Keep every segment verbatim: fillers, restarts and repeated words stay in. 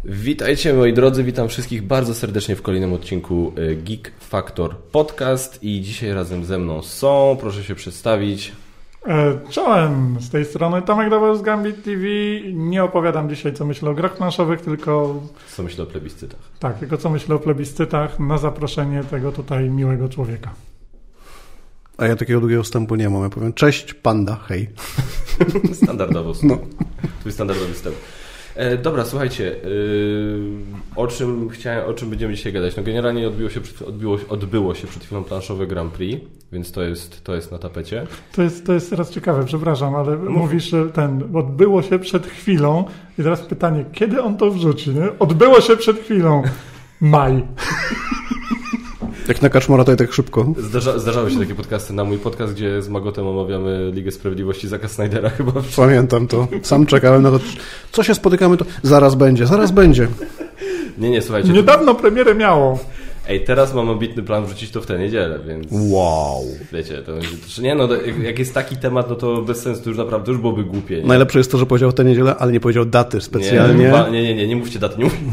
Witajcie moi drodzy, witam wszystkich bardzo serdecznie w kolejnym odcinku Geek Factor Podcast i dzisiaj razem ze mną są, proszę się przedstawić. Czołem, z tej strony Tomek Dawał z Gambit T V. Nie opowiadam dzisiaj co myślę o grach planszowych, tylko... Co myślę o plebiscytach. Tak, tylko co myślę o plebiscytach na zaproszenie tego tutaj miłego człowieka. A ja takiego długiego wstępu nie mam, ja powiem cześć, panda, hej. Standardowo. No. Twój standardowy wstęp. E, dobra, słuchajcie, yy, o czym chciałem, o czym będziemy dzisiaj gadać? No generalnie odbiło się, odbiło, odbyło się przed chwilą planszowe Grand Prix, więc to jest, to jest na tapecie. To jest, to jest teraz ciekawe, przepraszam, ale no. Mówisz, że ten, odbyło się przed chwilą i teraz pytanie, kiedy on to wrzuci, nie? Odbyło się przed chwilą. Maj. Jak na Kaczmora, to i tak szybko. Zdarza, zdarzały się takie podcasty na mój podcast, gdzie z Magotem omawiamy Ligę Sprawiedliwości Zacka Snydera chyba. Pamiętam to. Sam czekałem na to. Co się spotykamy, to zaraz będzie, zaraz będzie. Nie, nie, słuchajcie. Niedawno to... premierę miało. Ej, teraz mam ambitny plan wrzucić to w tę niedzielę, więc... Wow. Wiecie, to będzie... Nie no, jak jest taki temat, no to bez sensu, to już naprawdę już byłoby głupie. Nie? Najlepsze jest to, że powiedział w tę niedzielę, ale nie powiedział daty specjalnie. Nie, nie, nie, nie, nie mówcie daty, nie mówcie.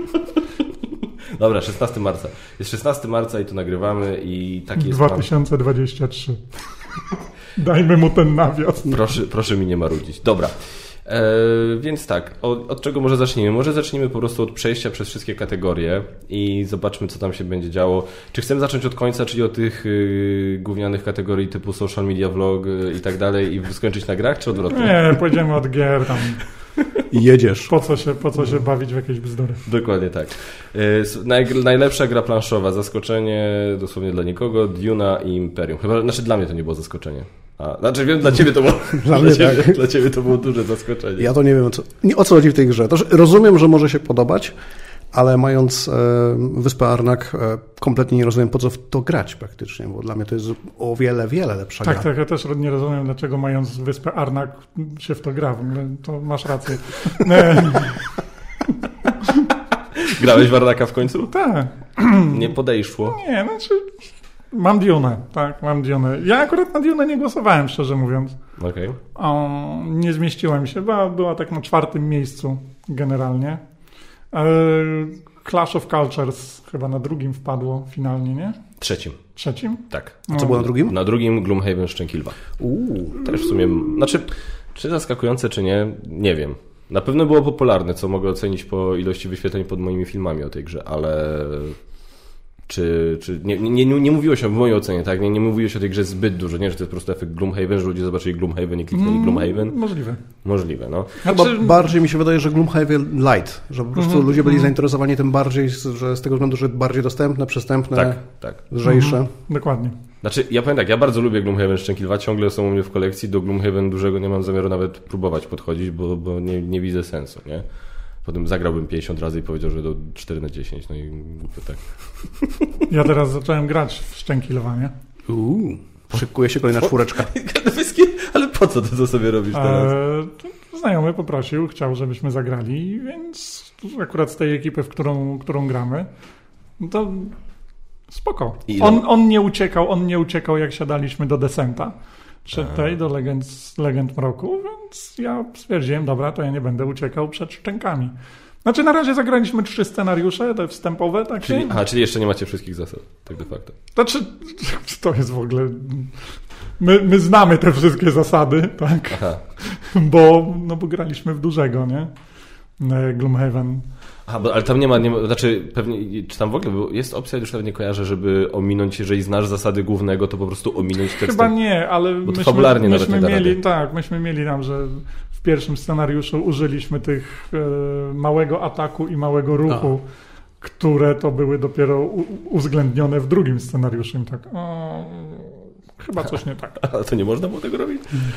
Dobra, szesnastego marca. Jest szesnastego marca i tu nagrywamy i taki jest dwa tysiące dwudziesty trzeci. Dajmy mu ten nawias. Proszę, proszę mi nie marudzić. Dobra. E, więc tak, od, od czego może zacznijmy? Może zacznijmy po prostu od przejścia przez wszystkie kategorie i zobaczmy, co tam się będzie działo. Czy chcemy zacząć od końca, czyli od tych y, gównianych kategorii typu social media, vlog y, i tak dalej i skończyć na grach, czy odwrotnie? Nie, pójdziemy od gier tam. I jedziesz. Po co się, po co się bawić w jakieś bzdury? Dokładnie tak. Naj, najlepsza gra planszowa, zaskoczenie dosłownie dla nikogo, Duna i Imperium. Chyba, znaczy dla mnie to nie było zaskoczenie. A, znaczy wiem, dla ciebie to było, dla, dla, ciebie, tak. dla ciebie to było duże zaskoczenie. Ja to nie wiem, o co, nie, o co chodzi w tej grze. To, rozumiem, że może się podobać, ale mając e, Wyspę Arnak, e, kompletnie nie rozumiem, po co w to grać praktycznie, bo dla mnie to jest o wiele, wiele lepsza tak, gra. Tak, tak, ja też nie rozumiem, dlaczego mając Wyspę Arnak się w to gra. To masz rację. Grałeś w Arnaka w końcu? Tak. Nie podejszło? Nie, znaczy mam Dune, tak, mam Dune. Ja akurat na Dune nie głosowałem, szczerze mówiąc. Okej. Okay. Nie zmieściłem się, była, była tak na czwartym miejscu generalnie. Clash of Cultures chyba na drugim wpadło finalnie, nie? Trzecim. Trzecim? Tak. A co było na drugim? Na drugim Gloomhaven Szczękilwa. Uuu. Też w sumie, znaczy, czy zaskakujące, czy nie, nie wiem. Na pewno było popularne, co mogę ocenić po ilości wyświetleń pod moimi filmami o tej grze, ale... Czy, czy nie, nie, nie, nie mówiło się w mojej ocenie, tak? Nie, nie mówiło się o tej grze zbyt dużo, nie? Że to jest po prostu efekt Gloomhaven, że ludzie zobaczyli Gloomhaven i kliknęli Gloomhaven. Mm, możliwe. Możliwe, no. Chyba znaczy... bardziej mi się wydaje, że Gloomhaven Light, że po prostu mm-hmm. ludzie byli zainteresowani tym bardziej, że z tego względu, że bardziej dostępne, przystępne, tak, tak. lżejsze. Mm-hmm. Dokładnie. Znaczy, ja powiem tak, ja bardzo lubię Gloomhaven Szczękilwa, ciągle są u mnie w kolekcji, do Gloomhaven dużego nie mam zamiaru nawet próbować podchodzić, bo, bo nie, nie widzę sensu, nie? Potem zagrałbym pięćdziesiąt razy i powiedział, że do cztery na dziesięć, no i to tak. Ja teraz zacząłem grać w Szczękilwa, nie? Uuu, szykuje się kolejna czwóreczka. Ale po co to, co sobie robisz teraz? E, znajomy poprosił, chciał, żebyśmy zagrali, więc akurat z tej ekipy, w którą, którą gramy, to spoko. On, on nie uciekał, on nie uciekał, jak siadaliśmy do Descenta. Przed tej, do Legend, Legend Mroku, więc ja stwierdziłem, dobra, to ja nie będę uciekał przed szczękami. Znaczy na razie zagraliśmy trzy scenariusze, te wstępowe, takie. Czyli, aha, czyli jeszcze nie macie wszystkich zasad, tak de facto. Znaczy, to jest w ogóle... My, my znamy te wszystkie zasady, tak? Aha. Bo, no bo graliśmy w dużego, nie? Gloomhaven. Aha, bo, ale tam nie ma, nie ma, znaczy pewnie, czy tam w ogóle jest opcja, już nawet nie kojarzę, żeby ominąć, jeżeli znasz zasady głównego, to po prostu ominąć tekst. Chyba nie, ale bo to myśmy, fabularnie myśmy nawet nie da mieli, rady. tak, myśmy mieli tam, że w pierwszym scenariuszu użyliśmy tych e, małego ataku i małego ruchu, A. które to były dopiero u, uwzględnione w drugim scenariuszu. I tak, o, chyba coś nie tak. A to nie można było tego robić?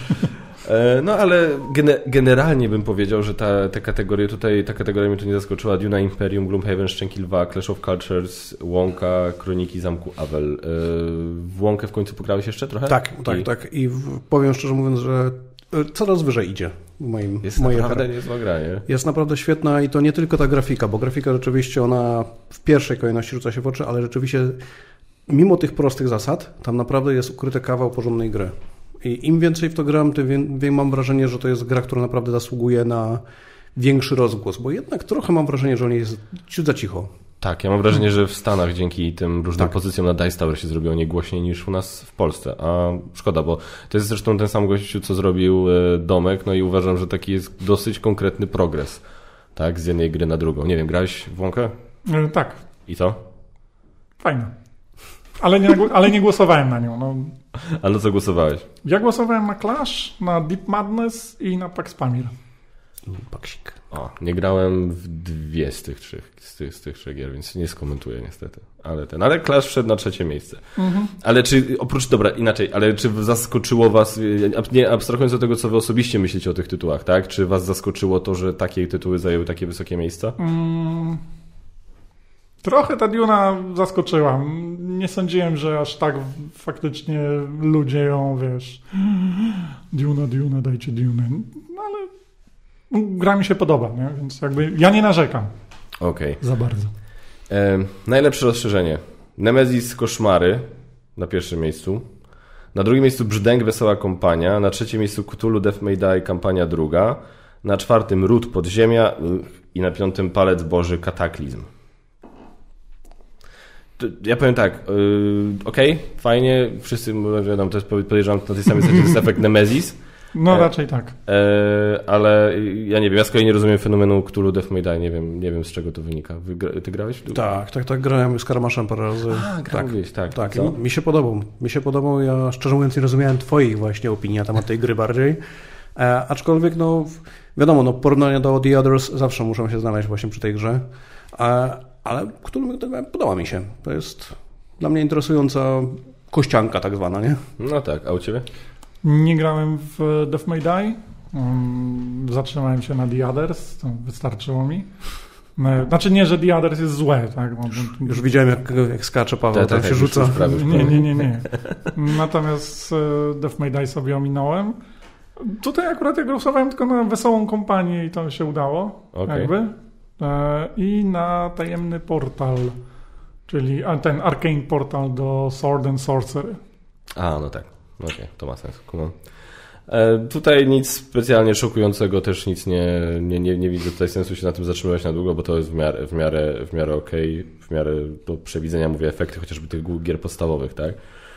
No ale generalnie bym powiedział, że ta, te kategorie tutaj, ta kategoria mnie tu nie zaskoczyła. Duna, Imperium, Gloomhaven, Szczękilwa, Clash of Cultures, Łąka, Kroniki Zamku Avel. W Łąkę w końcu pograłeś jeszcze trochę? Tak, tak, I... tak. I powiem szczerze mówiąc, że coraz wyżej idzie w moim Jest mojej naprawdę niezła gra, nie? Jest naprawdę świetna i to nie tylko ta grafika, bo grafika rzeczywiście ona w pierwszej kolejności rzuca się w oczy, ale rzeczywiście mimo tych prostych zasad, tam naprawdę jest ukryty kawał porządnej gry. I im więcej w to gram, tym mam wrażenie, że to jest gra, która naprawdę zasługuje na większy rozgłos, bo jednak trochę mam wrażenie, że on jest ciut za cicho. Tak, ja mam wrażenie, że w Stanach dzięki tym różnym tak. pozycjom na Dice Tower się zrobiło nie głośniej niż u nas w Polsce, a szkoda, bo to jest zresztą ten sam gościu, co zrobił Domek, no i uważam, że taki jest dosyć konkretny progres, tak, z jednej gry na drugą. Nie wiem, grałeś w Wonkę? Yy, tak. I co? Fajne. Ale nie, ale nie głosowałem na nią. No. A na co głosowałeś? Ja głosowałem na Clash, na Deep Madness i na Pax Pamir. Paksik. O, nie grałem w dwie z tych trzech, z tych, z tych trzech gier, więc nie skomentuję niestety. Ale ten, ale Clash wszedł na trzecie miejsce. Mhm. Ale czy, oprócz, dobra, inaczej, ale czy zaskoczyło was, nie abstrahując od tego, co wy osobiście myślicie o tych tytułach, tak? Czy was zaskoczyło to, że takie tytuły zajęły takie wysokie miejsca? Mm. Trochę ta Duna zaskoczyła. Nie sądziłem, że aż tak faktycznie ludzie ją, wiesz, Duna, Duna, dajcie Dune. No ale gra mi się podoba, nie? Więc jakby ja nie narzekam. Okej. Okay. Za bardzo. E, najlepsze rozszerzenie. Nemesis Koszmary na pierwszym miejscu. Na drugim miejscu Brzdęk Wesoła Kompania. Na trzecim miejscu Cthulhu Death May Die Kampania druga. Na czwartym Ród Podziemia. I na piątym Palec Boży Kataklizm. Ja powiem tak, yy, okej, okay, fajnie, wszyscy, wiadomo, to jest, podejrzewam, na tej samej zasadzie jest efekt Nemesis. No e, raczej tak. E, ale ja nie wiem, ja z kolei nie rozumiem fenomenu Cthulhu Death May Die, nie wiem, nie wiem z czego to wynika. Wy, ty grałeś? Tak, tak, tak, grałem z Karamaszem parę razy. A, grałeś, tak. Tak, tak. Mi się podobał, mi się podobał, ja szczerze mówiąc nie rozumiałem twoich właśnie opinii na temat tej gry bardziej, e, aczkolwiek no, wiadomo, no porównania do The Others zawsze muszą się znaleźć właśnie przy tej grze, e, ale Cthulhu podoba mi się, to jest dla mnie interesująca kościanka tak zwana, nie? No tak, a u ciebie? Nie grałem w Death May Die. Um, zatrzymałem się na The Others. To wystarczyło mi. Znaczy nie, że The Others jest złe. Tak? Już, już widziałem, jak, jak skacze Paweł, tak, tam tak, się rzuca. Nie, nie, nie, nie. Natomiast Death May Die sobie ominąłem. Tutaj akurat ja głosowałem tylko na Wesołą Kompanię i to się udało. Okay. Jakby. I na Tajemny Portal, czyli ten Arcane Portal do Sword and Sorcery. A, no tak. Okej, okay, to ma sens. Kumam. E, tutaj nic specjalnie szokującego, też nic nie, nie, nie, nie widzę tutaj sensu się na tym zatrzymywać na długo, bo to jest w miarę, w miarę, w miarę okej, okay, w miarę do przewidzenia, mówię, efekty chociażby tych gier podstawowych, tak?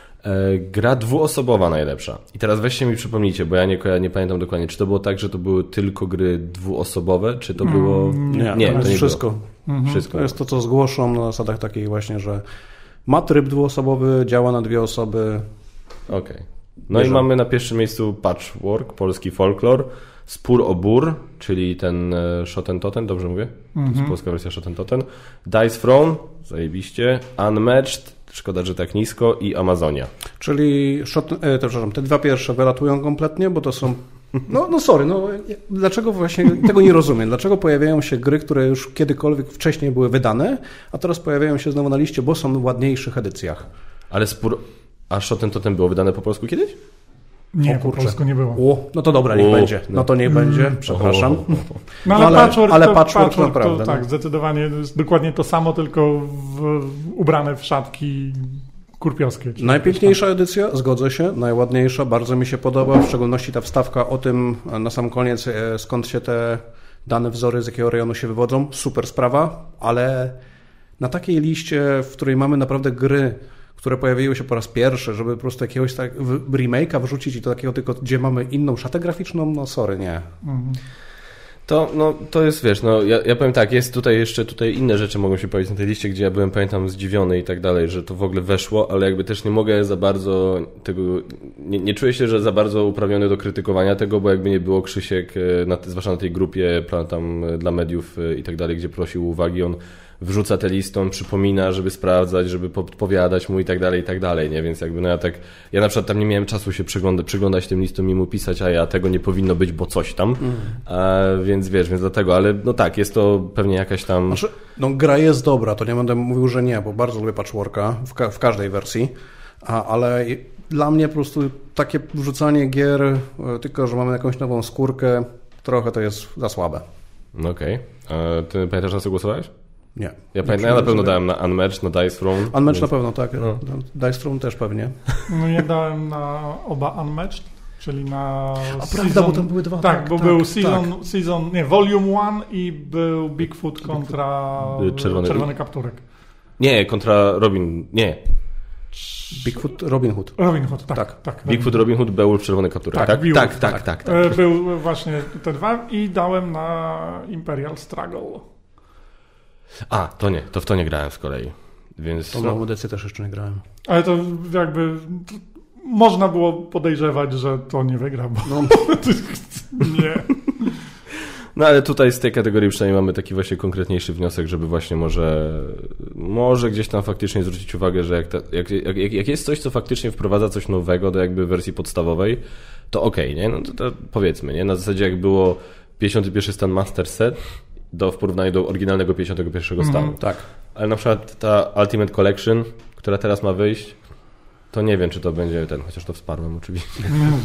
E, gra dwuosobowa najlepsza. I teraz weźcie mi przypomnijcie, bo ja nie, ja nie pamiętam dokładnie, czy to było tak, że to były tylko gry dwuosobowe, czy to było... Mm, nie, nie, to, to nie wszystko. Mhm. Wszystko. To jest to, co zgłoszą na zasadach takich właśnie, że ma tryb dwuosobowy, działa na dwie osoby. Okej. Okay. No Bierze. I mamy na pierwszym miejscu Patchwork, polski folklor, Spór o Bór, czyli ten Shoten Toten, dobrze mówię? Mm-hmm. To jest polska wersja Shoten Toten. Dice Throne, zajebiście, Unmatched, szkoda, że tak nisko, i Amazonia. Czyli shot, e, to, przepraszam, te dwa pierwsze wylatują kompletnie, bo to są... No, no sorry, no dlaczego właśnie tego nie rozumiem? Dlaczego pojawiają się gry, które już kiedykolwiek wcześniej były wydane, a teraz pojawiają się znowu na liście, bo są w ładniejszych edycjach? Ale Spór... A Shoten Totem było wydane po polsku kiedyś? Nie, po polsku nie było. O, no to dobra, niech o, będzie. No to niech mm. będzie, przepraszam. No, no ale, ale Patchwork, ale to, patchwork, patchwork naprawdę. To, tak, zdecydowanie jest dokładnie to samo, tylko w, ubrane w szatki kurpiowskie. Najpiękniejsza edycja, zgodzę się, najładniejsza, bardzo mi się podoba, w szczególności ta wstawka o tym na sam koniec, skąd się te dane wzory, z jakiego rejonu się wywodzą. Super sprawa, ale na takiej liście, w której mamy naprawdę gry, które pojawiły się po raz pierwszy, żeby po prostu jakiegoś tak remake'a wrzucić i to takiego tylko, gdzie mamy inną szatę graficzną, no sorry, nie. Mhm. To, no, to jest, wiesz, no, ja, ja powiem tak, jest tutaj jeszcze tutaj inne rzeczy mogą się pojawić na tej liście, gdzie ja byłem, pamiętam, zdziwiony i tak dalej, że to w ogóle weszło, ale jakby też nie mogę za bardzo tego, nie, nie czuję się, że za bardzo uprawniony do krytykowania tego, bo jakby nie było Krzysiek, na, zwłaszcza na tej grupie tam dla mediów i tak dalej, gdzie prosił uwagi, on wrzuca tę listę, on przypomina, żeby sprawdzać, żeby podpowiadać mu i tak dalej, i tak dalej, nie? Więc jakby no ja tak, ja na przykład tam nie miałem czasu się przyglądać, przyglądać tym listom i mu pisać, a ja tego nie powinno być, bo coś tam, mm. a, więc wiesz, więc dlatego, ale no tak, jest to pewnie jakaś tam... Znaczy, no gra jest dobra, to nie będę mówił, że nie, bo bardzo lubię Patchworka w, ka- w każdej wersji, a, ale dla mnie po prostu takie wrzucanie gier, tylko że mamy jakąś nową skórkę, trochę to jest za słabe. No okej. Okay. Ty pamiętasz, na co głosowałeś? Nie. Ja pamiętam, ja na pewno dałem na Unmatched, na Dice Throne. Unmatched więc... na pewno, tak. No. Dice Throne też pewnie. No ja dałem na oba Unmatched. czyli na A season, prawda, bo tam były dwa. Tak, tak bo tak, był season, tak. season, nie, volume one i był Bigfoot kontra Czerwony, Czerwony Kapturek. Nie, kontra Robin, nie. Bigfoot, Robin Hood. Robin Hood, tak. Tak. tak Bigfoot, Robin Hood, Beowulf, Czerwony Kapturek, tak? Tak, Tak, Beowulf, tak, tak. tak, tak, tak. Był właśnie te dwa i dałem na Imperial Struggle. A, to nie, to w to nie grałem z kolei. Więc Tą nową edycję też jeszcze nie grałem. Ale to jakby można było podejrzewać, że to nie wygra, bo No. nie. No ale tutaj z tej kategorii przynajmniej mamy taki właśnie konkretniejszy wniosek, żeby właśnie może może gdzieś tam faktycznie zwrócić uwagę, że jak, ta, jak, jak, jak jest coś, co faktycznie wprowadza coś nowego do jakby wersji podstawowej, to okej, okay, nie? No to, to powiedzmy, nie? Na zasadzie jak było pięćdziesiąty pierwszy stan Master Set do, w porównaniu do oryginalnego pięćdziesiątego pierwszego stanu. Mm, tak. Ale na przykład ta Ultimate Collection, która teraz ma wyjść, to nie wiem, czy to będzie ten, chociaż to wsparłem oczywiście.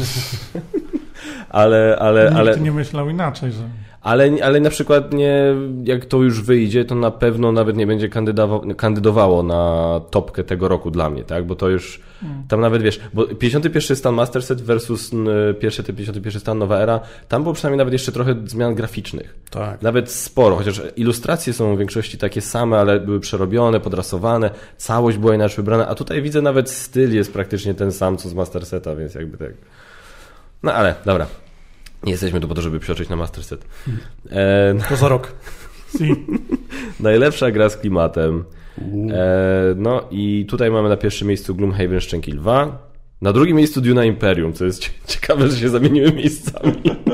ale, ale, Nikt ale... nie myślał inaczej, że... Ale, ale na przykład nie, jak to już wyjdzie, to na pewno nawet nie będzie kandydowało, kandydowało na topkę tego roku dla mnie, tak? Bo to już hmm. tam nawet wiesz, bo pięćdziesiąty pierwszy stan Master Set versus pierwszy, ten pięćdziesiąty pierwszy stan Nowa Era, tam było przynajmniej nawet jeszcze trochę zmian graficznych. Tak. Nawet sporo, chociaż ilustracje są w większości takie same, ale były przerobione, podrasowane, całość była inaczej wybrana, a tutaj widzę nawet styl jest praktycznie ten sam, co z Master Seta, więc jakby tak. No ale, dobra. Nie jesteśmy tu po to, żeby psioczyć na Master Set. E, to za rok. Najlepsza gra z klimatem. E, no i tutaj mamy na pierwszym miejscu Gloomhaven Szczęki Lwa. Na drugim miejscu Duna Imperium, co jest ciekawe, że się zamieniły miejscami.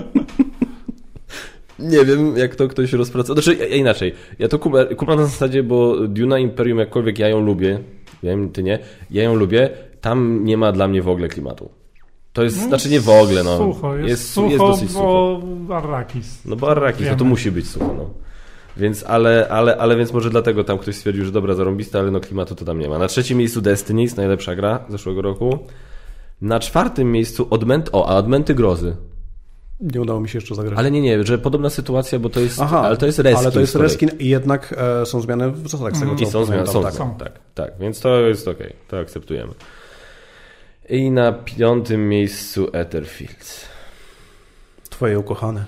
Nie wiem, jak to ktoś rozpracował. Znaczy, ja, ja inaczej. Ja to kumam na zasadzie, bo Duna Imperium, jakkolwiek ja ją lubię, ja wiem, ty nie, ja ją lubię, tam nie ma dla mnie w ogóle klimatu. To jest, no, znaczy nie w ogóle, no. Sucho, jest, jest, sucho, jest dosyć bo sucho. Arrakis. No bo Arrakis, no to musi być sucho, no. Więc, ale, ale, ale więc może dlatego tam ktoś stwierdził, że dobra, zarąbista, ale no klimatu to tam nie ma. Na trzecim miejscu Destiny, jest najlepsza gra zeszłego roku. Na czwartym miejscu Odmęt... O, a Odmęty Grozy. Nie udało mi się jeszcze zagrać. Ale nie, nie, że podobna sytuacja, bo to jest, Aha, ale to jest reskin. Ale to jest reskin i jednak e, są zmiany w zasadach z tego, co I są zmiany, są, tak. są, tak, tak, więc to jest okej, okay, to akceptujemy. I na piątym miejscu Etherfields. Twoje ukochane.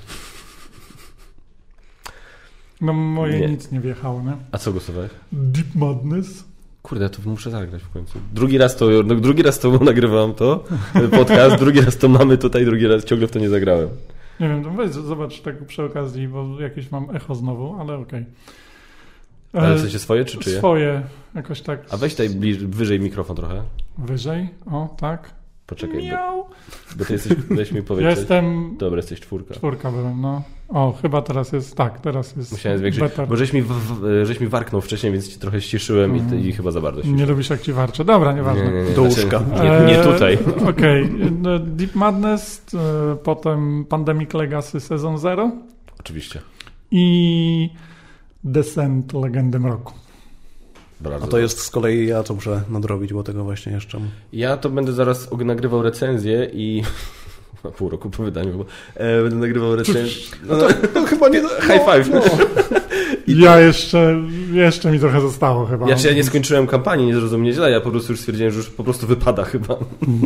No moje nie. nic nie wjechało, nie? A co głosowałeś? Deep Madness. Kurde, to muszę zagrać w końcu. Drugi raz to, no, drugi raz to nagrywam to, podcast, drugi raz to mamy tutaj, drugi raz ciągle w to nie zagrałem. Nie wiem, to weź zobacz tak przy okazji, bo jakieś mam echo znowu, ale okej. Okay. Ale w sensie swoje czy czyje? Swoje, jakoś tak. A weź tutaj bliż, wyżej mikrofon trochę. Wyżej? O, tak. Poczekaj, Miau. bo, bo ty jesteś, weź mi powiedz. Jestem... Dobra, jesteś czwórka. Czwórka byłem, no. O, chyba teraz jest, tak, teraz jest Musiałem zwiększyć, better. bo żeś mi, w, w, żeś mi warknął wcześniej, więc ci trochę ściszyłem mm. i, i chyba za bardzo ściszyłem. Nie lubisz jak ci warczę. Dobra, nieważne. Nie, nie, nie, Do znaczy, łóżka. Nie, nie tutaj. E, Okej. Okay. Deep Madness, e, potem Pandemic Legacy Season Zero. Oczywiście. I Descent Legendy Mroku. A to jest z kolei ja, co muszę nadrobić, bo tego właśnie jeszcze... Ja to będę zaraz nagrywał recenzję i... Na pół roku po wydaniu, bo e, będę nagrywał recenzję... No to, to chyba nie... High five! No. I ja jeszcze, jeszcze mi trochę zostało chyba. Ja, ja nie skończyłem kampanii, nie zrozumie źle, ja po prostu już stwierdziłem, że już po prostu wypada chyba.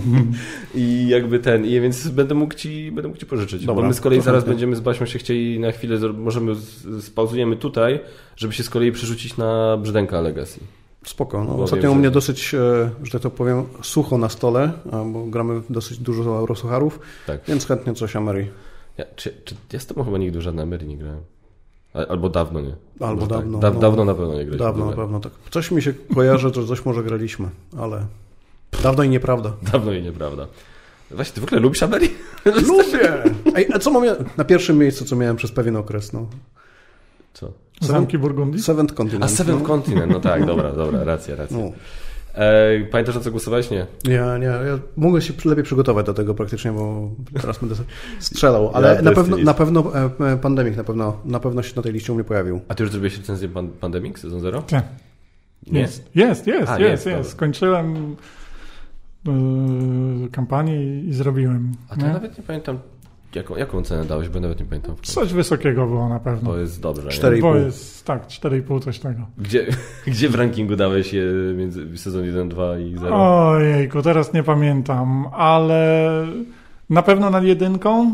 I jakby ten, i więc będę mógł ci, będę mógł ci pożyczyć. Dobra, bo my z kolei zaraz chętnie. będziemy z Basią się chcieli na chwilę, możemy, spauzujemy tutaj, żeby się z kolei przerzucić na Brzdęka Legacy. Spoko. No, ostatnio u mnie dosyć, że tak to powiem, sucho na stole, bo gramy dosyć dużo Eurosucharów, tak. Więc chętnie coś Amery. Ja, czy, czy, ja z tobą chyba nigdy w żadnej Amery nie grałem. Albo dawno nie. Albo może dawno. Tak. Da, no, dawno na pewno nie graliśmy. Dawno na pewno tak. Coś mi się kojarzy, że coś może graliśmy, ale dawno i nieprawda. Dawno i nieprawda. Właśnie, ty w ogóle lubisz Amery? Lubię! Ej, a co mam ja na pierwszym miejscu, co miałem przez pewien okres, no? Co? Zamki Burgundii? Seventh Continent. A Seventh no. Continent, no tak, dobra, dobra, racja, racja. No. E, pamiętasz, na co głosowałeś? Nie? Nie, nie, ja mogę się lepiej przygotować do tego praktycznie, bo teraz będę strzelał, ale ja na pewno, na pewno Pandemic na pewno, na pewno się na tej liście u mnie pojawił. A ty już zrobiłeś recenzję pan, Pandemic Sezon Zero? Nie. Nie? Jest, jest, jest, A, jest, jest, jest. Skończyłem yy, kampanię i, i zrobiłem. A to nie? nawet nie pamiętam, jaką, jaką cenę dałeś, bo nawet nie pamiętam. Coś wysokiego było na pewno. To jest dobrze. cztery i pół. Bo jest, tak, cztery i pół coś tego. Gdzie, gdzie w rankingu dałeś je między sezon jeden, dwa i zero? Ojejku, teraz nie pamiętam, ale Na pewno nad jedynką,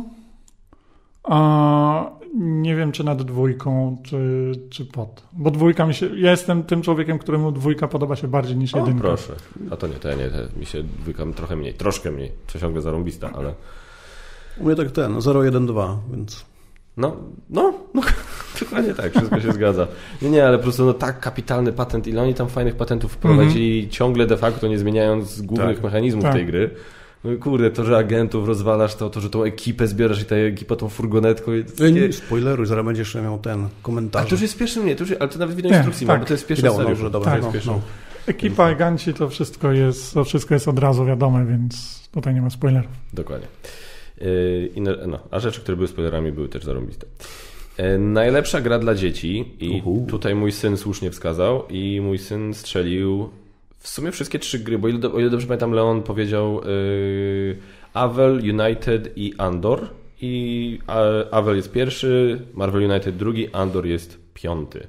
a nie wiem czy nad dwójką, czy, czy pod. Bo dwójka mi się... Ja jestem tym człowiekiem, któremu dwójka podoba się bardziej niż jedynka. O, proszę. A to nie, to ja nie. To mi się dwójka trochę mniej, troszkę mniej. Co ciągle zarąbista, ale... U mnie tak ten, zero jeden dwa, więc... No, no, no, dokładnie tak, wszystko się zgadza. Nie, nie, ale po prostu no, tak kapitalny patent, ile oni tam fajnych patentów wprowadzili, mm-hmm. ciągle de facto nie zmieniając głównych tak, mechanizmów tak. tej gry. No i kurde, to, że agentów rozwalasz, to, to że tą ekipę zbierasz i ta ekipa tą furgonetką. Nie, spoileruj, zaraz będziesz jeszcze miał ten komentarz. A to już jest pierwszy, nie, to już, ale to nawet wideo instrukcji ma, tak. bo to jest pierwszy scenariusz. No, dobra, tak, no, no. Ekipa, agenci, to wszystko jest, to wszystko jest od razu wiadome, więc tutaj nie ma spoilerów. Dokładnie. Inne, no, a rzeczy, które były spoilerami, były też zarąbiste. Najlepsza gra dla dzieci i Uhu. tutaj mój syn słusznie wskazał i mój syn strzelił w sumie wszystkie trzy gry, bo o ile dobrze pamiętam, Leon powiedział yy, Avel, United i Andor i Avel jest pierwszy, Marvel United drugi, Andor jest piąty.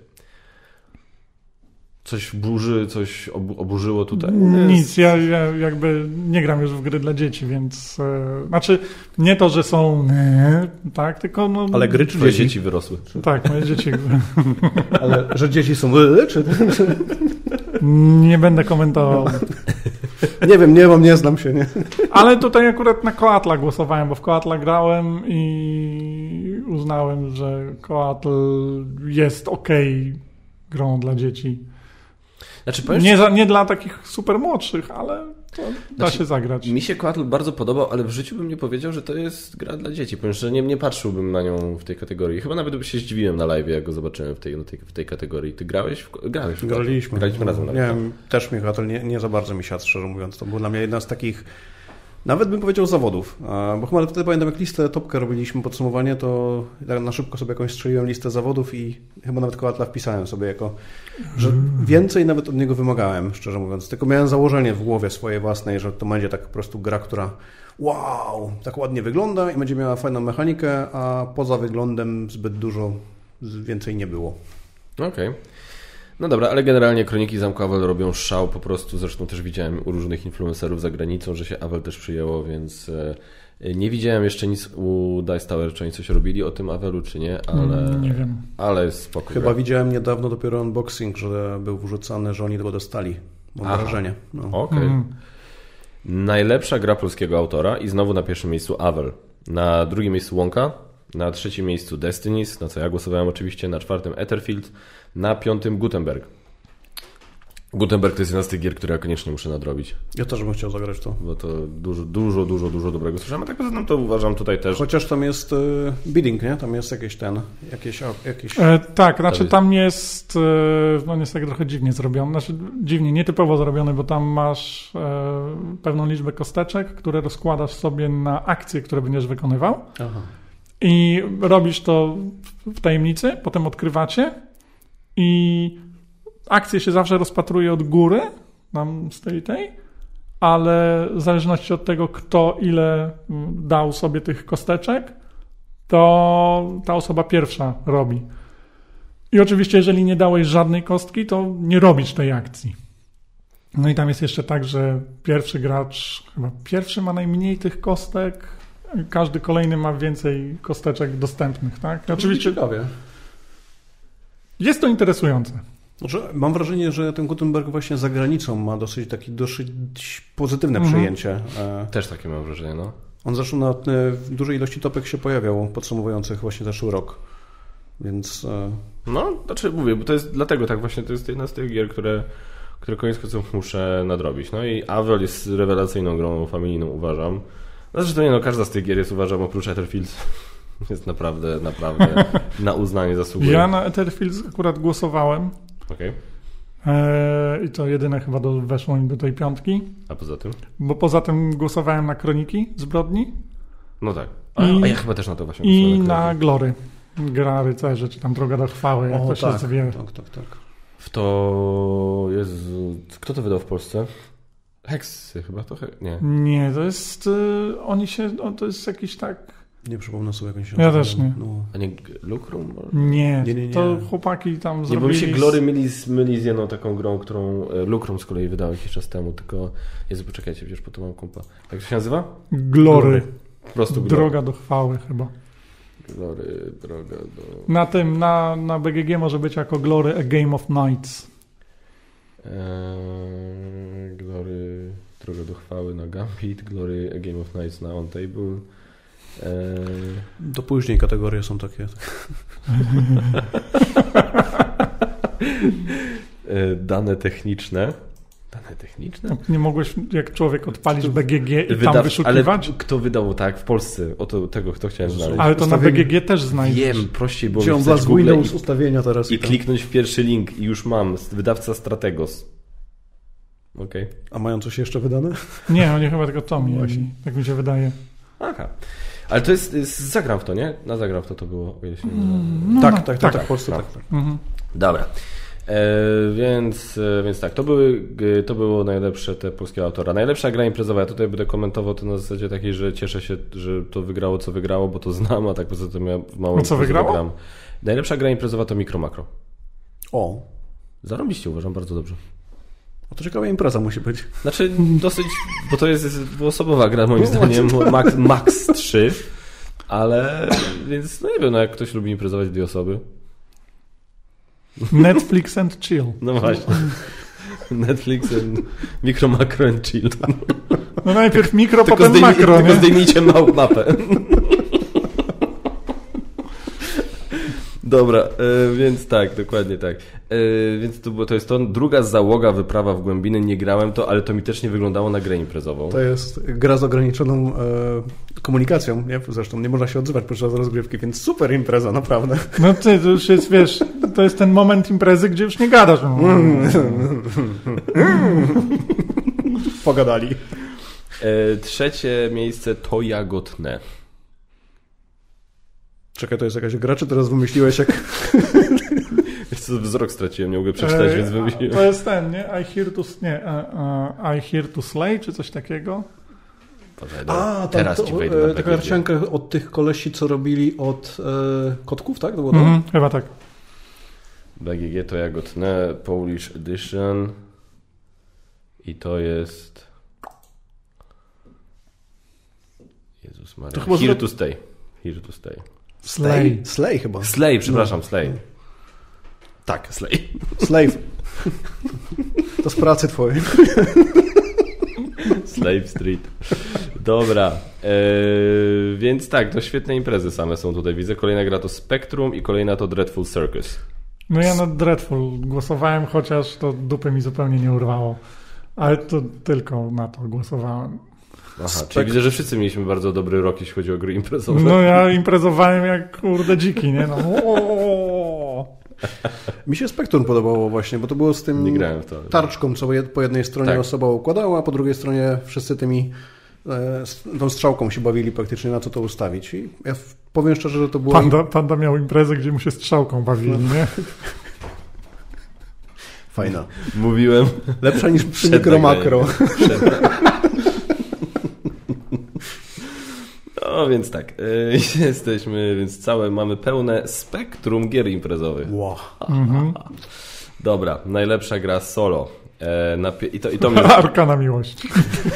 Coś burzy, coś oburzyło tutaj? Nic, ja, ja jakby nie gram już w gry dla dzieci, więc e, znaczy nie to, że są nie, tak, tylko no... Ale gry czy dzieci? dzieci wyrosły? Tak, moje dzieci. Ale że dzieci są czy... Nie będę komentował. Nie wiem, nie mam, nie znam się, nie. Ale tutaj akurat na Coatla głosowałem, bo w Coatla grałem i uznałem, że Coatl jest okej okay grą dla dzieci. Znaczy, powiem, nie, za, nie dla takich super młodszych, ale to da znaczy, się zagrać. Mi się Coatl bardzo podobał, ale w życiu bym nie powiedział, że to jest gra dla dzieci. Powiem, że nie, nie patrzyłbym na nią w tej kategorii. Chyba nawet by się zdziwiłem na live, jak go zobaczyłem w tej, w tej, w tej kategorii. Ty grałeś? W, grałeś w Graliśmy. Graliśmy razem. Nie wiem, też mi Coatl nie, nie za bardzo mi siadł, szczerze mówiąc. To był dla mnie jedna z takich, nawet bym powiedział, zawodów. Bo chyba wtedy pamiętam, jak listę topkę robiliśmy, podsumowanie, to na szybko sobie jakąś strzeliłem listę zawodów i chyba nawet Coatla wpisałem sobie jako, że więcej nawet od niego wymagałem, szczerze mówiąc. Tylko miałem założenie w głowie swojej własnej, że to będzie tak po prostu gra, która wow, tak ładnie wygląda i będzie miała fajną mechanikę, a poza wyglądem zbyt dużo więcej nie było. Okej. Okay. No dobra, ale generalnie Kroniki Zamku Avel robią szał po prostu, zresztą też widziałem u różnych influencerów za granicą, że się Avel też przyjęło, więc nie widziałem jeszcze nic u Dice Tower, czy oni coś robili o tym Avelu, czy nie, ale, nie wiem. Ale spoko. Chyba gra. Widziałem niedawno dopiero unboxing, że był wrzucany, że oni tego dostali. Mam Aha. wrażenie. No. Okej. Okay. Mm. Najlepsza gra polskiego autora i znowu na pierwszym miejscu Avel. Na drugim miejscu Wonka, na trzecim miejscu Destinies, na co ja głosowałem oczywiście, na czwartym Etherfield, na piątym Gutenberg. Gutenberg to jest jedna z tych gier, które ja koniecznie muszę nadrobić. Ja też bym chciał zagrać to. Bo to dużo, dużo, dużo, dużo dobrego słyszałem, a tak poza tym to uważam tutaj też. Chociaż tam jest y, bidding, nie? Tam jest jakieś ten, jakieś... jakieś... E, tak, znaczy tam jest, e, no jest tak trochę dziwnie zrobione, znaczy dziwnie, nietypowo zrobione, bo tam masz e, pewną liczbę kosteczek, które rozkładasz sobie na akcje, które będziesz wykonywał. Aha. I robisz to w tajemnicy, potem odkrywacie i akcje się zawsze rozpatruje od góry, tam z tej tej, ale w zależności od tego, kto ile dał sobie tych kosteczek, to ta osoba pierwsza robi. I oczywiście, jeżeli nie dałeś żadnej kostki, to nie robisz tej akcji. No i tam jest jeszcze tak, że pierwszy gracz, chyba pierwszy ma najmniej tych kostek, każdy kolejny ma więcej kosteczek dostępnych, tak? To oczywiście ciekawie. Jest to interesujące. Znaczy, mam wrażenie, że ten Gutenberg właśnie za granicą ma dosyć takie dosyć pozytywne mhm. przyjęcie. Też takie mam wrażenie, no. On zresztą na w dużej ilości topek się pojawiał, podsumowujących właśnie zeszły rok. Więc... No, znaczy mówię, bo to jest dlatego tak właśnie, to jest jedna z tych gier, które, które koniec końców muszę nadrobić. No i Avel jest rewelacyjną grą familijną, uważam. Zresztą nie, no każda z tych gier jest, uważam, oprócz Etherfield, jest naprawdę, naprawdę na uznanie zasługuje. Ja na Etherfield akurat głosowałem. Okej. Okay. I to jedyne chyba do, weszło mi do tej piątki. A poza tym? Bo poza tym głosowałem na Kroniki Zbrodni. No tak. A, I, a ja chyba też na to właśnie głosowałem. I na, na Glory. Gra rycerzy, czy tam Droga do chwały, jak o, to się tak, nazywa. Tak, tak, tak. W to... Jezu... Kto to wydał w Polsce? Heksy chyba to? He... Nie. Nie, to jest... Y, oni się... O, to jest jakiś tak... Nie przypomnę sobie jakąś... Ja też nie. No. A nie Lucrum? Nie, nie, nie, nie. To chłopaki tam nie, zrobili... Nie, bo mi się Glory myli z, myli z jedną taką grą, którą Lucrum z kolei wydał jakiś czas temu, tylko... Jezu, poczekajcie, przecież po to mam kompa. Jak to się nazywa? Glory. Po prostu Glory. Droga do chwały chyba. Glory, droga do... Na tym, na, na B G G może być jako Glory A Game of Nights. Eee, Glory, droga do chwały na Gambit, Glory A Game of Nights na On Table. Eee... Do później kategorie są takie. Dane techniczne. Dane techniczne? Nie mogłeś jak człowiek odpalić B G G i Wydaw... tam wyszukiwać? Ale kto wydał tak w Polsce? O to, tego kto chciałem znaleźć. Ale to Ustawienie. na B G G też znajdziesz. Wiem, prościej było Wziąłem wpisać z Google Windows i, ustawienia teraz. i kliknąć w pierwszy link i już mam. Wydawca Strategos. Okej. Okay. A mają coś jeszcze wydane? Nie, oni chyba tylko to mieli. Tak mi się wydaje. Aha. Ale to jest, jest zagram w to, nie? Na zagram w to to było. O ile się nie no, tak, no, tak, tak, tak, tak, w Polsce no. tak. tak. Mhm. Dobra. E, więc, e, więc tak, to, były, to było najlepsze te polskiego autora. Najlepsza gra imprezowa, ja tutaj będę komentował to na zasadzie takiej, że cieszę się, że to wygrało co wygrało, bo to znam, a tak poza tym ja w małym... No co wygrało? Gram. Najlepsza gra imprezowa to Micro Macro. O. Zarobiście uważam, bardzo dobrze. O, to ciekawa impreza musi być. Znaczy dosyć, bo to jest dwuosobowa gra moim zdaniem, max, max trzy, ale więc no nie wiem, no jak ktoś lubi imprezować dwie osoby. Netflix and chill. No właśnie. Netflix and Micro Macro and chill. No najpierw mikro, tylko potem zdejmij, makro, tylko nie? zdejmijcie małą mapę. Dobra, e, więc tak, dokładnie tak. E, więc to, było, to jest to. Druga załoga, wyprawa w głębiny. Nie grałem to, ale to mi też nie wyglądało na grę imprezową. To jest gra z ograniczoną e, komunikacją, nie? Zresztą nie można się odzywać podczas rozgrywki, więc super impreza, naprawdę. No ty, to już jest, wiesz, to jest ten moment imprezy, gdzie już nie gadasz. Pogadali. E, trzecie miejsce to Jagodne. Czekaj, to jest jakaś gra, czy teraz wymyśliłeś jak... Wiesz co, wzrok straciłem, nie mogę przeczytać, e, więc wymyśliłem. To jest ten, nie? I hear to, nie, uh, uh, I hear to slay, czy coś takiego? Poczekaj, A, tam teraz to, ci wejdę na e, taka B G G. karcianka od tych kolesi, co robili od e, kotków, tak? To było to? Mhm, chyba tak. B G G to Jagodne, Polish Edition i to jest... Jezus Maria. To chyba Here zro- to stay. Here to stay. Slay. Slay chyba. Slay, przepraszam, No. Slay. Tak, Slay. Slave. To z pracy twojej. Slave Street. Dobra. Eee, więc tak, to świetne imprezy same są tutaj. Widzę, kolejna gra to Spectrum i kolejna to Dreadful Circus. No ja na Dreadful głosowałem, chociaż to dupy mi zupełnie nie urwało. Ale to tylko na to głosowałem. Aha, czyli widzę, że wszyscy mieliśmy bardzo dobry rok, jeśli chodzi o gry imprezowe. No ja imprezowałem jak kurde dziki, nie? No. O! Mi się Spektrum podobało właśnie, bo to było z tym Nie grałem w to. tarczką, co po jednej stronie Tak. osoba układała, a po drugiej stronie wszyscy tymi e, z tą strzałką się bawili praktycznie na co to ustawić. I ja w- powiem szczerze, że to było... Panda, panda miał imprezę, gdzie mu się strzałką bawili, nie? Fajna. Mówiłem. Lepsza niż przy Przed Micro Macro. No więc tak, e, jesteśmy, więc całe mamy pełne spektrum gier imprezowych. Wow. Mhm. Dobra, najlepsza gra solo. E, na, pie- i, to, I to mnie... Arkana miłości.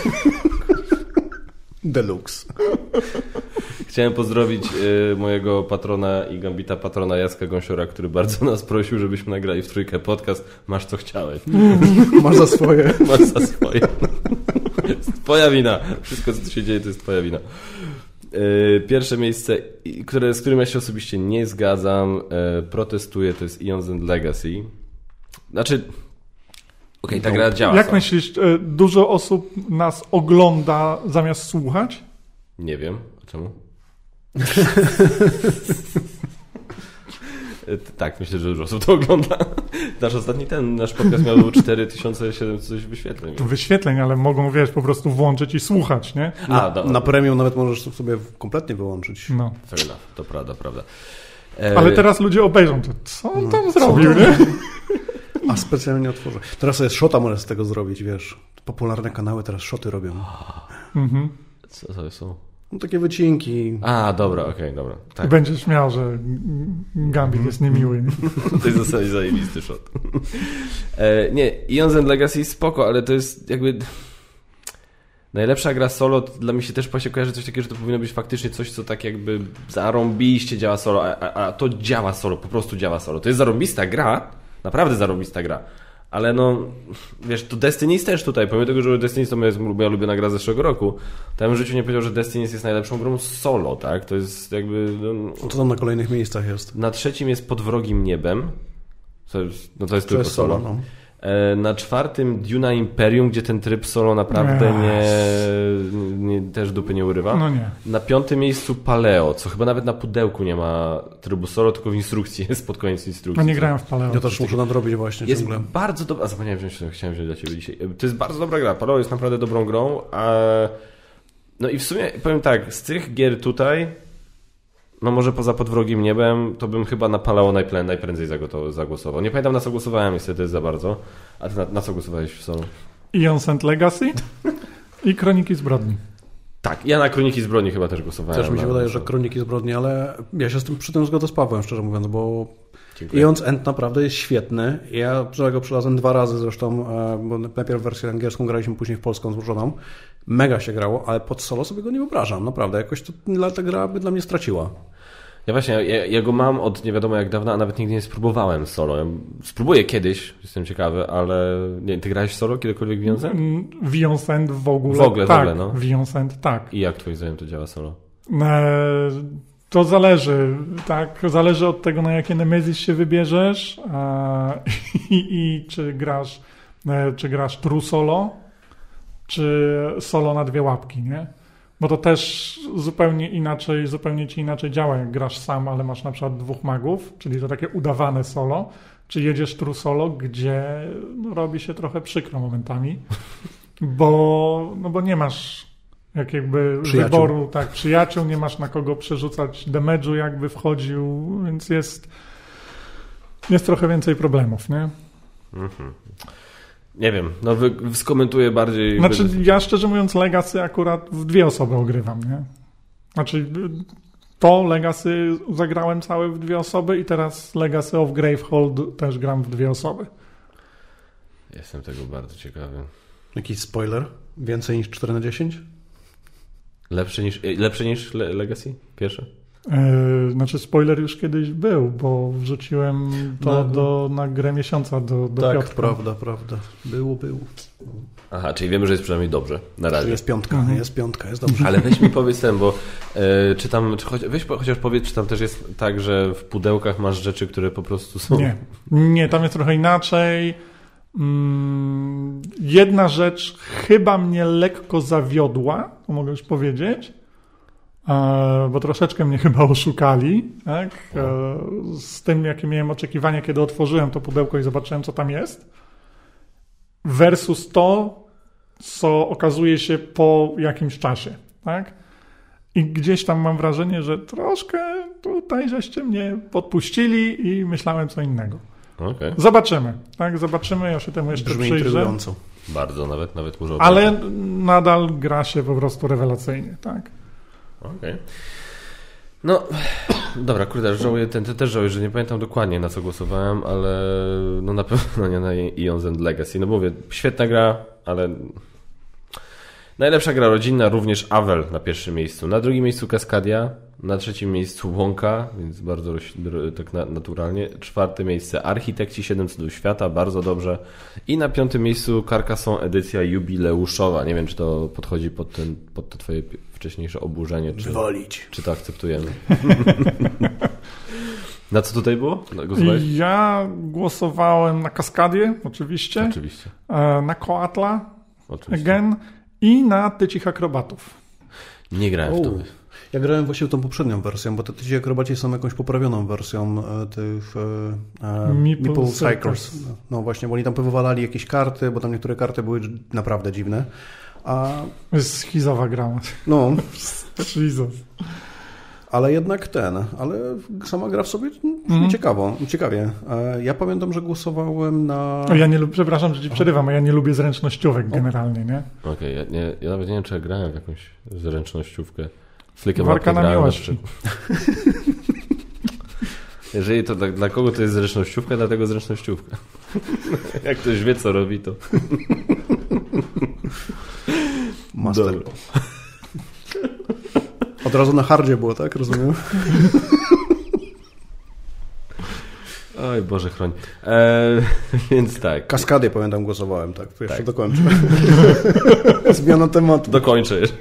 Deluxe. Chciałem pozdrowić e, mojego patrona i Gambita patrona Jacka Gąsiora, który bardzo nas prosił, żebyśmy nagrali w trójkę podcast. Masz co chciałeś. Masz za swoje. Masz za swoje. Jest twoja wina. Wszystko, co tu się dzieje, to jest twoja wina. E, pierwsze miejsce, i- które, z którym ja się osobiście nie zgadzam, e, protestuję, to jest Eons and Legacy. Znaczy... Okej, ta gra działa. Jak sam. myślisz, e, dużo osób nas ogląda zamiast słuchać? Nie wiem. A czemu? E, t- tak, myślę, że dużo osób to ogląda. Nasz ostatni ten, nasz podcast miał cztery tysiące siedemset coś wyświetleń. Wyświetleń, ale mogą, wiesz, po prostu włączyć i słuchać, nie? A, dobra. Na premium nawet możesz sobie kompletnie wyłączyć. No. Fair enough, to prawda, prawda. E, Ale teraz ludzie obejrzą to. Co on tam zrobił, co? nie? A specjalnie otworzę. Teraz sobie shota możesz z tego zrobić, wiesz. Popularne kanały teraz shoty robią. Mhm. Co to są? No, takie wycinki. A, dobra, okej, dobra. I Tak. będziesz miał, że Gambit jest niemiły. To jest w zasadzie zajebisty shot. E, nie, Eons and Legacy spoko, ale to jest jakby... najlepsza gra solo, to dla mnie się też się kojarzy coś takiego, że to powinno być faktycznie coś, co tak jakby zarąbiście działa solo, a, a, a to działa solo, po prostu działa solo. To jest zarąbista gra, naprawdę zarąbista gra. Ale no, wiesz, to Destiny jest też tutaj, pomimo tego, że Destiny to jest moja ulubiona gra z zeszłego roku, to ja bym w życiu nie powiedział, że Destiny jest najlepszą grą solo, tak? To jest jakby... No, co tam na kolejnych miejscach jest? Na trzecim jest Pod wrogim niebem, to jest, no to jest to tylko jest solo. solo no. Na czwartym Duna Imperium, gdzie ten tryb solo naprawdę nie, nie, też dupy nie urywa. No nie. Na piątym miejscu Paleo, co chyba nawet na pudełku nie ma trybu solo, tylko w instrukcji jest pod koniec instrukcji. No nie grałem w Paleo. Ja też muszę nadrobić właśnie jest ciągle. bardzo dobra... A zapomniałem wziąć, chciałem wziąć dla Ciebie dzisiaj. To jest bardzo dobra gra. Paleo jest naprawdę dobrą grą. A... No i w sumie powiem tak, z tych gier tutaj, no może poza Pod wrogim niebem, to bym chyba na Paleo najprę- najprędzej zagłosował. Nie pamiętam, na co głosowałem niestety za bardzo. A ty na, na co głosowałeś w solo? Eons and Legacy i Kroniki Zbrodni. Tak, ja na Kroniki Zbrodni chyba też głosowałem. Też mi się na, wydaje, na... że Kroniki Zbrodni, ale ja się z tym, przy tym zgodzę z Pawłem, szczerze mówiąc, bo Dziękuję. Eons End naprawdę jest świetny. Ja go przylazłem dwa razy zresztą, bo najpierw wersję angielską graliśmy, później w polską złożoną. Mega się grało, ale pod solo sobie go nie wyobrażam, naprawdę. Jakoś to ta gra by dla mnie straciła. Ja właśnie, ja, ja go mam od nie wiadomo jak dawna, a nawet nigdy nie spróbowałem solo. Ja spróbuję kiedyś, jestem ciekawy, ale nie, ty grałeś solo kiedykolwiek w Eons End? W Eons End w ogóle. W ogóle, tak, w ogóle, no. W Eons End, tak. I jak twoim zdaniem to działa solo? E, to zależy, tak, zależy od tego, na jakie Nemesis się wybierzesz e, i, i czy grasz e, czy grasz true solo, czy solo na dwie łapki, nie? Bo to też zupełnie inaczej, zupełnie ci inaczej działa, jak grasz sam, ale masz na przykład dwóch magów, czyli to takie udawane solo, czy jedziesz true solo, gdzie no, robi się trochę przykro momentami, bo, no bo nie masz jak jakby przyjaciół. wyboru, tak, przyjaciół, nie masz na kogo przerzucać damage'u, jakby wchodził, więc jest, jest trochę więcej problemów, nie? Mhm. Nie wiem, no wy, skomentuję bardziej... Znaczy, ja szczerze mówiąc Legacy akurat w dwie osoby ogrywam, nie? Znaczy, to Legacy zagrałem całe w dwie osoby i teraz Legacy of Gravehold też gram w dwie osoby. Jestem tego bardzo ciekawy. Jakiś spoiler? Więcej niż cztery na dziesięć? Lepszy niż, lepszy niż Le- Legacy? Pierwsze? Yy, znaczy spoiler już kiedyś był, bo wrzuciłem to no, do, na grę miesiąca do, do tak, Piotrka. prawda, prawda. Było, było. Aha, czyli wiemy, że jest przynajmniej dobrze. Na razie. Jest piątka, mhm. jest piątka, jest dobrze. Ale weź mi powiedz ten, bo e, czy tam, czy choć, weź chociaż powiedz, czy tam też jest tak, że w pudełkach masz rzeczy, które po prostu są... Nie, nie, tam jest trochę inaczej. Mm, jedna rzecz chyba mnie lekko zawiodła, to mogę już powiedzieć, e, bo troszeczkę mnie chyba oszukali, tak? E, z tym, jakie miałem oczekiwania, kiedy otworzyłem to pudełko i zobaczyłem, co tam jest, versus to, co okazuje się po jakimś czasie, tak? I gdzieś tam mam wrażenie, że troszkę tutaj żeście mnie podpuścili i myślałem co innego. Okay. Zobaczymy, tak? Zobaczymy, ja się temu jeszcze Brzmi przyjrzę. intrygująco. Bardzo, nawet, nawet może... Ale nadal gra się po prostu rewelacyjnie, tak? Okej. Okay. No, dobra, kurde, żałuję, ten, ten też żałuję, że nie pamiętam dokładnie na co głosowałem, ale no na pewno nie na Eons and Legacy. No mówię, świetna gra, ale najlepsza gra rodzinna, również Avel na pierwszym miejscu. Na drugim miejscu Cascadia, na trzecim miejscu Wonka, więc bardzo tak na, naturalnie. Czwarte miejsce Architekci siedem cudów świata, bardzo dobrze. I na piątym miejscu Carcassonne edycja jubileuszowa. Nie wiem, czy to podchodzi pod, ten, pod to twoje wcześniejsze oburzenie, czy, czy to akceptujemy. Na co tutaj było? Ja głosowałem na Cascadię, oczywiście. Oczywiście. Na Coatla, oczywiście. Again i na Tycich Akrobatów. Nie grałem w to. Ja grałem właśnie tą poprzednią wersją, bo te Tyci Akrobaci są jakąś poprawioną wersją e, tych e, Meeple, Meeple Circus. Circus. No właśnie, bo oni tam powywalali jakieś karty, bo tam niektóre karty były naprawdę dziwne. A... Jest schizowa gra. No. Jesus. Ale jednak ten, ale sama gra w sobie mm. ciekawo, ciekawie. Ja pamiętam, że głosowałem na... Ja nie lubię, przepraszam, że ci przerywam, a ja nie lubię zręcznościówek generalnie, nie? Okej, okay, ja, nie, ja nawet nie wiem, czy ja grałem w jakąś zręcznościówkę. Flikę Warka na miłość. Jeżeli to dla, dla kogo to jest zręcznościówka, dlatego zręcznościówka. Jak ktoś wie, co robi, to... Master. Dobra. Od razu na hardzie było, tak? Rozumiem? Oj, Boże chroń. Eee, więc tak. Kaskady, pamiętam, głosowałem, tak? To jeszcze tak. dokończę. Zmiana tematu. Dokończę jeszcze.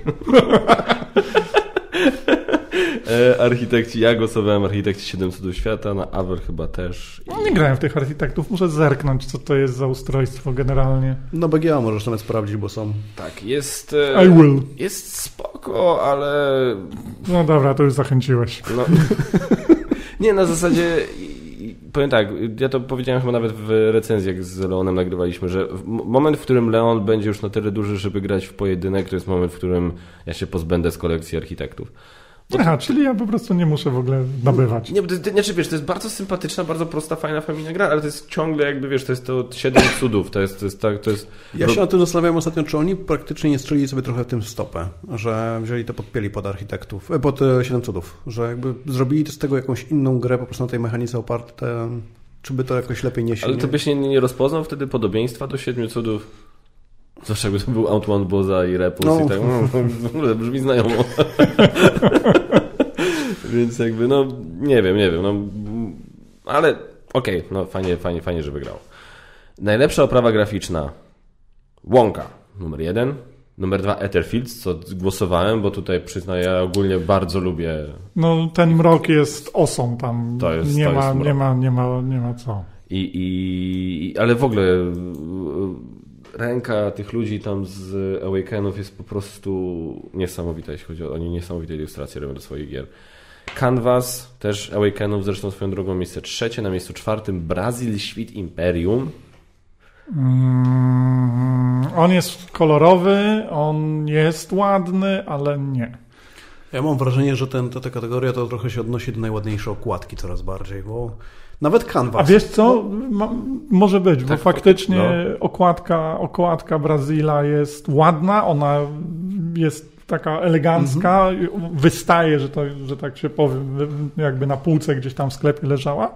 e, architekci, ja głosowałem architekci Siedem Cudów Świata, na Aver chyba też. I... No nie grałem w tych architektów, muszę zerknąć, co to jest za ustrojstwo generalnie. No B G A możesz nawet sprawdzić, bo są. Tak, jest... E, I will. Jest spoko, ale... No dobra, to już zachęciłeś. No. Nie, na zasadzie... Powiem tak, ja to powiedziałem chyba nawet w recenzji, jak z Leonem nagrywaliśmy, że moment, w którym Leon będzie już na tyle duży, żeby grać w pojedynek, to jest moment, w którym ja się pozbędę z kolekcji architektów. Bo Aha, to, czyli ja po prostu nie muszę w ogóle nabywać. Nie, bo to, znaczy, wiesz, to jest bardzo sympatyczna, bardzo prosta, fajna, fajna gra, ale to jest ciągle jakby, wiesz, to jest to Siedem Cudów, to jest, to jest tak, to jest... Ja się na tym zastanawiałem ostatnio, czy oni praktycznie nie strzelili sobie trochę w tym stopę, że wzięli to podpięli pod architektów, pod Siedem Cudów, że jakby zrobili z tego jakąś inną grę, po prostu na tej mechanice oparte, czy by to jakoś lepiej nie się... Ale to byś nie, nie rozpoznał wtedy podobieństwa do Siedmiu Cudów? Zwłaszcza jakby to był Antoine Boza i Repus no. i tak, no, w ogóle brzmi znajomo. Więc jakby, no, nie wiem, nie wiem, no, ale okej, okay, no fajnie, fajnie, fajnie, że wygrał. Najlepsza oprawa graficzna Wonka, numer jeden. Numer dwa Etherfields, co głosowałem, bo tutaj przyznaję, ja ogólnie bardzo lubię... No ten mrok jest osą tam, to jest, nie, to ma, jest nie, ma, nie, ma, nie ma co. I, i, ale w ogóle ręka tych ludzi tam z Awakenów jest po prostu niesamowita, jeśli chodzi o oni niesamowite ilustracje robią do swoich gier. Canvas, też Awakenów, zresztą swoją drogą miejsce trzecie, na miejscu czwartym Brazil, Świt Imperium. Mm, on jest kolorowy, on jest ładny, ale nie. Ja mam wrażenie, że ten, ta, ta kategoria to trochę się odnosi do najładniejszej okładki coraz bardziej, bo nawet Canvas. A wiesz co? Ma, może być, tak, bo faktycznie no. okładka, okładka Brazila jest ładna, ona jest taka elegancka, mm-hmm. wystaje, że, to, że tak się powiem, jakby na półce gdzieś tam w sklepie leżała,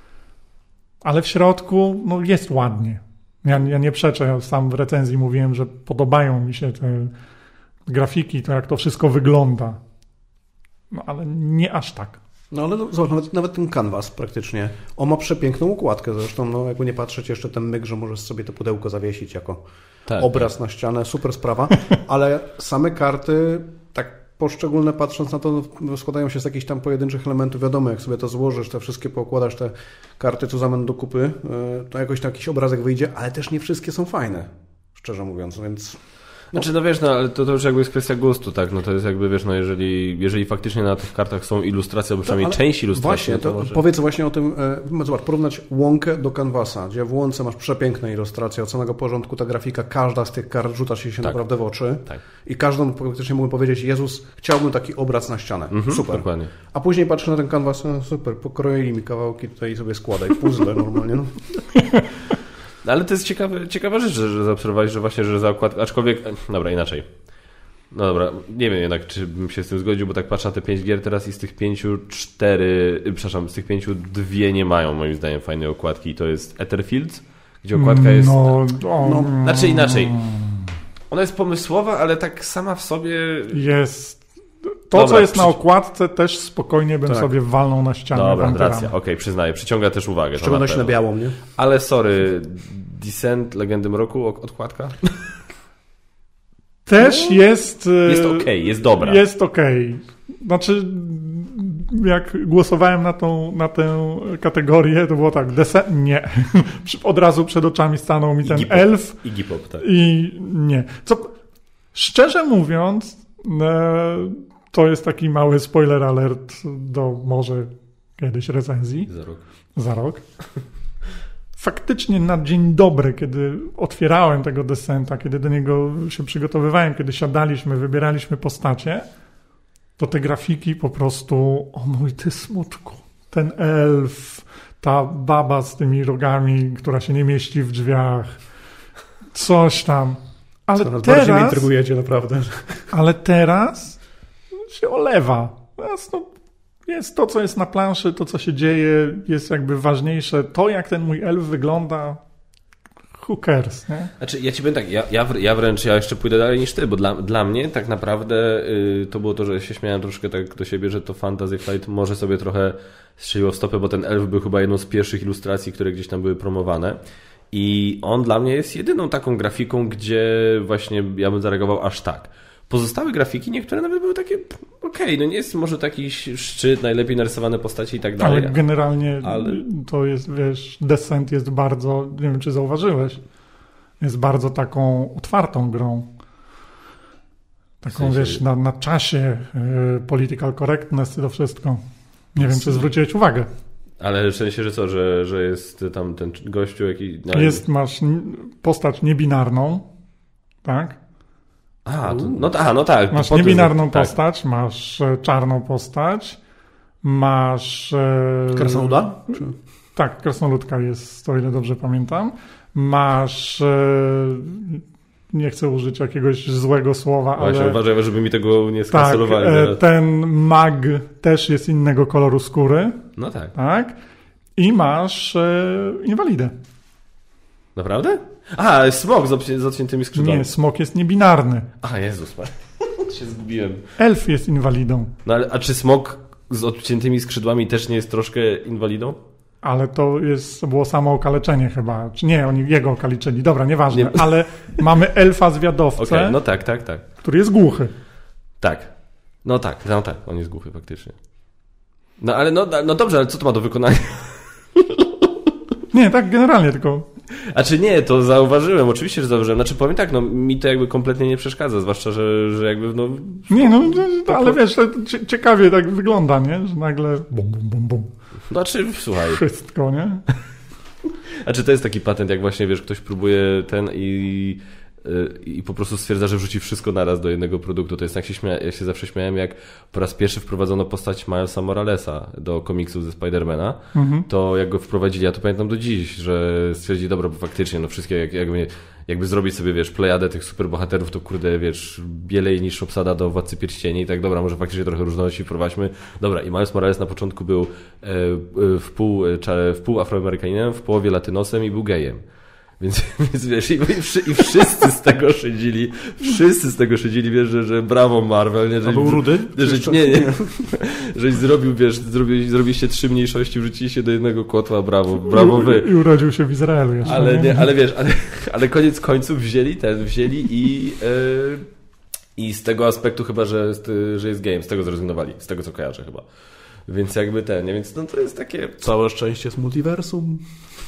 ale w środku no, jest ładnie. Ja, ja nie przeczę, ja sam w recenzji mówiłem, że podobają mi się te grafiki, to jak to wszystko wygląda. No ale nie aż tak. No ale no, zobacz, nawet, nawet ten Canvas praktycznie, on ma przepiękną układkę, zresztą no, jakby nie patrzeć jeszcze ten myk, że możesz sobie to pudełko zawiesić jako tak, obraz tak. na ścianę, super sprawa, ale same karty, tak poszczególne patrząc na to, składają się z jakichś tam pojedynczych elementów, wiadomo, jak sobie to złożysz, te wszystkie poukładasz, te karty Cuzamen do kupy, to jakoś tam jakiś obrazek wyjdzie, ale też nie wszystkie są fajne, szczerze mówiąc, więc... Znaczy, no wiesz, no, ale to, to już jakby jest kwestia gustu, tak, no to jest jakby, wiesz, no jeżeli, jeżeli faktycznie na tych kartach są ilustracje, albo przynajmniej to, część ilustracji, właśnie, to, to może... powiedz właśnie o tym, e, zobacz, porównać Wonkę do Canvasa, gdzie w Wonce masz przepiękne ilustracje, od samego porządku ta grafika, każda z tych kart rzuca się, się tak. naprawdę w oczy tak. i każdą praktycznie mógłbym powiedzieć, Jezus, chciałbym taki obraz na ścianę, mhm, super. Dokładnie. A później patrzę na ten Canvas, no, super, pokroili mi kawałki tutaj i sobie składaj, puzzle normalnie, no. Ale to jest ciekawe, ciekawa rzecz, że, że zaobserwowałeś, że właśnie, że za okładkę, aczkolwiek, dobra, inaczej. No dobra, nie wiem jednak, czy bym się z tym zgodził, bo tak patrzę na te pięć gier teraz i z tych pięciu cztery, przepraszam, z tych pięciu dwie nie mają moim zdaniem fajnej okładki i to jest Etherfields, gdzie okładka jest... No, no, znaczy inaczej. Ona jest pomysłowa, ale tak sama w sobie... Jest... To, dobra, co jest przy... na okładce, też spokojnie bym tak. sobie walnął na ścianę. Dobra, racja, okej, okay, przyznaję, przyciąga też uwagę. W szczególności na, na białą, nie? Ale sorry, Descent, Legendy Mroku, okładka? Też no, jest... Jest okej, okay, jest dobra. Jest okej. Okay. Znaczy, jak głosowałem na, tą, na tę kategorię, to było tak, descent, nie. Od razu przed oczami stanął mi ten Iggy Pop. elf. Iggy Pop, tak. I nie. Co, szczerze mówiąc, to jest taki mały spoiler alert do może kiedyś recenzji. Za rok. Za rok. Faktycznie na dzień dobry, kiedy otwierałem tego Descenta, kiedy do niego się przygotowywałem, kiedy siadaliśmy, wybieraliśmy postacie, to te grafiki po prostu, o mój ty smutku, ten elf, ta baba z tymi rogami, która się nie mieści w drzwiach, coś tam. Ale Coraz teraz, bardziej mnie intrygujecie, naprawdę. Ale teraz się olewa. Teraz no, jest to, co jest na planszy, to, co się dzieje, jest jakby ważniejsze. To, jak ten mój elf wygląda, who cares, nie? Znaczy, ja ci powiem tak, ja, ja, ja wręcz ja jeszcze pójdę dalej niż ty, bo dla, dla mnie tak naprawdę y, to było to, że się śmiałem troszkę tak do siebie, że to Fantasy Flight może sobie trochę strzeliło w stopę, bo ten elf był chyba jedną z pierwszych ilustracji, które gdzieś tam były promowane i on dla mnie jest jedyną taką grafiką, gdzie właśnie ja bym zareagował aż tak. Pozostałe grafiki, niektóre nawet były takie okej, okay, no nie jest może taki szczyt, najlepiej narysowane postacie i tak dalej. Ale generalnie ale... to jest, wiesz, Descent jest bardzo, nie wiem czy zauważyłeś, jest bardzo taką otwartą grą. Taką, w sensie... wiesz, na, na czasie y, political correctness i to wszystko. Nie wiem, czy zwróciłeś uwagę. Ale w sensie, że co, że, że jest tam ten gościu jakiś... No, jest, masz postać niebinarną, tak? A, to, no, aha, no tak. Masz niebinarną tak. postać, masz czarną postać, masz... E, Krasnoluda? Czy... Tak, krasnoludka jest, o ile dobrze pamiętam. Masz... E, nie chcę użyć jakiegoś złego słowa, Właśnie, ale... Uważaj, żeby mi tego nie skancelowali. Tak, e, ten mag też jest innego koloru skóry. No tak. Tak. I masz e, inwalidę. Naprawdę? A, smok z, obci- z odciętymi skrzydłami. Nie, smok jest niebinarny. A, Jezus, się zgubiłem. Elf jest inwalidą. No ale, a czy smok z odciętymi skrzydłami też nie jest troszkę inwalidą? Ale to jest, było samo okaleczenie chyba. Czy nie, oni jego okaleczyli. Dobra, nieważne. Nie. Ale mamy elfa zwiadowcę, okay, no tak, tak, tak. który jest głuchy. Tak. No tak, no tak, on jest głuchy faktycznie. No ale no, no dobrze, ale co to ma do wykonania? Nie, tak generalnie tylko... A czy nie, to zauważyłem, oczywiście, że zauważyłem. Znaczy powiem tak, no mi to jakby kompletnie nie przeszkadza, zwłaszcza, że, że jakby no... Nie, no, no ale wiesz, to ciekawie tak wygląda, nie? Że nagle bum, bum, bum, bum. Znaczy, słuchaj... Wszystko, nie? A czy to jest taki patent, jak właśnie, wiesz, ktoś próbuje ten i... i po prostu stwierdza, że wrzuci wszystko naraz do jednego produktu. To jest jak się, śmia- ja się zawsze śmiałem, jak po raz pierwszy wprowadzono postać Milesa Moralesa do komiksów ze Spidermana, mhm. to jak go wprowadzili, ja to pamiętam do dziś, że stwierdzili, dobra, bo faktycznie, no wszystkie, jak, jakby, jakby zrobić sobie, wiesz, plejadę tych superbohaterów, to kurde, wiesz, bielej niż obsada do Władcy Pierścieni i tak, dobra, może faktycznie trochę różnorodności wprowadźmy. Dobra, i Miles Morales na początku był e, w pół, w pół Afroamerykaninem, w połowie Latynosem i był gejem. Więc, więc wiesz, i, i wszyscy z tego szydzili, wszyscy z tego szydzili, wiesz, że, że brawo Marvel, nie? Że, A był rudy? Że, nie, nie, żeś zrobił, wiesz, zrobi, zrobiliście trzy mniejszości, wrzuciliście do jednego kotła, brawo, brawo wy. I, i urodził się w Izraelu jeszcze. Ale, nie, ale wiesz, ale, ale koniec końców wzięli ten, wzięli i, yy, i z tego aspektu chyba, że, że jest game, z tego zrezygnowali, z tego co kojarzę chyba. Więc jakby ten, nie? Więc no to jest takie... Całe szczęście z multiversum.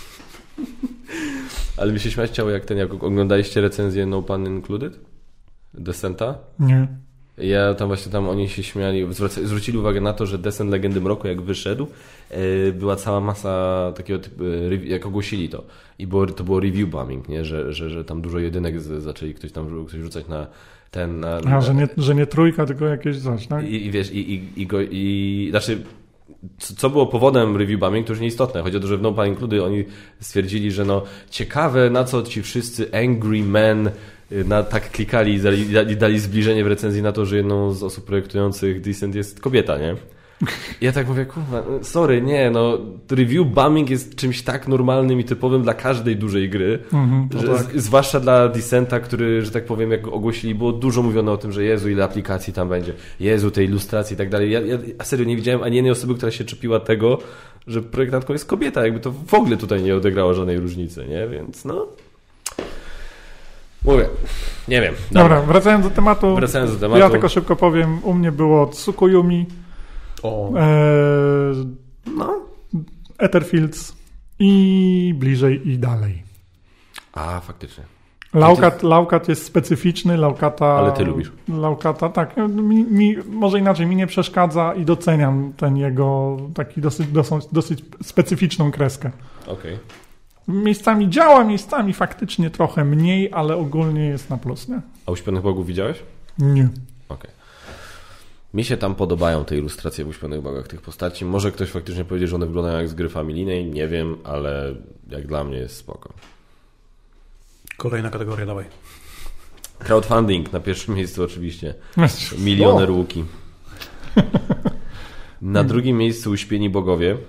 Ale mi się śmiać chciało, jak ten, jak oglądaliście recenzję No Pun Included? Descenta? Nie. Ja tam właśnie tam oni się śmiali, zwraca, zwrócili uwagę na to, że Descent Legendy Mroku jak wyszedł, yy, była cała masa takiego typu, yy, jak ogłosili to. I było, to było review bombing, nie? Że, że, że tam dużo jedynek z, zaczęli ktoś tam ktoś rzucać na ten... Na, A, na, że, nie, że nie trójka, tylko jakieś coś, tak? I, i wiesz, i, i, i, go, i znaczy... Co było powodem review bombing, to już nieistotne. Chodzi o to, że w No Pun Included oni stwierdzili, że no ciekawe, na co ci wszyscy angry men na, tak klikali i dali, dali, dali zbliżenie w recenzji na to, że jedną z osób projektujących Descent jest kobieta, nie? I ja tak mówię, kurwa, sorry, nie, no review bombing jest czymś tak normalnym i typowym dla każdej dużej gry, mm-hmm, że, tak. z, zwłaszcza dla Descenta, który, że tak powiem, jak go ogłosili, było dużo mówione o tym, że Jezu, ile aplikacji tam będzie, Jezu, tej ilustracji i tak dalej. Ja, ja serio nie widziałem ani jednej osoby, która się czepiła tego, że projektantką jest kobieta, jakby to w ogóle tutaj nie odegrało żadnej różnicy, nie? Więc no... Mówię, nie wiem. Dobra, dobra wracając do tematu. Wracając do tematu. Ja tylko szybko powiem, u mnie było Tsukuyumi, o. E, no, Etherfields i bliżej i dalej. A, faktycznie. Laukat, Laukat jest specyficzny, Laukata... Ale ty lubisz. Laukata, tak. Mi, mi, może inaczej, mi nie przeszkadza i doceniam ten jego taki dosyć, dosyć, dosyć specyficzną kreskę. Okej. Okay. Miejscami działa, miejscami faktycznie trochę mniej, ale ogólnie jest na plus, nie? A Uśpionych Bogów widziałeś? Nie. Okej. Okay. Mi się tam podobają te ilustracje w Uśpionych Bogach tych postaci. Może ktoś faktycznie powiedzie, że one wyglądają jak z gry familijnej. Nie wiem, ale jak dla mnie jest spoko. Kolejna kategoria, dawaj. Crowdfunding na pierwszym miejscu oczywiście. Milioner Łuki. Na drugim miejscu Uśpieni Bogowie.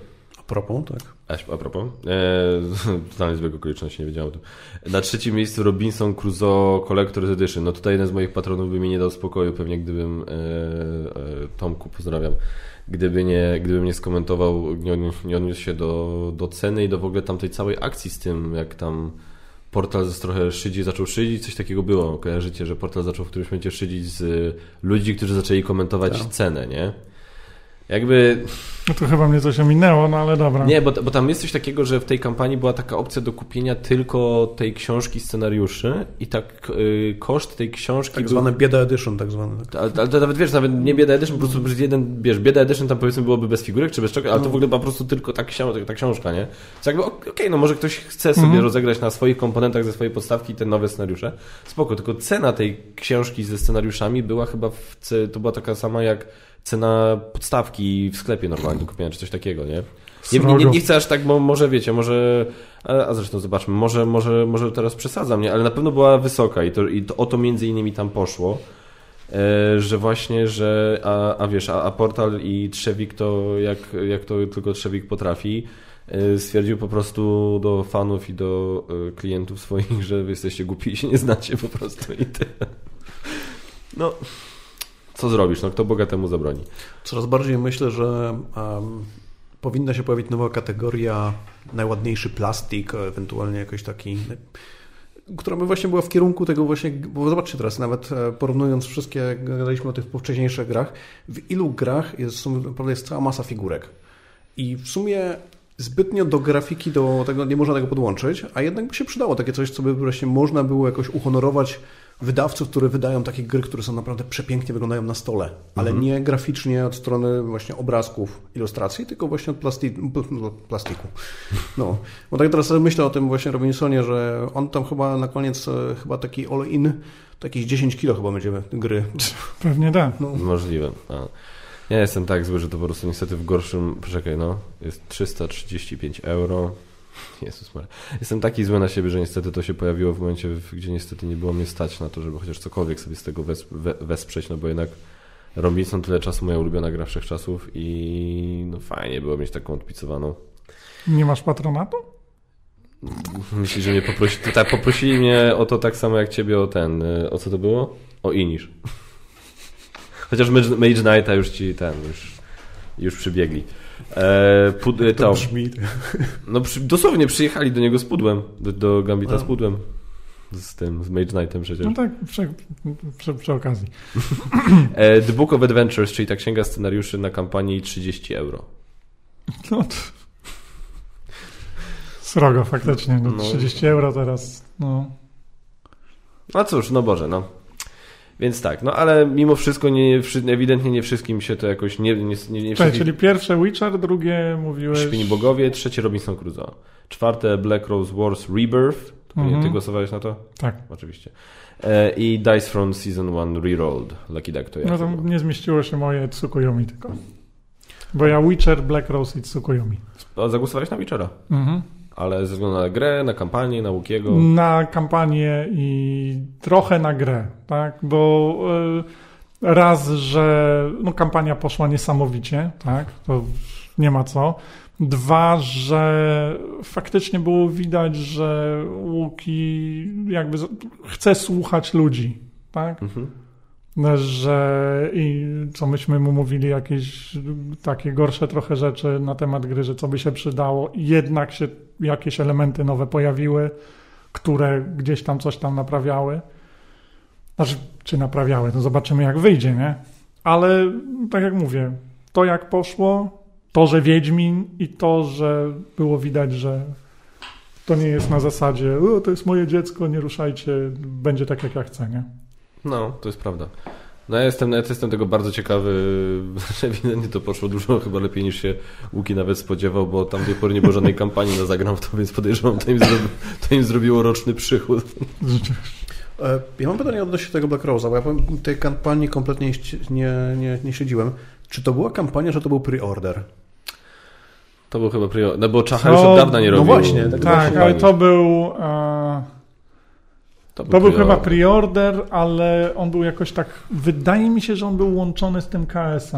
propos, tak. A, a propos, eee, totalnie złego okoliczności, nie wiedziałem o tym. Na trzecim miejscu Robinson Crusoe Collector's Edition. No tutaj jeden z moich patronów by mi nie dał spokoju, pewnie gdybym, e, e, Tomku, pozdrawiam, gdyby nie, gdybym nie skomentował, nie odniósł, nie odniósł się do, do ceny i do w ogóle tamtej całej akcji z tym, jak tam Portal trochę szydzić, zaczął szydzić, coś takiego było. Kojarzycie, że Portal zaczął w którymś momencie szydzić z ludzi, którzy zaczęli komentować tak. cenę, nie? Jakby... No to chyba mnie coś ominęło, no ale dobra. Nie, bo, bo tam jest coś takiego, że w tej kampanii była taka opcja do kupienia tylko tej książki scenariuszy i tak y, koszt tej książki... Tak zwane był... bieda edition, tak zwane. Tak. Ale, ale to nawet wiesz, nawet nie bieda edition, po prostu jeden, wiesz, bieda edition tam powiedzmy byłoby bez figurek czy bez czegoś, ale no. to w ogóle po prostu tylko ta, książ- ta książka, nie? To jakby okej, okay, no może ktoś chce sobie mm-hmm. rozegrać na swoich komponentach ze swojej podstawki te nowe scenariusze. Spoko, tylko cena tej książki ze scenariuszami była chyba, w, to była taka sama jak cena podstawki w sklepie normalnie do kupienia, czy coś takiego, nie? Nie, nie, nie chcę aż tak, bo może wiecie, może, a, a zresztą zobaczmy, może, może, może teraz przesadzam, nie? Ale na pewno była wysoka i to, i to o to między innymi tam poszło, e, że właśnie, że, a, a wiesz, a, a Portal i Trzewik to, jak, jak to tylko Trzewik potrafi, e, stwierdził po prostu do fanów i do e, klientów swoich, że wy jesteście głupi i się nie znacie po prostu i tyle. No... Co zrobisz? No kto Boga temu zabroni? Coraz bardziej myślę, że um, powinna się pojawić nowa kategoria najładniejszy plastik, ewentualnie jakoś taki, która by właśnie była w kierunku tego właśnie, bo zobaczcie teraz, nawet porównując wszystkie, jak gadaliśmy o tych wcześniejszych grach, w ilu grach jest, naprawdę jest cała masa figurek. I w sumie zbytnio do grafiki do tego nie można tego podłączyć, a jednak by się przydało takie coś, co by właśnie można było jakoś uhonorować wydawców, które wydają takie gry, które są naprawdę przepięknie wyglądają na stole, ale mhm. nie graficznie od strony właśnie obrazków, ilustracji, tylko właśnie od plasti- plastiku. No, bo tak teraz myślę o tym właśnie Robinsonie, że on tam chyba na koniec chyba taki all-in, to jakieś dziesięć kilo chyba będzie gry. Pewnie tak. No. Możliwe. A. Ja jestem tak zły, że to po prostu niestety w gorszym... Poczekaj, no. Jest trzysta trzydzieści pięć euro. Jezus Maria. Jestem taki zły na siebie, że niestety to się pojawiło w momencie, gdzie niestety nie było mnie stać na to, żeby chociaż cokolwiek sobie z tego wes- we- wesprzeć, no bo jednak Robinson tyle czasu, moja ulubiona gra wszechczasów i no fajnie było mieć taką odpicowaną. Nie masz patronatu? Myślisz, że mnie poprosili... Tak, poprosili mnie o to tak samo jak ciebie o ten... O co to było? O Inish. Chociaż Mage Knighta już ci ten... Już, już przybiegli. E, pud, to, to brzmi. No przy, dosłownie przyjechali do niego z pudłem, do, do Gambita no. z pudłem. Z tym, z Mage Knightem przecież. No tak, przy, przy, przy okazji. e, The Book of Adventures, czyli ta księga scenariuszy na kampanii trzydzieści euro. No to... Srogo faktycznie, no, no. trzydzieści euro teraz, no. No cóż, no Boże, no. Więc tak, no ale mimo wszystko nie, ewidentnie nie wszystkim się to jakoś nie... nie, nie, nie Cześć, czyli pierwsze Witcher, drugie mówiłeś... Śpieni Bogowie, trzecie Robinson Crusoe. Czwarte Black Rose Wars Rebirth. Mhm. Ty głosowałeś na to? Tak. Oczywiście. E, I Dice Throne Season jeden Rerolled. Lucky Duck to ja. No tam nie zmieściło się moje Tsukuyomi tylko. Bo ja Witcher, Black Rose i Tsukuyomi. A zagłosowałeś na Witchera? Mhm. Ale ze względu na grę, na kampanię, na Łukiego? Na kampanię i trochę na grę, tak? Bo y, raz, że no, kampania poszła niesamowicie, tak? To nie ma co. Dwa, że faktycznie było widać, że Łuki jakby chce słuchać ludzi, tak? Mhm. Że i co myśmy mu mówili, jakieś takie gorsze trochę rzeczy na temat gry, że co by się przydało, jednak się jakieś elementy nowe pojawiły, które gdzieś tam coś tam naprawiały. Znaczy, czy naprawiały, to zobaczymy jak wyjdzie, nie? Ale tak jak mówię, to jak poszło, to, że Wiedźmin i to, że było widać, że to nie jest na zasadzie o, to jest moje dziecko, nie ruszajcie, będzie tak jak ja chcę, nie? No, to jest prawda. No ja jestem, ja jestem tego bardzo ciekawy, że ewidentnie to poszło dużo chyba lepiej niż się Łuki nawet spodziewał, bo tam do tej pory nie było żadnej kampanii na Zagram w to, więc podejrzewam, to im, zrobi, to im zrobiło roczny przychód. Ja mam pytanie odnośnie tego Black Rose'a, bo ja powiem, tej kampanii kompletnie nie, nie, nie śledziłem. Czy to była kampania, że to był pre-order? To był chyba pre-order, no bo Czacha no, już od dawna nie robił. No właśnie. Tak, tak właśnie ale to był... E... To był, to był chyba pre-order, ale on był jakoś tak... Wydaje mi się, że on był łączony z tym K S em.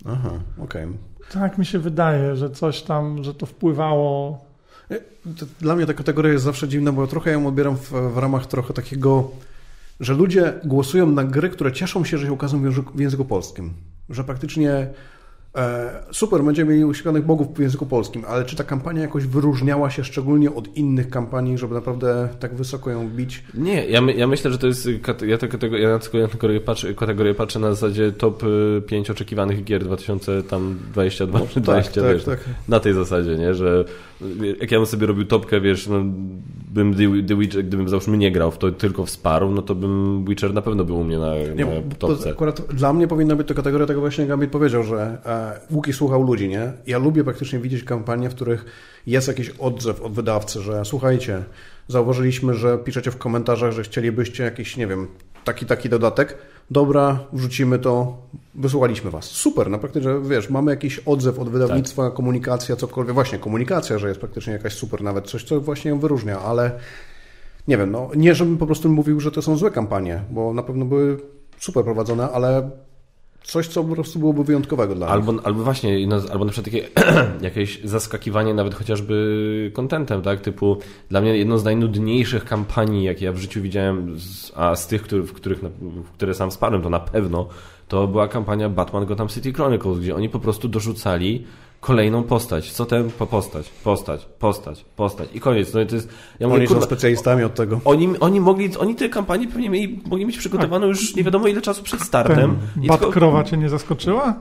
Aha, okej. Okay. Tak mi się wydaje, że coś tam, że to wpływało. Dla mnie ta kategoria jest zawsze dziwna, bo ja trochę ją odbieram w, w ramach trochę takiego, że ludzie głosują na gry, które cieszą się, że się ukazują w języku, w języku polskim. Że praktycznie e, super, będziemy mieli uśpiewanych bogów w języku polskim, ale czy ta kampania jakoś wyróżniała się szczególnie od innych kampanii, żeby naprawdę tak wysoko ją bić? Nie, ja, my, ja myślę, że to jest, ja, to kategorię, ja na tę kategorię patrzę, kategorię patrzę na zasadzie top pięć oczekiwanych gier dwa tysiące dwudziesty drugi czy dwudziesty, tak, wiesz, tak, tak. Na tej zasadzie, nie, że jak ja bym sobie robił topkę, wiesz, no, bym The, The Witcher, gdybym załóżmy nie grał w to, tylko wsparł, no to bym Witcher na pewno był u mnie na, nie, na topce. Akurat dla mnie powinna być to kategoria tego właśnie, jak Gambit powiedział, że e, Łuki słuchał ludzi, nie? Ja lubię praktycznie widzieć kampanie, w których jest jakiś odzew od wydawcy, że słuchajcie, zauważyliśmy, że piszecie w komentarzach, że chcielibyście jakiś, nie wiem, taki, taki dodatek. Dobra, wrzucimy to, wysłuchaliśmy was. Super, no praktycznie, wiesz, mamy jakiś odzew od wydawnictwa, tak. Komunikacja, cokolwiek. Właśnie, komunikacja, że jest praktycznie jakaś super nawet, coś, co właśnie ją wyróżnia, ale nie wiem, no nie, żebym po prostu mówił, że to są złe kampanie, bo na pewno były super prowadzone, ale coś, co po prostu byłoby wyjątkowego dla albo, nich. Albo właśnie, no, albo na przykład takie jakieś zaskakiwanie nawet chociażby contentem, tak? Typu dla mnie jedną z najnudniejszych kampanii, jakie ja w życiu widziałem, a z tych, który, w, których, w które sam wsparłem, to na pewno, to była kampania Batman Gotham City Chronicles, gdzie oni po prostu dorzucali kolejną postać. Co ten? Po postać, postać, postać, postać i koniec. No i to jest, ja mówię, oni kurwa, są specjalistami od tego. Oni, oni mogli, oni te kampanie pewnie mieli, mogli mieć przygotowaną już nie wiadomo ile czasu przed startem. Bat tylko... krowa cię nie zaskoczyła?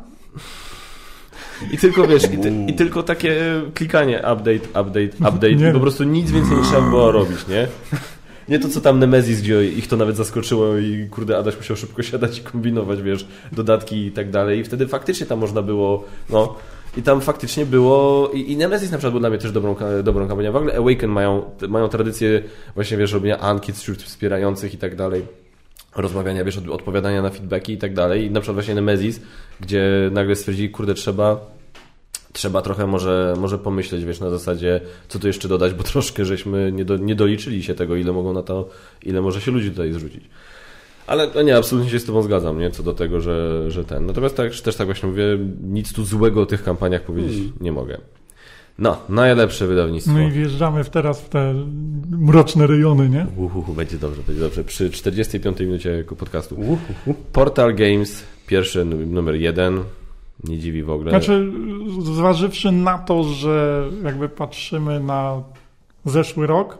I tylko wiesz, i, ty, i tylko takie klikanie update, update, update i po prostu nic więcej nie trzeba było robić, nie? Nie to, co tam Nemesis, gdzie ich to nawet zaskoczyło i kurde, Adaś musiał szybko siadać i kombinować, wiesz, dodatki i tak dalej. I wtedy faktycznie tam można było, no, i tam faktycznie było, i, i Nemesis na przykład był dla mnie też dobrą, dobrą kampanią. W ogóle Awaken mają, mają tradycję właśnie, wiesz, robienia ankiet wśród wspierających i tak dalej. Rozmawiania, wiesz, odpowiadania na feedbacki i tak dalej. I na przykład właśnie Nemesis, gdzie nagle stwierdzili, kurde, trzeba... Trzeba trochę może, może pomyśleć, wiesz, na zasadzie, co tu jeszcze dodać, bo troszkę żeśmy nie, do, nie doliczyli się tego, ile mogą na to, ile może się ludzi tutaj zrzucić. Ale no nie, absolutnie się z tobą zgadzam, nie, co do tego, że, że ten. Natomiast tak, też tak właśnie mówię, nic tu złego o tych kampaniach powiedzieć hmm. nie mogę. No, najlepsze wydawnictwo. No i wjeżdżamy w teraz w te mroczne rejony, nie? Uhuhu, będzie dobrze, będzie dobrze. Przy czterdziestej piątej minucie podcastu. Uhuhu. Portal Games, pierwszy numer jeden. Nie dziwi w ogóle. Znaczy, zważywszy na to, że jakby patrzymy na zeszły rok,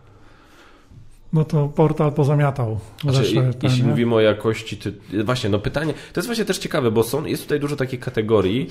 no to Portal pozamiatał. Znaczy, zeszłe, jeśli ten, mówimy o jakości, ty... właśnie, no pytanie, to jest właśnie też ciekawe, bo są, jest tutaj dużo takich kategorii,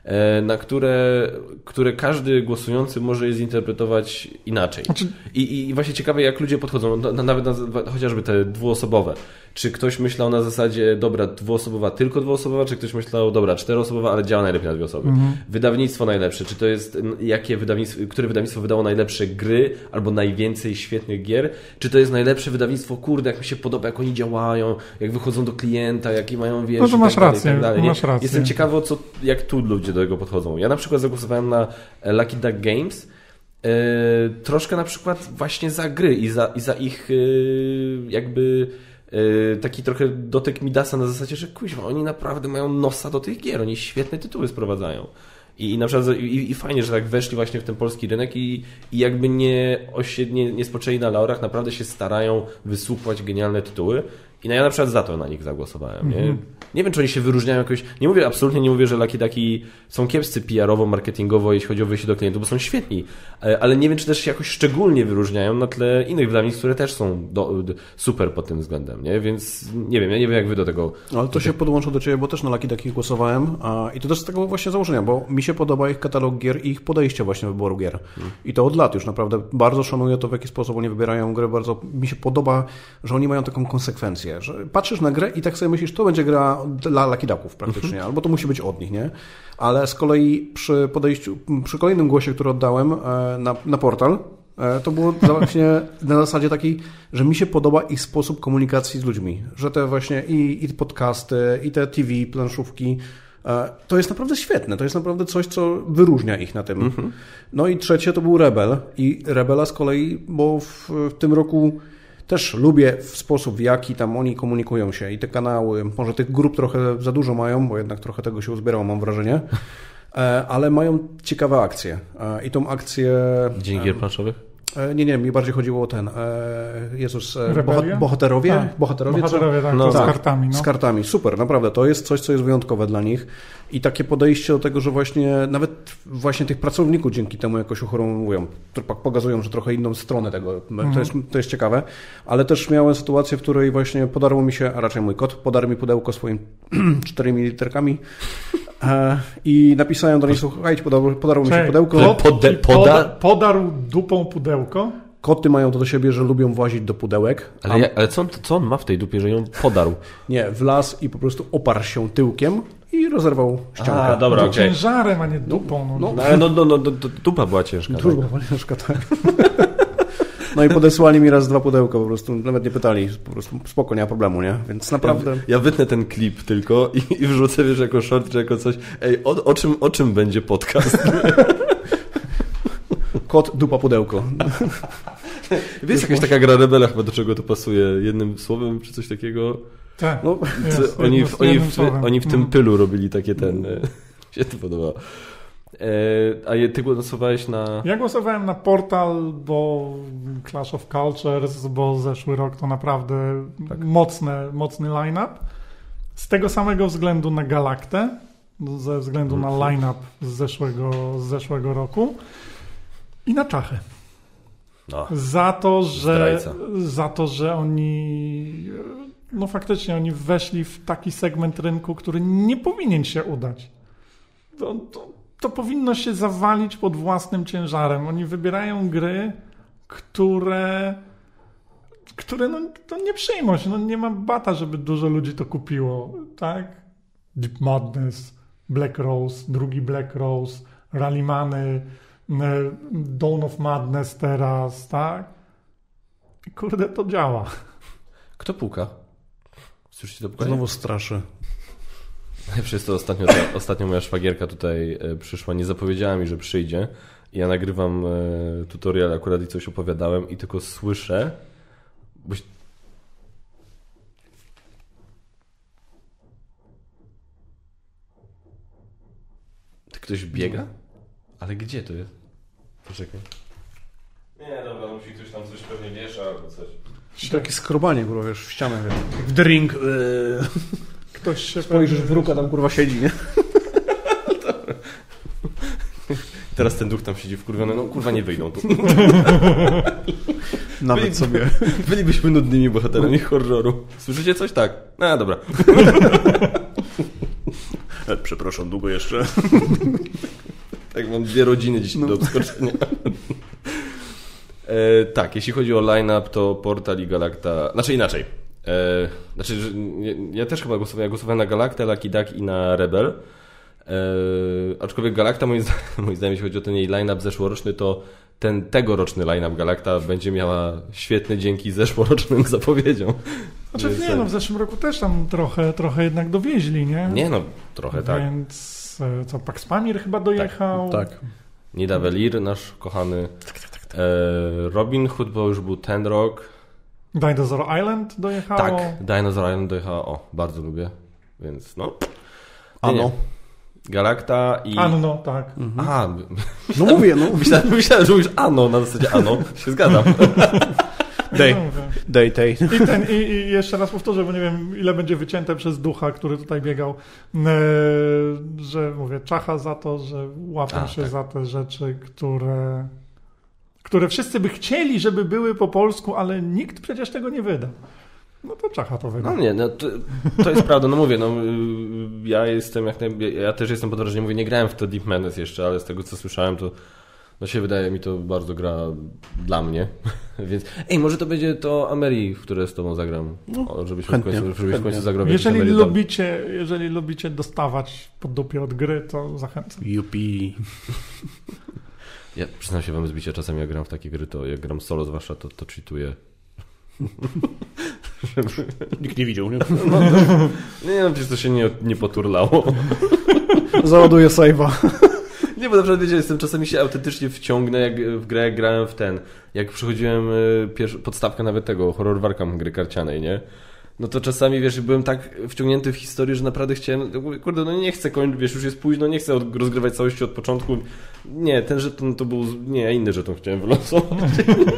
na które, które każdy głosujący może je zinterpretować inaczej. Znaczy... I, I właśnie ciekawe, jak ludzie podchodzą, no, nawet na, chociażby te dwuosobowe. Czy ktoś myślał na zasadzie, dobra, dwuosobowa, tylko dwuosobowa, czy ktoś myślał, dobra, czteroosobowa, ale działa najlepiej na dwie osoby. Mhm. Wydawnictwo najlepsze, czy to jest, jakie wydawnictwo, które wydawnictwo wydało najlepsze gry, albo najwięcej świetnych gier, czy to jest najlepsze wydawnictwo, kurde, jak mi się podoba, jak oni działają, jak wychodzą do klienta, jaki mają wiersz, no to masz i tak rację, dalej, i tak dalej. masz rację. Jestem ciekawy, co, jak tu ludzie do tego podchodzą. Ja na przykład zagłosowałem na Lucky Duck Games, yy, troszkę na przykład właśnie za gry i za, i za ich yy, jakby yy, taki trochę dotyk Midasa na zasadzie, że kuźwa, oni naprawdę mają nosa do tych gier, oni świetne tytuły sprowadzają. I, i na przykład i, i fajnie, że tak weszli właśnie w ten polski rynek i, i jakby nie, osie, nie, nie spoczęli na laurach, naprawdę się starają wysupłać genialne tytuły. I ja na przykład za to na nich zagłosowałem. Nie, mm-hmm. nie wiem, czy oni się wyróżniają jakoś. Nie mówię, absolutnie nie mówię, że Lucky Ducky są kiepscy P R-owo, marketingowo, jeśli chodzi o wyjście do klientów, bo są świetni. Ale nie wiem, czy też się jakoś szczególnie wyróżniają na tle innych wydawnictw, które też są do, do, super pod tym względem. Nie? Więc nie wiem, ja nie wiem, jak wy do tego. Ale to się podłączę do ciebie, bo też na Lucky Ducky głosowałem. A, I to też z tego właśnie założenia, bo mi się podoba ich katalog gier i ich podejście właśnie wyboru gier. Hmm. I to od lat już naprawdę bardzo szanuję to, w jaki sposób oni wybierają gry. Bardzo mi się podoba, że oni mają taką konsekwencję, że patrzysz na grę i tak sobie myślisz, to będzie gra dla Lucky Ducków praktycznie, albo to musi być od nich, nie? Ale z kolei przy podejściu, przy kolejnym głosie, który oddałem na, na Portal, to było właśnie na zasadzie takiej, że mi się podoba ich sposób komunikacji z ludźmi, że te właśnie i, i podcasty, i te T V, planszówki, to jest naprawdę świetne, to jest naprawdę coś, co wyróżnia ich na tym. Mhm. No i trzecie to był Rebel i Rebela z kolei, bo w, w tym roku też lubię w sposób, w jaki tam oni komunikują się i te kanały, może tych grup trochę za dużo mają, bo jednak trochę tego się uzbierało, mam wrażenie, ale mają ciekawe akcje i tą akcję... Dzień gier planszowych? Nie, nie, mi bardziej chodziło o ten, Jezus, Rebelia? bohaterowie? A, bohaterowie, bohaterowie co? tak, No, z tak, kartami. No. Z kartami, super, naprawdę, to jest coś, co jest wyjątkowe dla nich i takie podejście do tego, że właśnie nawet właśnie tych pracowników dzięki temu jakoś uchorowują, pokazują, że trochę inną stronę tego, mhm. to, jest, to jest ciekawe, ale też miałem sytuację, w której właśnie podarło mi się, a raczej mój kot, podarł mi pudełko swoimi czteremi literkami i napisałem do nich, słuchajcie, podarło, podarło mi się Cześć, pudełko. Kot Pode, poda... Podarł dupą pudełko? Koty mają to do siebie, że lubią włazić do pudełek. Ale, a... ja, ale co, on, co on ma w tej dupie, że ją podarł? Nie, wlazł i po prostu oparł się tyłkiem i rozerwał ściankę. A, dobra, no, okej. Ciężarem, a nie dupą. No, no, no, ale no, no, no, no, dupa była ciężka. Dupa była ciężka, tak. No i podesłali mi raz dwa pudełka po prostu, nawet nie pytali, po prostu spoko, nie ma problemu, nie? Więc naprawdę... Ja, ja wytnę ten klip tylko i, i wrzucę, wiesz, jako short, czy jako coś. Ej, o, o, czym, o czym będzie podcast? Kot, dupa, pudełko. Wiesz, jakaś taka gra Rebela chyba do czego to pasuje? Jednym słowem, czy coś takiego? Tak. No, jest, oni, jedno, w, oni, w, oni w tym mm. pylu robili takie ten... Mm. się to podobało. E, a ty głosowałeś na... Ja głosowałem na Portal, bo Clash of Cultures, bo zeszły rok to naprawdę tak. mocne, mocny line-up. Z tego samego względu na Galaktę, ze względu na line-up z zeszłego, z zeszłego roku i na Czachę. No. Za to, że Zdrajca. za to, że oni no faktycznie oni weszli w taki segment rynku, który nie powinien się udać. To, to, to powinno się zawalić pod własnym ciężarem. Oni wybierają gry, które które no, to nie przyjmość. No, nie ma bata, żeby dużo ludzi to kupiło. Tak? Deep Madness, Black Rose, drugi Black Rose, Rallymany, Dawn of Madness teraz, tak? I kurde, to działa. Kto puka? Słyszycie to pukanie? Znowu straszy. Przez to ostatnio, ostatnio moja szwagierka tutaj przyszła, nie zapowiedziała mi, że przyjdzie. I ja nagrywam tutorial akurat i coś opowiadałem i tylko słyszę, bo... Ty ktoś biega? Ale gdzie to jest? Poczekaj. Nie, dobra, musi ktoś tam coś pewnie wiesza albo coś. Takie skrobanie, kurwa, wiesz, w ścianę, wiesz. W drink. Yy. Ktoś się spojrzysz w ruka, tam kurwa siedzi, nie? Teraz ten duch tam siedzi wkurwiony, no kurwa nie wyjdą tu. Nawet Byli, sobie. Bylibyśmy nudnymi bohaterami horroru. Słyszycie coś? Tak. No dobra. Przepraszam, długo jeszcze. Tak, mam dwie rodziny dzisiaj no. do odskoczenia. E, tak, jeśli chodzi o line-up, to Portal i Galacta... Znaczy inaczej. E, znaczy, że ja, ja też chyba głosowałem, ja głosowałem na Galaktę, Lucky Duck i na Rebel. E, aczkolwiek Galacta, moim zdaniem, moim zdaniem, jeśli chodzi o ten jej line-up zeszłoroczny, to ten tegoroczny line-up Galacta będzie miała świetny dzięki zeszłorocznym zapowiedziom. Znaczy Więc, nie, no w zeszłym roku też tam trochę, trochę jednak dowieźli, nie? Nie no, trochę tak. Więc co, Pax Pamir chyba dojechał. Tak. tak. Nida Velir, nasz kochany. Tak, tak, tak, tak. E, Robin Hood, bo już był Ten Rock. Dinosaur Island dojechało. Tak, Dinosaur Island dojechało. O, bardzo lubię. Więc no. Nie, Ano. Nie. Galacta i... Anno, tak. Mhm. Aha. No mówię, no. Myślałem, myślałem, że mówisz Ano, na zasadzie Ano. Się zgadzam. Day, day, day. I, ten, i, I jeszcze raz powtórzę, bo nie wiem, ile będzie wycięte przez ducha, który tutaj biegał, e, że mówię, czacha za to, że łapią A, się tak. za te rzeczy, które, które wszyscy by chcieli, żeby były po polsku, ale nikt przecież tego nie wyda. No to czacha to wyda. No nie, no to, to jest prawda, no mówię, no ja jestem jak naj... ja też jestem pod wrażeniem, mówię, nie grałem w to Deep Madness jeszcze, ale z tego co słyszałem, to no się wydaje mi to bardzo gra dla mnie, więc ej, może to będzie to Ameri, w które z tobą zagram, o, żebyśmy chętnie, w końcu, żebyśmy w końcu zagrali. Jeżeli lubicie, jeżeli lubicie dostawać po dupie od gry, to zachęcam. Jupi. Ja przyznam się wam zbicie, czasem jak gram w takie gry, to jak gram solo zwłaszcza, to, to cheatuję. Nikt nie widział, nie? No, nie, no przecież to się nie, nie poturlało. Załaduję save'a. Nie, bo na przykład wiecie, jestem czasami się autentycznie wciągnę jak w grę, jak grałem w ten, jak przechodziłem pierwszy, podstawkę nawet tego, Horror Warcam gry karcianej, nie? No to czasami, wiesz, byłem tak wciągnięty w historię, że naprawdę chciałem, kurde, no nie chcę kończyć, wiesz, już jest późno, nie chcę rozgrywać całości od początku. Nie, ten żeton to był, nie, inny żeton chciałem wylosować.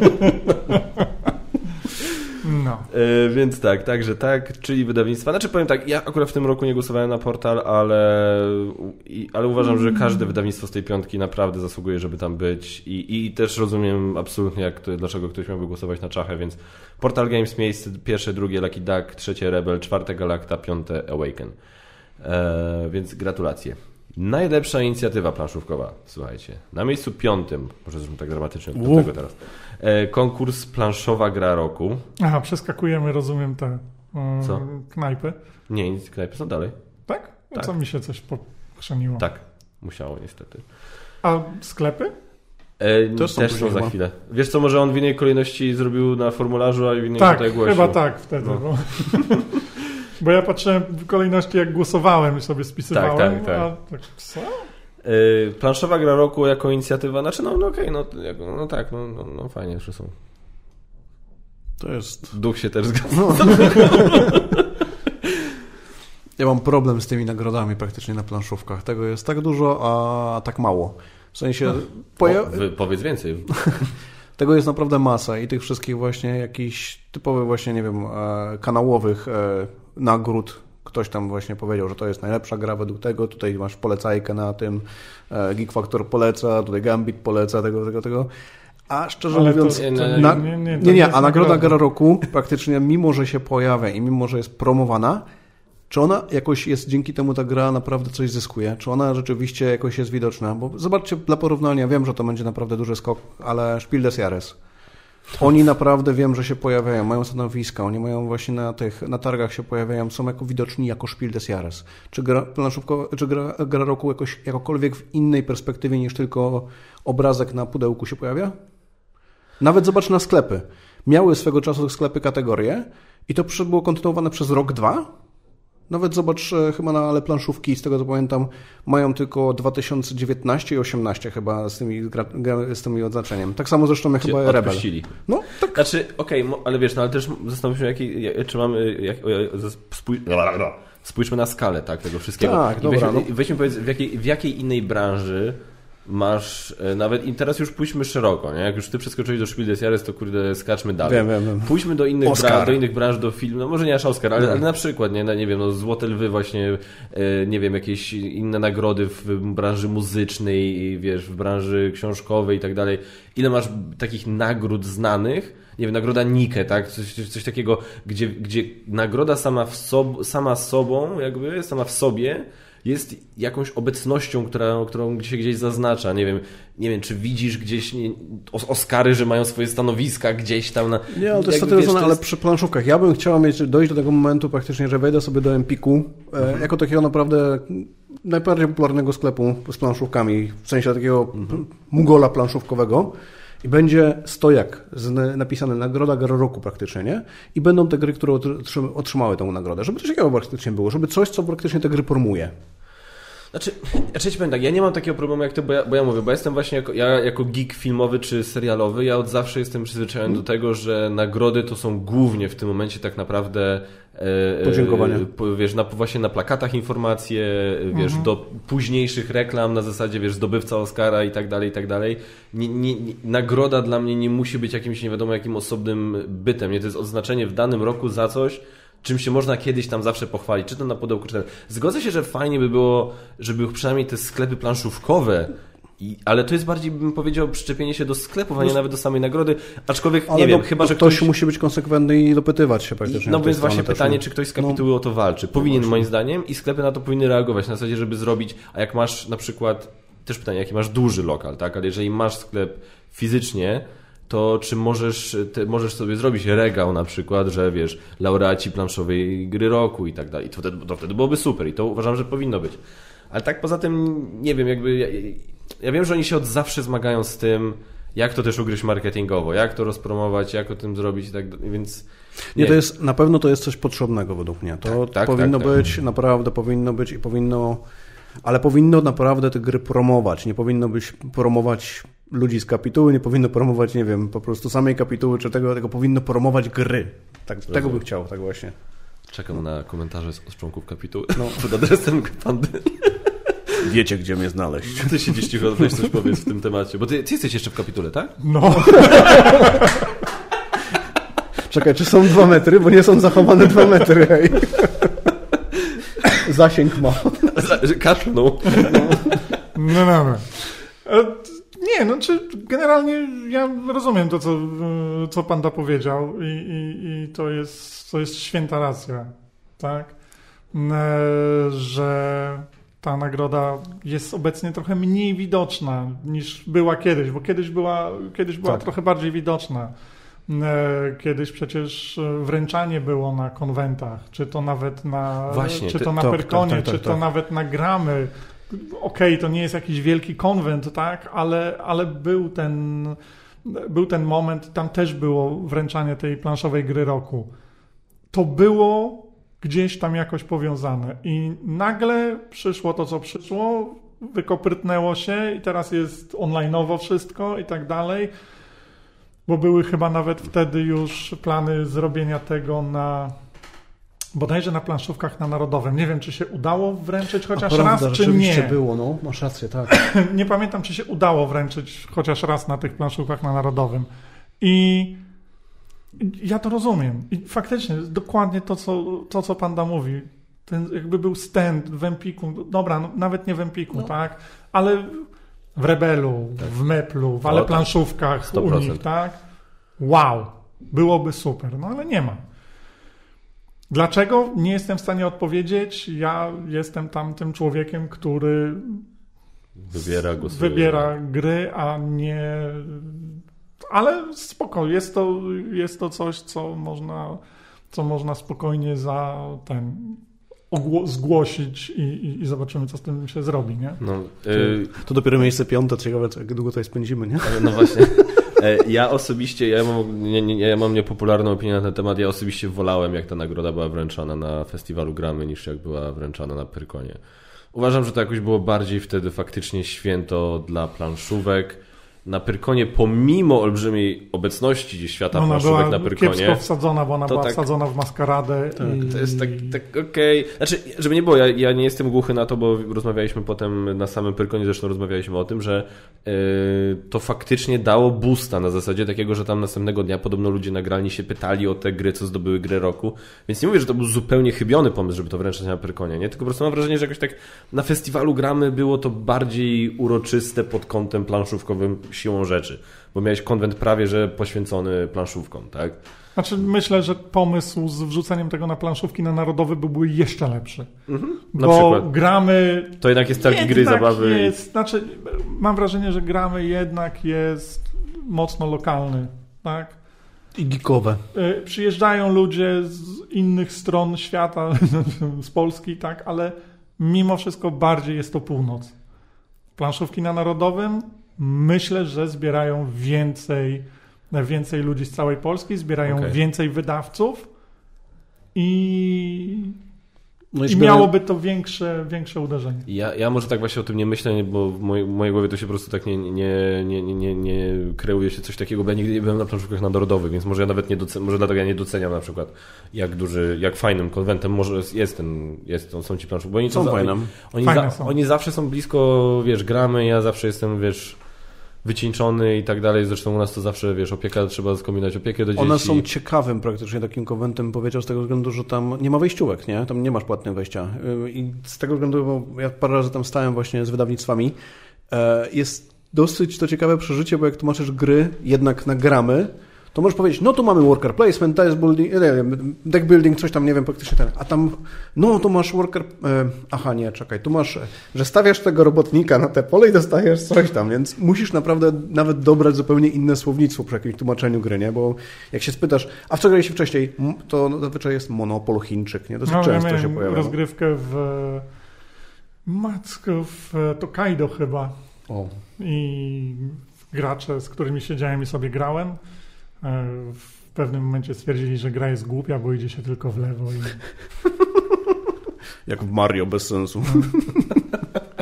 No. E, więc tak, także tak, czyli wydawnictwa. Znaczy powiem tak, ja akurat w tym roku nie głosowałem na Portal, ale, i, ale uważam, że każde wydawnictwo z tej piątki naprawdę zasługuje, żeby tam być i, i też rozumiem absolutnie, jak to, dlaczego ktoś miałby głosować na Czachę, więc Portal Games miejsce pierwsze, drugie Lucky Duck, trzecie Rebel, czwarte Galacta, piąte Awaken. E, więc gratulacje. Najlepsza inicjatywa planszówkowa, słuchajcie. Na miejscu piątym, może zróbmy tak dramatycznie do tego teraz. E, konkurs Planszowa Gra Roku. Aha, przeskakujemy, rozumiem, te um, Co? knajpy. Nie, nic, knajpy są dalej. Tak? No tak. co mi się coś pokrzeniło. Tak, musiało niestety. A sklepy? E, to też są za chwilę. Wiesz co, może on w innej kolejności zrobił na formularzu, a w innej tak, tutaj głosił. chyba tak wtedy. No. Bo... Bo ja patrzyłem w kolejności, jak głosowałem i sobie spisywałem. Tak, tak, tak. A tak co? Yy, planszowa gra roku jako inicjatywa, znaczy no, no okej, okay, no, no tak, no, no, no fajnie, że są. To jest... Duch się też zgadza. No. Ja mam problem z tymi nagrodami praktycznie na planszówkach. Tego jest tak dużo, a tak mało. W sensie... No. Poja... O, wy, powiedz więcej. Tego jest naprawdę masa i tych wszystkich właśnie jakichś typowych właśnie, nie wiem, kanałowych nagród. Ktoś tam właśnie powiedział, że to jest najlepsza gra według tego, tutaj masz polecajkę na tym, Geek Factor poleca, tutaj Gambit poleca, tego, tego, tego. A szczerze Ale mówiąc, to, to to na... nie, nie, nie, nie, a nagroda Gra Roku praktycznie, mimo że się pojawia i mimo że jest promowana, czy ona jakoś jest, dzięki temu ta gra naprawdę coś zyskuje? Czy ona rzeczywiście jakoś jest widoczna? Bo zobaczcie, dla porównania, wiem, że to będzie naprawdę duży skok, ale Spiel des Jahres. Oni naprawdę, wiem, że się pojawiają, mają stanowiska, oni mają właśnie na tych, na targach się pojawiają, są jako widoczni jako Spiel des Jahres. Czy gra, czy gra, gra roku jakoś, jakokolwiek w innej perspektywie niż tylko obrazek na pudełku się pojawia? Nawet zobacz na sklepy. Miały swego czasu sklepy kategorie i to było kontynuowane przez rok, dwa. Nawet zobacz, chyba na ale planszówki, z tego co pamiętam, mają tylko dwa tysiące dziewiętnaście i osiemnaście chyba z tymi, z tymi odznaczeniem. Tak samo zresztą jak chyba Rebel. No, tak. Znaczy, okej, okay, ale wiesz, no ale też zastanówmy się, jaki, czy mamy, jak, spój, spójrzmy na skalę, tak, tego wszystkiego. Tak, I dobra. Weźmy, no. weźmy powiedz, w jakiej, w jakiej innej branży masz nawet, i teraz już pójdźmy szeroko, nie? Jak już ty przeskoczyłeś do Spiel des Jahres, to kurde, skaczmy dalej. Wiem, wiem, wiem. Pójdźmy do innych, bra- do innych branż, do filmu, no może nie aż Oscar, ale, ale na przykład, nie, no, nie wiem, no Złote Lwy właśnie, e, nie wiem, jakieś inne nagrody w branży muzycznej, wiesz, w branży książkowej i tak dalej. Ile masz takich nagród znanych? Nie wiem, nagroda Nike, tak? Coś, coś takiego, gdzie, gdzie nagroda sama w sob- sama sobą, jakby, sama w sobie jest jakąś obecnością, która, którą się gdzieś zaznacza. Nie wiem, nie wiem, czy widzisz gdzieś nie, Oscary, że mają swoje stanowiska gdzieś tam na... Nie, to jest satyryczne, ale przy planszówkach. Ja bym chciała mieć, dojść do tego momentu praktycznie, że wejdę sobie do Empiku mhm. e, jako takiego naprawdę najbardziej popularnego sklepu z planszówkami, w sensie takiego mhm. mugola planszówkowego. I będzie stojak napisany Nagroda Gra Roku praktycznie, nie? I będą te gry, które otrzymały tę nagrodę. Żeby coś takiego praktycznie było, żeby coś, co praktycznie te gry promuje. Znaczy, ja ci powiem tak, ja nie mam takiego problemu jak ty, bo ja, bo ja mówię, bo jestem właśnie jako, ja jako geek filmowy czy serialowy, ja od zawsze jestem przyzwyczajony mm. do tego, że nagrody to są głównie w tym momencie tak naprawdę e, podziękowania. E, wiesz, na, właśnie na plakatach informacje, wiesz, mm-hmm. do późniejszych reklam na zasadzie, wiesz, zdobywca Oscara i tak dalej, i tak dalej. Nie, nie, nie, nagroda dla mnie nie musi być jakimś nie wiadomo jakim osobnym bytem, nie? To jest odznaczenie w danym roku za coś, czym się można kiedyś tam zawsze pochwalić, czy to na pudełku, czy ten. Zgodzę się, że fajnie by było, żeby przynajmniej te sklepy planszówkowe, i, ale to jest bardziej, bym powiedział, przyczepienie się do sklepów, a nie nawet do samej nagrody, aczkolwiek ale nie wiem, chyba, że ktoś... ktoś musi być konsekwentny i dopytywać się praktycznie. No więc właśnie pytanie, nie? czy ktoś z kapituły no, o to walczy. Powinien moim zdaniem i sklepy na to powinny reagować, na zasadzie, żeby zrobić, a jak masz na przykład, też pytanie, jaki masz duży lokal, tak, ale jeżeli masz sklep fizycznie, to czy możesz, ty, możesz sobie zrobić regał na przykład, że wiesz, laureaci planszowej gry roku i tak dalej. To wtedy, to wtedy byłoby super i to uważam, że powinno być. Ale tak poza tym, nie wiem, jakby ja, ja wiem, że oni się od zawsze zmagają z tym, jak to też ugryźć marketingowo, jak to rozpromować, jak o tym zrobić i tak dalej, więc... Nie, nie, to jest, na pewno to jest coś potrzebnego według mnie. To tak, tak, powinno tak, być, tak. naprawdę powinno być i powinno ale powinno naprawdę te gry promować. Nie powinno być promować ludzi z kapituły, nie powinno promować, nie wiem, po prostu samej kapituły, czy tego, tego powinno promować gry. Tak, tego bym chciał, tak właśnie. Czekam na komentarze z, z członków kapituły no. pod adresem Pandy. Wiecie, gdzie mnie znaleźć. Ty się gdzieś cicho weź coś powiedz w tym temacie, bo ty, ty jesteś jeszcze w kapitule, tak? No. Czekaj, czy są dwa metry? Bo nie są zachowane dwa metry, hej. Zasięg ma. Kaszlnął. No dobra. Nie, no czy generalnie ja rozumiem to, co, co Panda powiedział i, i, i to jest, to jest święta racja, tak? Że ta nagroda jest obecnie trochę mniej widoczna niż była kiedyś, bo kiedyś była, kiedyś była tak. trochę bardziej widoczna. Kiedyś przecież wręczanie było na konwentach, czy to nawet na, Właśnie, czy ty, to na tak, Pyrkonie, tak, tak, czy tak, to tak. nawet na gramy. Okej, okay, to nie jest jakiś wielki konwent, tak, ale, ale był ten, był ten moment, tam też było wręczanie tej planszowej gry roku. To było gdzieś tam jakoś powiązane i nagle przyszło to, co przyszło, wykoprytnęło się i teraz jest online'owo wszystko i tak dalej, bo były chyba nawet wtedy już plany zrobienia tego na bodajże na planszówkach na Narodowym. Nie wiem, czy się udało wręczyć chociaż A prawda, raz, czy nie. było, no, masz rację, tak. Nie pamiętam, czy się udało wręczyć chociaż raz na tych planszówkach na Narodowym. I ja to rozumiem. I faktycznie, dokładnie to, co, to, co Panda mówi. Ten jakby był stand w Empiku, dobra, no, nawet nie w Empiku, no. tak, ale w Rebelu, tak. w Meplu, w ale planszówkach sto procent. U nich, tak? Wow, byłoby super, no ale nie ma. Dlaczego? Nie jestem w stanie odpowiedzieć. Ja jestem tam tym człowiekiem, który wybiera, głosuje. wybiera gry, a nie... Ale spoko, jest to, jest to coś, co można, co można spokojnie za ten ogło- zgłosić i, i, i zobaczymy, co z tym się zrobi, nie? No, yy... To dopiero miejsce piąte, ciekawe, jak długo tutaj spędzimy, nie? No właśnie. Ja osobiście, ja mam, nie, nie, ja mam niepopularną opinię na ten temat, ja osobiście wolałem, jak ta nagroda była wręczana na festiwalu Gramy, niż jak była wręczana na Pyrkonie. Uważam, że to jakoś było bardziej wtedy faktycznie święto dla planszówek. Na Pyrkonie, pomimo olbrzymiej obecności świata ona planszówek była na Pyrkonie... kiepsko wsadzona, bo ona była tak, wsadzona w maskaradę. Tak, i... to jest tak, tak okej. Okay. Znaczy, żeby nie było, ja, ja nie jestem głuchy na to, bo rozmawialiśmy potem na samym Pyrkonie, zresztą rozmawialiśmy o tym, że yy, to faktycznie dało boosta na zasadzie takiego, że tam następnego dnia podobno ludzie nagrali się pytali o te gry, co zdobyły grę roku. Więc nie mówię, że to był zupełnie chybiony pomysł, żeby to wręczać na Pyrkonie, nie? Tylko po prostu mam wrażenie, że jakoś tak na festiwalu Gramy było to bardziej uroczyste pod kątem planszówkowym siłą rzeczy. Bo miałeś konwent prawie, że poświęcony planszówkom, tak? Znaczy myślę, że pomysł z wrzuceniem tego na planszówki na Narodowy byłby jeszcze lepszy. Mhm. Na bo przykład. Gramy... To jednak jest targi gry, zabawy. Jest, znaczy mam wrażenie, że Gramy jednak jest mocno lokalny, tak? I geekowe. Przyjeżdżają ludzie z innych stron świata, z Polski, tak? Ale mimo wszystko bardziej jest to północ. Planszówki na Narodowym myślę, że zbierają więcej, więcej ludzi z całej Polski, zbierają okay. więcej wydawców i, no i, i miałoby to większe, większe uderzenie. Ja, ja może tak właśnie o tym nie myślę, bo w mojej, w mojej głowie to się po prostu tak nie, nie, nie, nie, nie kreuje się coś takiego, bo ja nigdy nie byłem na planszówkach narodowych, więc może ja nawet nie doceniam, może dlatego ja nie doceniam na przykład jak duży, jak fajnym konwentem może jest ten, jest, są ci planszówki, bo oni są to, fajne. Oni, oni, fajne za, są. oni zawsze są blisko, wiesz, Gramy, ja zawsze jestem, wiesz, wycieńczony i tak dalej. Zresztą u nas to zawsze, wiesz, opieka, trzeba skombinować opiekę do dzieci. One są ciekawym praktycznie takim konwentem, powiedział, z tego względu, że tam nie ma wejściówek, nie? Tam nie masz płatnych wejścia. I z tego względu, bo ja parę razy tam stałem właśnie z wydawnictwami, jest dosyć to ciekawe przeżycie, bo jak tłumaczysz gry jednak na Gramy, to możesz powiedzieć, no tu mamy worker placement, to jest building, nie wiem, deck building, coś tam, nie wiem, praktycznie ten. A tam, no tu masz worker, e, aha nie, czekaj, tu masz, że stawiasz tego robotnika na te pole i dostajesz coś tam, więc musisz naprawdę nawet dobrać zupełnie inne słownictwo przy jakimś tłumaczeniu gry, nie? Bo jak się spytasz, a w co graliście wcześniej, to zazwyczaj jest Monopol, Chińczyk, nie? Dosyć no, często ja się pojawia. Rozgrywkę w Macko, w Tokaido chyba. O. I gracze, z którymi siedziałem i sobie grałem, w pewnym momencie stwierdzili, że gra jest głupia, bo idzie się tylko w lewo. I... Jak w Mario, bez sensu.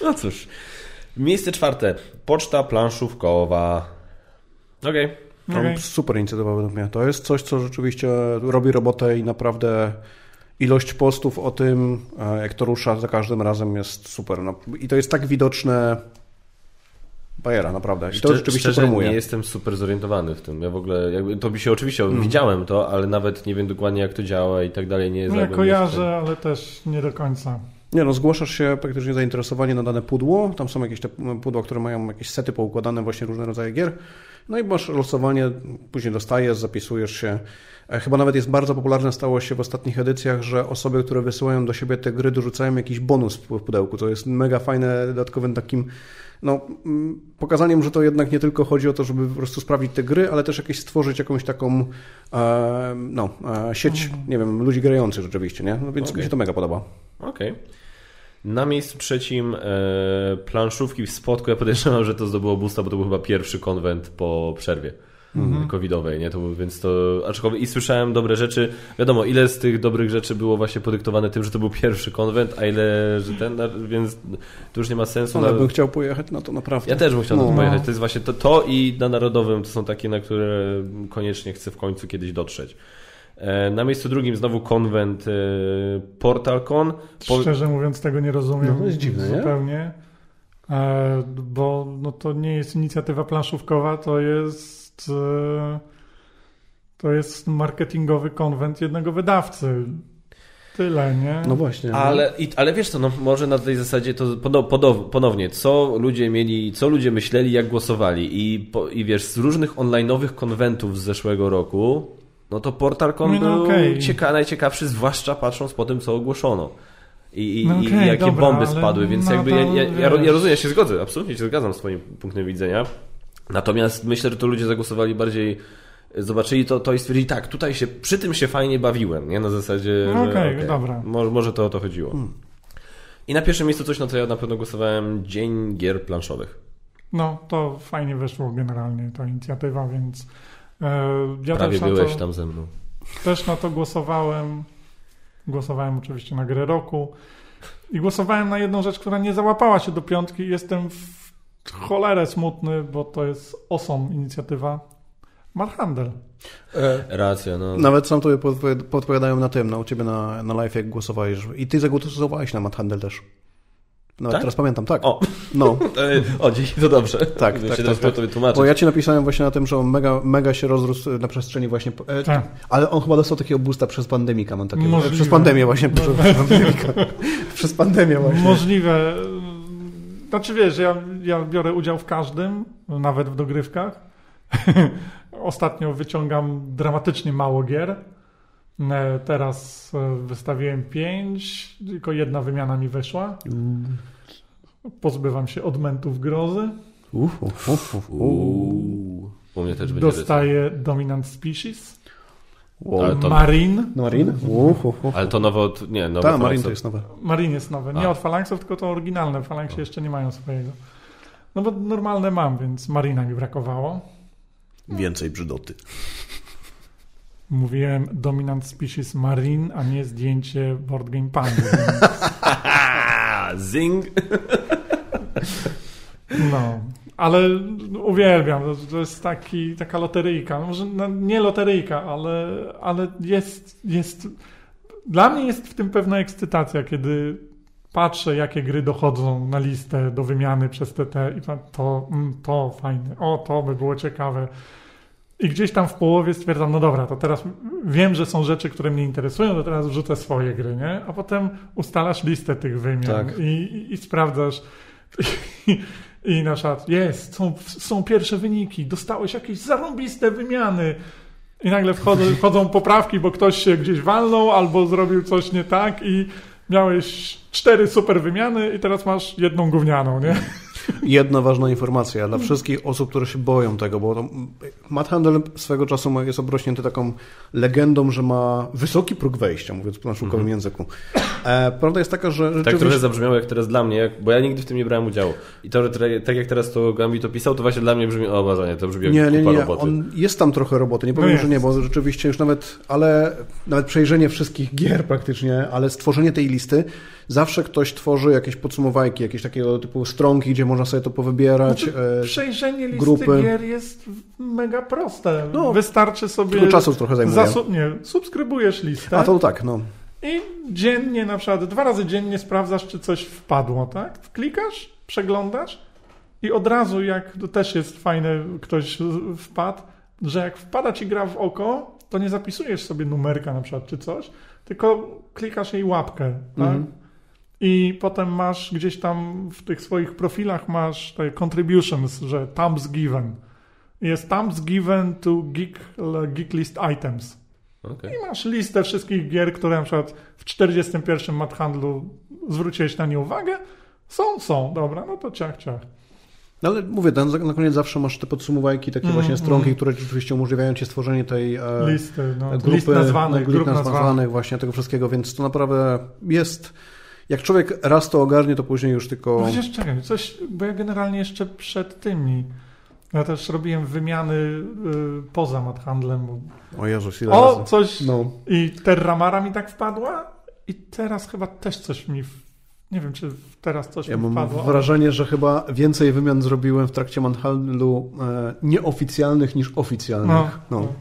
No cóż. Miejsce czwarte. Poczta planszówkowa. Okej. Okay. Okay. Super inicjatywa według mnie. To jest coś, co rzeczywiście robi robotę i naprawdę ilość postów o tym, jak to rusza za każdym razem jest super. No, i to jest tak widoczne bajera, naprawdę. I to Szczerze, rzeczywiście szczerze promuje. Nie jestem super zorientowany w tym. Ja w ogóle, jakby, to by się oczywiście, mm. widziałem to, ale nawet nie wiem dokładnie jak to działa i tak dalej. Nie jest ja kojarzę, ale też nie do końca. Nie no, zgłaszasz się praktycznie zainteresowanie na dane pudło, tam są jakieś te pudła, które mają jakieś sety poukładane, właśnie różne rodzaje gier, no i masz losowanie, później dostajesz, zapisujesz się. Chyba nawet jest bardzo popularne, stało się w ostatnich edycjach, że osoby, które wysyłają do siebie te gry, dorzucają jakiś bonus w pudełku, to jest mega fajne, dodatkowym takim no, pokazaniem, że to jednak nie tylko chodzi o to, żeby po prostu sprawdzić te gry, ale też jakieś stworzyć jakąś taką e, no, e, sieć, nie wiem, ludzi grających rzeczywiście, nie? No więc okay. mi się to mega podoba. Okej. Okay. Na miejscu trzecim e, planszówki w Spodku. Ja podejrzewam, że to zdobyło boosta, bo to był chyba pierwszy konwent po przerwie mm-hmm. covidowej, nie? To był, więc to, aczkolwiek i słyszałem dobre rzeczy. Wiadomo, ile z tych dobrych rzeczy było właśnie podyktowane tym, że to był pierwszy konwent, a ile, że ten, więc to już nie ma sensu. Ale na... bym chciał pojechać na to naprawdę. Ja też bym chciał no. na to pojechać. To jest właśnie to, to i na Narodowym to są takie, na które koniecznie chcę w końcu kiedyś dotrzeć. Na miejscu drugim znowu konwent PortalCon. Po... Szczerze mówiąc tego nie rozumiem. No, to jest dziwne, zupełnie. E, bo no, to nie jest inicjatywa planszówkowa, to jest e, to jest marketingowy konwent jednego wydawcy. Tyle, nie? No właśnie. No. Ale, i, ale wiesz co, no może na tej zasadzie to ponownie, co ludzie mieli, co ludzie myśleli, jak głosowali i, po, i wiesz, z różnych online'owych konwentów z zeszłego roku no to PortalCon no, był okay. cieka- najciekawszy, zwłaszcza patrząc po tym, co ogłoszono. I, i, no okay, i jakie dobra, bomby spadły, więc jakby ja, ja, ja, ja rozumiem, ja się zgodzę, absolutnie się zgadzam z twoim punktem widzenia. Natomiast myślę, że to ludzie zagłosowali bardziej, zobaczyli to, to i stwierdzili, tak, tutaj się, przy tym się fajnie bawiłem, nie? Na zasadzie, no że okay, okay, dobra. Może, może to o to chodziło. Hmm. I na pierwszym miejscu coś, na co ja na pewno głosowałem, Dzień Gier Planszowych. No, to fajnie wyszło generalnie ta inicjatywa, więc ja prawie też byłeś to, tam ze mną. Też na to głosowałem. Głosowałem oczywiście na grę roku. I głosowałem na jedną rzecz, która nie załapała się do piątki. Jestem w cholerę smutny, bo to jest awesome inicjatywa. Mad Handel. E, Racja, no. Nawet sam tobie podpowiadają na tym, na u ciebie na, na live, jak głosowałeś. I ty zagłosowałeś na Mad Handel też. No, tak? Teraz pamiętam, tak. O, no. o dzięki, to dobrze. Tak, tak, tak, tak. Tobie tłumaczyć. Bo ja ci napisałem właśnie na tym, że on mega, mega się rozrósł na przestrzeni właśnie... E, tak. Ale on chyba dostał takiego boosta przez pandemika, mam takiego... Możliwe. Przez pandemię właśnie. Przez, pandemika. przez pandemię właśnie. Możliwe. Znaczy wiesz, ja, ja biorę udział w każdym, nawet w dogrywkach. Ostatnio wyciągam dramatycznie mało gier. Teraz wystawiłem pięć, tylko jedna wymiana mi wyszła. Pozbywam się odmentów grozy. Uf, uf, uf, uf. U mnie też będzie Dostaję Dominant Species. Wow. To... Marine. Marine? Uf, uf, uf. Ale to nowe od... Nie, nowe Ta, Marine to jest nowe. Marine jest nowe. Nie A. od Phalanxów, tylko to oryginalne. Phalanxy jeszcze nie mają swojego. No bo normalne mam, więc Marina mi brakowało. Więcej brzydoty. Mówiłem Dominant Species Marine, a nie zdjęcie Board Game Pandy. Więc... Zing! No, ale uwielbiam. To jest taki, taka loteryjka. Może no, nie loteryjka, ale, ale jest, jest... Dla mnie jest w tym pewna ekscytacja, kiedy patrzę, jakie gry dochodzą na listę do wymiany przez T T i to, to fajne, o, to by było ciekawe. I gdzieś tam w połowie stwierdzam, no dobra, to teraz wiem, że są rzeczy, które mnie interesują, to teraz wrzucę swoje gry, nie? A potem ustalasz listę tych wymian tak. i, i, i sprawdzasz i, i na przykład jest, są, są pierwsze wyniki, dostałeś jakieś zarąbiste wymiany i nagle wchodzą, wchodzą poprawki, bo ktoś się gdzieś walnął albo zrobił coś nie tak i miałeś cztery super wymiany i teraz masz jedną gównianą, nie? Jedna ważna informacja dla wszystkich osób, które się boją tego, bo to, Matt Handel swego czasu jest obrośnięty taką legendą, że ma wysoki próg wejścia, mówiąc po naszym mm-hmm. języku. E, prawda jest taka, że rzeczywiście... Tak trochę zabrzmiało jak teraz dla mnie, jak, bo ja nigdy w tym nie brałem udziału. I to, że tak jak teraz to Gambit opisał, to właśnie dla mnie brzmi, o Boże, nie, to brzmi jak nie, kupa nie, nie. roboty. On jest tam trochę roboty, nie powiem, no że nie, bo rzeczywiście już nawet, ale nawet przejrzenie wszystkich gier praktycznie, ale stworzenie tej listy, zawsze ktoś tworzy jakieś podsumowajki, jakieś takiego typu stronki, gdzie można sobie to powybierać. Znaczy, przejrzenie listy grupy. gier jest mega proste. No, wystarczy sobie... Tylko czasu trochę zajmuje. Zasu- nie, subskrybujesz listę. A to tak, no. I dziennie, na przykład dwa razy dziennie sprawdzasz, czy coś wpadło, tak? Klikasz, przeglądasz i od razu, jak to też jest fajne, ktoś wpadł, że jak wpada ci gra w oko, to nie zapisujesz sobie numerka na przykład, czy coś, tylko klikasz jej łapkę, tak? Mhm. I potem masz gdzieś tam w tych swoich profilach masz te contributions, że thumbs given. Jest thumbs given to geek, geek list items. Okay. I masz listę wszystkich gier, które na przykład w czterdziestym pierwszym Matt Handlu zwróciłeś na nie uwagę. Są, są, dobra, no to ciach, ciach. No ale mówię, na koniec zawsze masz te podsumowajki, takie mm, właśnie stronki, mm. które rzeczywiście umożliwiają ci stworzenie tej e, listy, no, grupy, list nazwanych, grup nazwanych, nazwanych, właśnie tego wszystkiego, więc to naprawdę jest... Jak człowiek raz to ogarnie, to później już tylko... No przecież czekaj, coś, bo ja generalnie jeszcze przed tymi, ja też robiłem wymiany y, poza Matt Handlem. O Jezus, ile O, razy. coś no. I Terramara mi tak wpadła i teraz chyba też coś mi, w... nie wiem, czy teraz coś ja mi wpadło. Ja mam wrażenie, że chyba więcej wymian zrobiłem w trakcie Matt Handlu e, nieoficjalnych niż oficjalnych. No, no. no.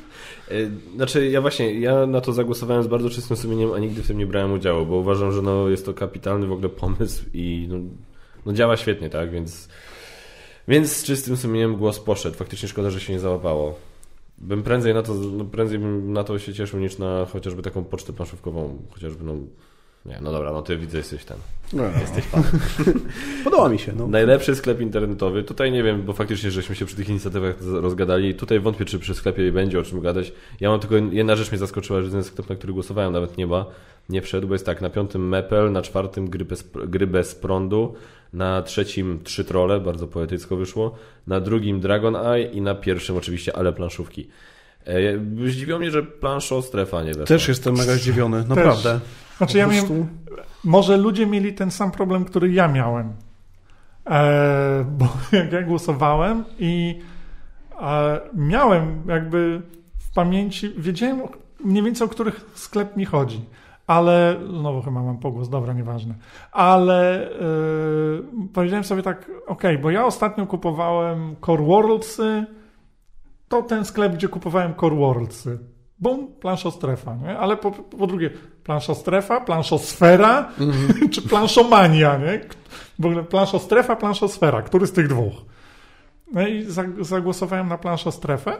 Znaczy, ja właśnie, ja na to zagłosowałem z bardzo czystym sumieniem, a nigdy w tym nie brałem udziału, bo uważam, że no, jest to kapitalny w ogóle pomysł i no, no działa świetnie, tak, więc więc z czystym sumieniem głos poszedł. Faktycznie szkoda, że się nie załapało. Bym prędzej na to, no, prędzej bym na to się cieszył niż na chociażby taką pocztę planszówkową, chociażby no nie, no dobra, no ty widzę, jesteś ten. No, jesteś pan. Podoba mi się. No. Najlepszy sklep internetowy. Tutaj nie wiem, bo faktycznie żeśmy się przy tych inicjatywach rozgadali. Tutaj wątpię, czy przy sklepie będzie o czym gadać. Ja mam tylko jedna rzecz mnie zaskoczyła, że ten sklep, na który głosowałem, nawet nie ma, nie wszedł, bo jest tak, na piątym Mepel, na czwartym gry bez, gry bez prądu, na trzecim Trzy Trolle, bardzo poetycko wyszło, na drugim Dragon Eye i na pierwszym oczywiście Ale Planszówki. E, zdziwiło mnie, że Planszo Strefa nie weszła. Też jestem mega zdziwiony, naprawdę. Też. Znaczy ja miałem, może ludzie mieli ten sam problem, który ja miałem. E, bo jak ja głosowałem i e, miałem jakby w pamięci, wiedziałem mniej więcej, o których sklep mi chodzi. Ale, no bo chyba mam pogłos, dobra, nieważne. Ale e, powiedziałem sobie tak, okej, okay, bo ja ostatnio kupowałem Core Worldsy, to ten sklep, gdzie kupowałem Core Worldsy. Bum, planszostrefa, nie? Ale po, po drugie, planszostrefa, planszosfera mm-hmm. czy planszomania, nie? W ogóle planszostrefa, planszosfera, który z tych dwóch? No i zagłosowałem na planszostrefę.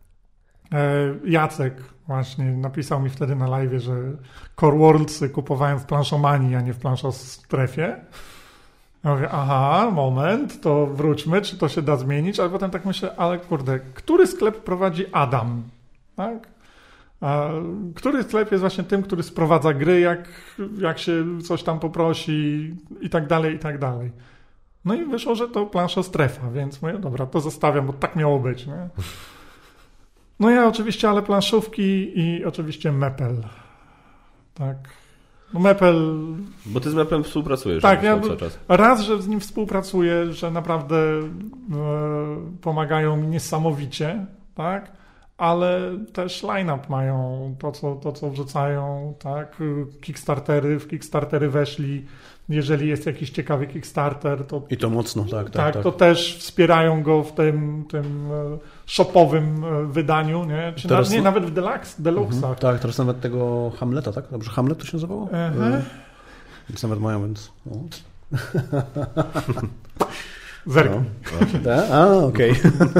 Jacek właśnie napisał mi wtedy na live, że Core Worldsy kupowałem w planszomanii, a nie w planszostrefie. Ja mówię, aha, moment, to wróćmy, czy to się da zmienić, ale potem tak myślę, ale kurde, który sklep prowadzi Adam, tak? A który sklep jest właśnie tym, który sprowadza gry, jak, jak się coś tam poprosi i tak dalej, i tak dalej. No i wyszło, że to planszostrefa, więc mówię, dobra, to zostawiam, bo tak miało być, nie? No ja oczywiście, ale planszówki i oczywiście Mepel. Tak. No Mepel... Bo ty z Mepelem współpracujesz. Tak, ja cały czas. Raz, że z nim współpracuję, że naprawdę e, pomagają mi niesamowicie, tak? Ale też line-up mają to co, to, co wrzucają, tak? Kickstartery, w Kickstartery weszli. Jeżeli jest jakiś ciekawy Kickstarter, to... I to mocno, tak, tak. Tak, tak. to też wspierają go w tym, tym shopowym wydaniu, nie? Czy teraz... na, nie, nawet w deluxe, deluxe'ach. Mhm, tak, teraz nawet tego Hamleta, tak? Dobrze, Hamlet to się nazywało? Uh-huh. Więc nawet mają, więc... No. Zerknij. No. A, okej. Okay.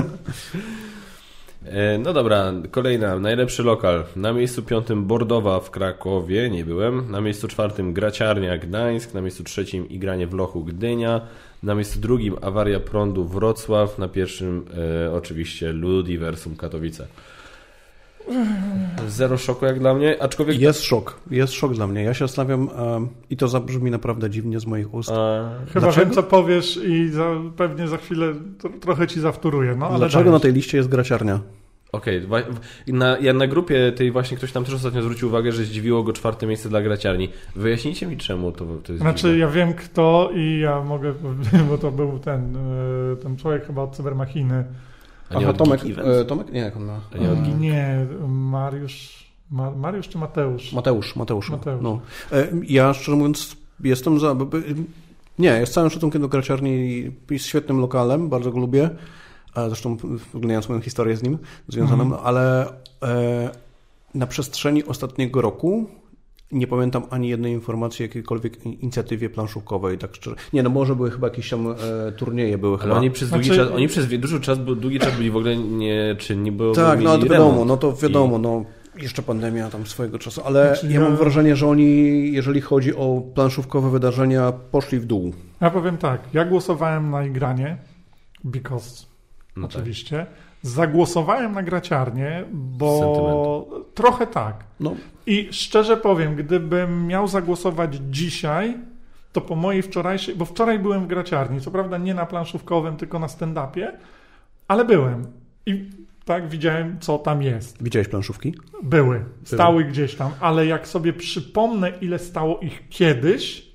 No dobra, kolejna, najlepszy lokal. Na miejscu piątym Bordowa w Krakowie, nie byłem. Na miejscu czwartym Graciarnia Gdańsk. Na miejscu trzecim Igranie w Lochu Gdynia. Na miejscu drugim Awaria Prądu Wrocław. Na pierwszym e, oczywiście Ludiversum Katowice. Zero szoku jak dla mnie, aczkolwiek... Jest szok, jest szok dla mnie. Ja się zastanawiam um, i to zabrzmi naprawdę dziwnie z moich ust. A... Chyba dlaczego? Wiem, co powiesz i za, pewnie za chwilę to, trochę ci zawtóruję. No, ale dlaczego dajesz. Na tej liście jest graciarnia? Okej, okay. na, ja na grupie tej właśnie ktoś tam też ostatnio zwrócił uwagę, że zdziwiło go czwarte miejsce dla graciarni. Wyjaśnijcie mi, czemu to, to jest Znaczy dziwne. Ja wiem kto i ja mogę, bo to był ten, ten człowiek chyba od Cybermachiny. A nie Aha, od Tomek, e, Tomek? Nie, jak on ma? A nie, od nie, Mariusz, Ma, Mariusz czy Mateusz? Mateusz, Mateusz. Mateusz. No. E, ja szczerze mówiąc jestem za... Nie, jest całym szacunkiem do graciarni, jest świetnym lokalem, bardzo go lubię. Zresztą oglądając moją historię z nim związaną, mm. ale e, na przestrzeni ostatniego roku nie pamiętam ani jednej informacji o jakiejkolwiek inicjatywie planszówkowej, tak szczerze. Nie, no może były chyba jakieś tam e, turnieje były ale chyba. Oni przez długi znaczy... czas, oni przez duży czas, długi czas byli w ogóle nieczynni, bo tak, no to wiadomo, no to wiadomo, I... no jeszcze pandemia tam swojego czasu, ale znaczy, ja mam ja... wrażenie, że oni, jeżeli chodzi o planszówkowe wydarzenia, poszli w dół. Ja powiem tak, ja głosowałem na Igranie, because no oczywiście. Tak. Zagłosowałem na graciarnię, bo trochę tak. No. I szczerze powiem, gdybym miał zagłosować dzisiaj, to po mojej wczorajszej, bo wczoraj byłem w graciarni, co prawda nie na planszówkowym, tylko na stand-upie, ale byłem. I tak widziałem, co tam jest. Widziałeś planszówki? Były. Stały Były. Gdzieś tam, ale jak sobie przypomnę, ile stało ich kiedyś,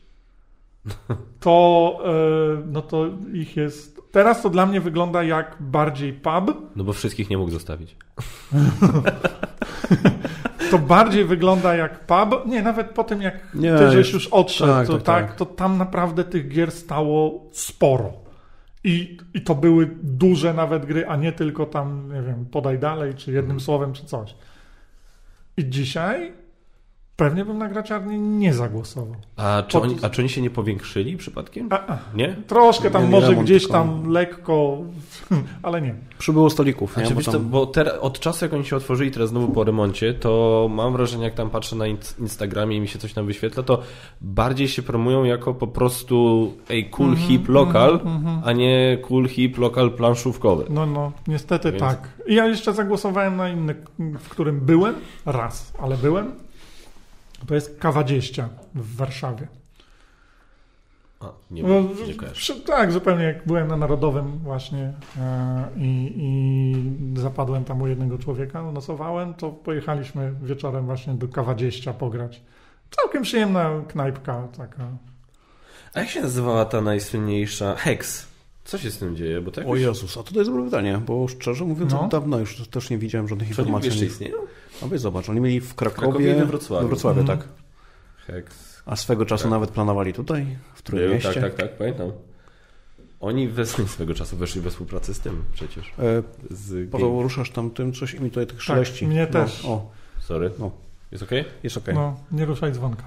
to, yy, no to ich jest... Teraz to dla mnie wygląda jak bardziej pub. No bo wszystkich nie mógł zostawić. To bardziej wygląda jak pub. Nie, nawet po tym jak nie, ty żeś już odszedł, tak, to, tak, tak, to tam naprawdę tych gier stało sporo. I, I to były duże nawet gry, a nie tylko tam, nie wiem, podaj dalej, czy jednym hmm. słowem, czy coś. I dzisiaj pewnie bym na graciarni nie zagłosował. A czy, oni, a czy oni się nie powiększyli przypadkiem? A, a, nie? Troszkę tam, nie, może remont, gdzieś tylko... tam lekko, ale nie. Przybyło stolików. Nie? Znaczy, bo, tam... to, bo ter, od czasu jak oni się otworzyli teraz znowu po remoncie, to mam wrażenie, jak tam patrzę na Instagramie i mi się coś tam wyświetla, to bardziej się promują jako po prostu ej, cool, mm-hmm, hip, lokal, mm-hmm. a nie cool, hip, lokal planszówkowy. No, no, niestety Więc... tak. I ja jeszcze zagłosowałem na inny, w którym byłem, raz, ale byłem. To jest K dwadzieścia w Warszawie. A, nie, no, nie kojarzę. Tak, zupełnie jak byłem na Narodowym właśnie e, i, i zapadłem tam u jednego człowieka, nocowałem, to pojechaliśmy wieczorem właśnie do K dwadzieścia pograć. Całkiem przyjemna knajpka taka. A jak się nazywała ta najsłynniejsza? Hex. Co się z tym dzieje? Bo to jakoś... O Jezus, a to jest dobre pytanie, bo szczerze mówiąc no. od dawna już też nie widziałem żadnych Czy informacji. Jeszcze istnieją? A weź zobacz, oni mieli w Krakowie, w Krakowie i we Wrocławiu. We Wrocławiu mhm. tak. Hex. A swego czasu tak. nawet planowali tutaj, w Trójmieście. Tak, tak, tak, pamiętam. Oni weszli swego czasu, weszli we współpracę z tym przecież. E, z Paweł, ruszasz tam tym coś i mi tutaj tych szeleści. Tak, mnie no. też. O. Sorry. No. Jest okej? Okay? Jest okej. Okay. No, nie ruszaj dzwonka.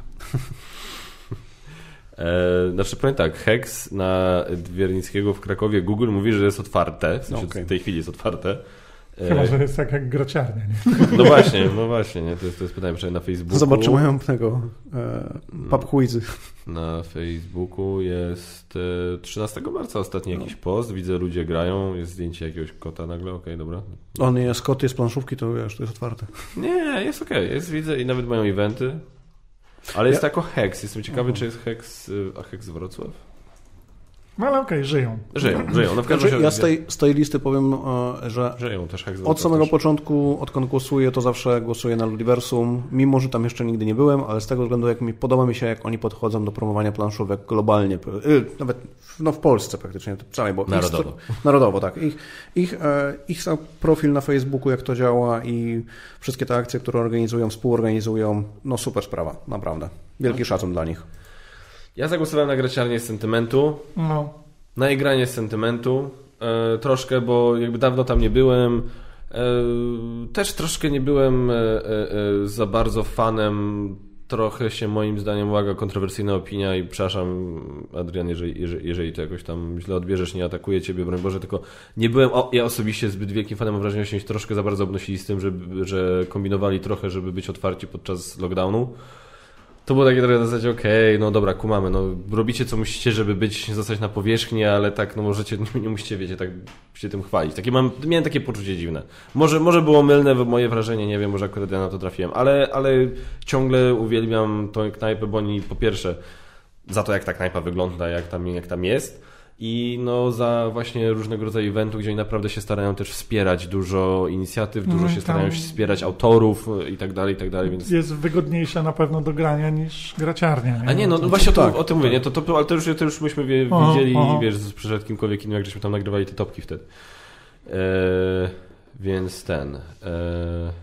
E, znaczy powiem tak, Hex na Wiernickiego w Krakowie Google mówi, że jest otwarte, w sensie okay. w tej chwili jest otwarte. Chyba, że jest tak jak graciarnia. Nie? No właśnie, no właśnie, nie? To, jest, to jest pytanie przynajmniej na Facebooku. Zobaczyłem tego e, pub quizy. Na Facebooku jest e, trzynastego marca ostatni jakiś no. post, widzę ludzie grają, jest zdjęcie jakiegoś kota nagle, okej, okay, dobra. On jest kot, jest planszówki, to wiesz, to jest otwarte. Nie, jest okej, okay. jest, widzę i nawet mają eventy. Ale jest ja... jako Hex. Jestem ciekawy, uh-huh. czy jest Hex, a Hex Wrocław? No ale okej, okay, żyją. Żyją, żyją. No w każdym razie... Ja z tej, z tej listy powiem, że żyją też Hex od samego też. początku, odkąd głosuję, to zawsze głosuję na Ludiversum, mimo że tam jeszcze nigdy nie byłem, ale z tego względu, jak mi podoba mi się, jak oni podchodzą do promowania planszówek globalnie, nawet no w Polsce praktycznie, całej, bo narodowo. Ich, narodowo, tak. Ich, ich, ich sam profil na Facebooku, jak to działa i wszystkie te akcje, które organizują, współorganizują, no super sprawa, naprawdę. Wielki no. szacun dla nich. Ja zagłosowałem na graciarnię z sentymentu. No. Na igranie z sentymentu. E, troszkę, bo jakby dawno tam nie byłem. E, też troszkę nie byłem e, e, za bardzo fanem. Trochę się moim zdaniem łaga kontrowersyjna opinia i przepraszam, Adrian, jeżeli, jeżeli, jeżeli to jakoś tam źle odbierzesz, nie atakuję ciebie, broń Boże, tylko nie byłem o, ja osobiście zbyt wielkim fanem, mam wrażenie, że się troszkę za bardzo obnosili z tym, że, że kombinowali trochę, żeby być otwarci podczas lockdownu. To było takie trochę na zasadzie, okej, okay, no dobra, kumamy, no robicie co musicie, żeby być, zostać na powierzchni, ale tak, no możecie, nie, nie musicie, wiecie, tak się tym chwalić. Takie mam, miałem takie poczucie dziwne. Może, może było mylne moje wrażenie, nie wiem, może akurat ja na to trafiłem, ale, ale ciągle uwielbiam tą knajpę, bo oni po pierwsze za to, jak ta knajpa wygląda, jak tam, jak tam jest, i no za właśnie różnego rodzaju eventu, gdzie oni naprawdę się starają też wspierać dużo inicjatyw, dużo no się starają się wspierać autorów i tak dalej, i tak dalej, więc... Jest wygodniejsze na pewno do grania niż graciarnia. Nie? A nie, no, no właśnie o, tak, o tym mówię, nie? To, to, ale to już, to już myśmy wie, aha, widzieli, aha. wiesz, przed kimkolwiek innym, jak żeśmy tam nagrywali te topki wtedy. E, więc ten... E,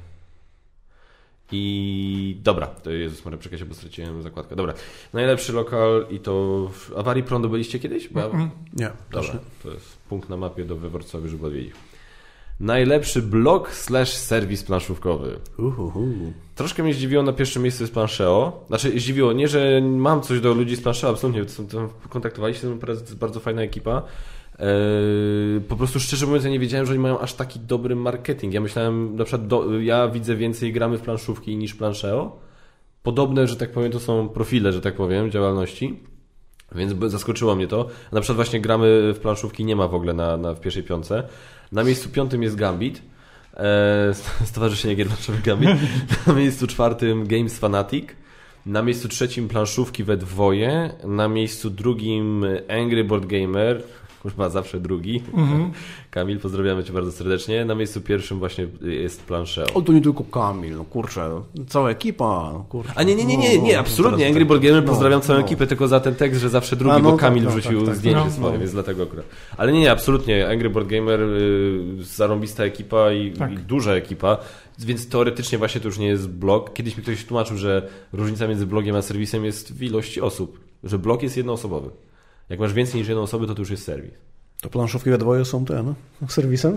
I dobra, to Jezus Maria, czekajcie, bo straciłem zakładkę. Dobra, najlepszy lokal i to w Awarii Prądu byliście kiedyś? Bo... Mm-mm. Nie. Dobra, to jest punkt na mapie do Wyborcowi, żeby odwiedzić. Najlepszy blog slash serwis planszówkowy. Uhuhu. Troszkę mnie zdziwiło na pierwszym miejscu jest Planszeo. Znaczy zdziwiło, nie, że mam coś do ludzi z Planszeo, absolutnie, kontaktowali się, to jest bardzo fajna ekipa. Eee, po prostu szczerze mówiąc ja nie wiedziałem, że oni mają aż taki dobry marketing. Ja myślałem, na przykład do, ja widzę więcej gramy w planszówki niż Planszeo. Podobne, że tak powiem, to są profile, że tak powiem, działalności. Więc zaskoczyło mnie to. Na przykład właśnie gramy w planszówki nie ma w ogóle na, na, w pierwszej piątce. Na miejscu piątym jest Gambit. Eee, Stowarzyszenie Gier Planszowych Gambit. Na miejscu czwartym Games Fanatic. Na miejscu trzecim planszówki we dwoje. Na miejscu drugim Angry Board Gamer. Kurwa, zawsze drugi. Mm-hmm. Kamil, pozdrawiamy Cię bardzo serdecznie. Na miejscu pierwszym właśnie jest Planszeo. O, to nie tylko Kamil, no kurczę, cała ekipa, no kurczę. A nie, nie, nie, nie, nie, absolutnie. Angry Board Gamer, pozdrawiam no, całą no. ekipę, tylko za ten tekst, że zawsze drugi, A, no, bo Kamil tak, wrzucił tak, tak, zdjęcie no, swoje, no. więc dlatego akurat. Ale nie, nie, absolutnie. Angry Board Gamer, y, zarąbista ekipa i, tak. i duża ekipa, więc teoretycznie właśnie to już nie jest blog. Kiedyś mi ktoś tłumaczył, że różnica między blogiem a serwisem jest w ilości osób, że blog jest jednoosobowy. Jak masz więcej niż jedną osobę, to to już jest serwis. To planszówki we dwoje są te, no? Serwisem?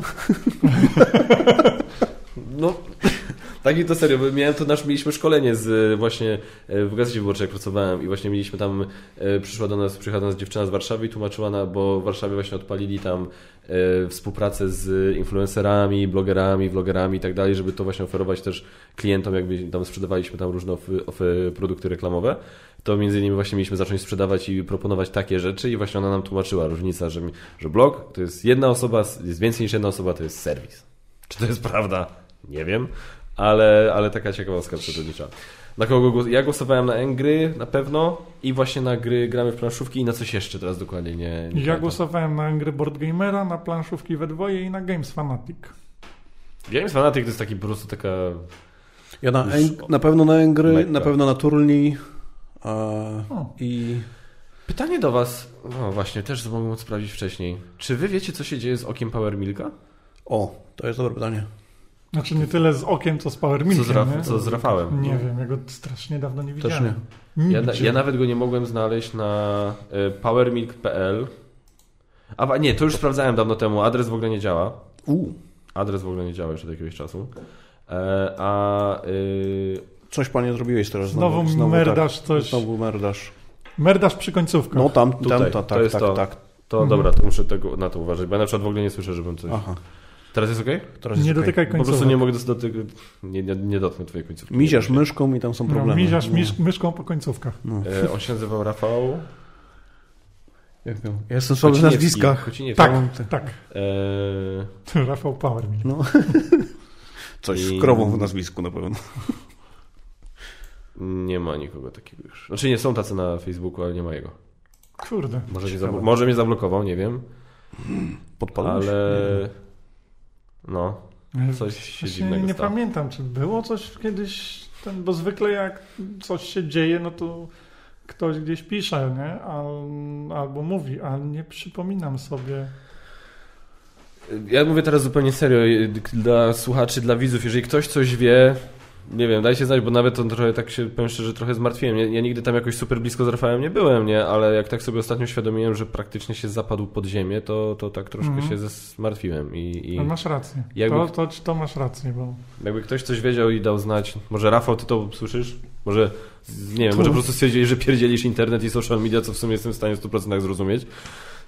No, tak i to serio. Miałem to nasz, mieliśmy szkolenie z właśnie w Gazecie Wyborczej, jak pracowałem i właśnie mieliśmy tam, przyszła do nas, przyjechała do nas dziewczyna z Warszawy i tłumaczyła, na, bo w Warszawie właśnie odpalili tam e, współpracę z influencerami, blogerami, vlogerami i tak dalej, żeby to właśnie oferować też klientom, jakby tam sprzedawaliśmy tam różne ofy, ofy, produkty reklamowe. To między innymi właśnie mieliśmy zacząć sprzedawać i proponować takie rzeczy i właśnie ona nam tłumaczyła różnica, że, że blog to jest jedna osoba, jest więcej niż jedna osoba, to jest serwis. Czy to jest prawda? Nie wiem, ale, ale taka ciekawostka przyrodnicza. Na kogo głos... Ja głosowałem na Angry na pewno i właśnie na gry gramy w planszówki i na coś jeszcze teraz dokładnie nie, nie Ja pamiętam. głosowałem na Angry Board Gamera, na planszówki we dwoje i na Games Fanatic. Games Fanatic to jest taki po prostu taka... Ja na, en... na pewno na Angry, Mekka. Na pewno na Turley uh, i... Pytanie do Was, no właśnie, też mogłem móc sprawdzić wcześniej. Czy Wy wiecie, co się dzieje z okiem Power Milka? O, to jest dobre pytanie. Znaczy nie tyle z okiem, co z Power Milkiem. Co z, Raf- co z Rafałem? Nie wiem, ja go strasznie dawno nie widziałem. Też nie. Ja, ja nawet go nie mogłem znaleźć na powermilk kropka p l. A nie, to już sprawdzałem dawno temu. Adres w ogóle nie działa. U. Adres w ogóle nie działa już od jakiegoś czasu. E, a... Y... Coś panie zrobiłeś teraz. Znowu, znowu, znowu merdasz tak, coś. Znowu merdasz. Merdasz przy końcówkach. No tam, Tutaj, tam, to, tak, to jest tak, to. tak. To mhm. Dobra, to muszę tego, na to uważać, bo ja na przykład w ogóle nie słyszę, żebym coś... Aha. Teraz jest okej? Okay? Nie dotykaj końcówek. Po prostu nie mogę dotyk... nie, nie, nie dotknę twojej końcówki. Miziasz myszką i tam są problemy. No, miziasz no. myszką po końcówkach. No. E, on się nazywał Rafał... Jak miał? Ja jestem słaby w nazwiskach. Tak, tak. E... Rafał Powermilk. No. Coś I... z krową w nazwisku na pewno. Nie ma nikogo takiego już. Znaczy nie, są tacy na Facebooku, ale nie ma jego. Kurde. Może, mnie, zablo- może mnie zablokował, nie wiem. Podpadłeś? Ale... No. Coś się dziwnego nie, nie stało. pamiętam, czy było coś kiedyś, ten, bo zwykle jak coś się dzieje, no to ktoś gdzieś pisze, nie? Al, albo mówi, ale nie przypominam sobie. Ja mówię teraz zupełnie serio dla słuchaczy, dla widzów. Jeżeli ktoś coś wie, nie wiem, dajcie znać, bo nawet on trochę, tak się powiem szczerze, trochę zmartwiłem. Ja, ja nigdy tam jakoś super blisko z Rafałem nie byłem, nie? Ale jak tak sobie ostatnio uświadomiłem, że praktycznie się zapadł pod ziemię, to, to tak troszkę mm-hmm. się zmartwiłem. I, i no masz rację. Jakby, to, to, to masz rację, bo... Jakby ktoś coś wiedział i dał znać. Może Rafał, ty to słyszysz? Może, nie wiem, tu. Może po prostu stwierdzili, że pierdzielisz internet i social media, co w sumie jestem w stanie w stu procentach zrozumieć.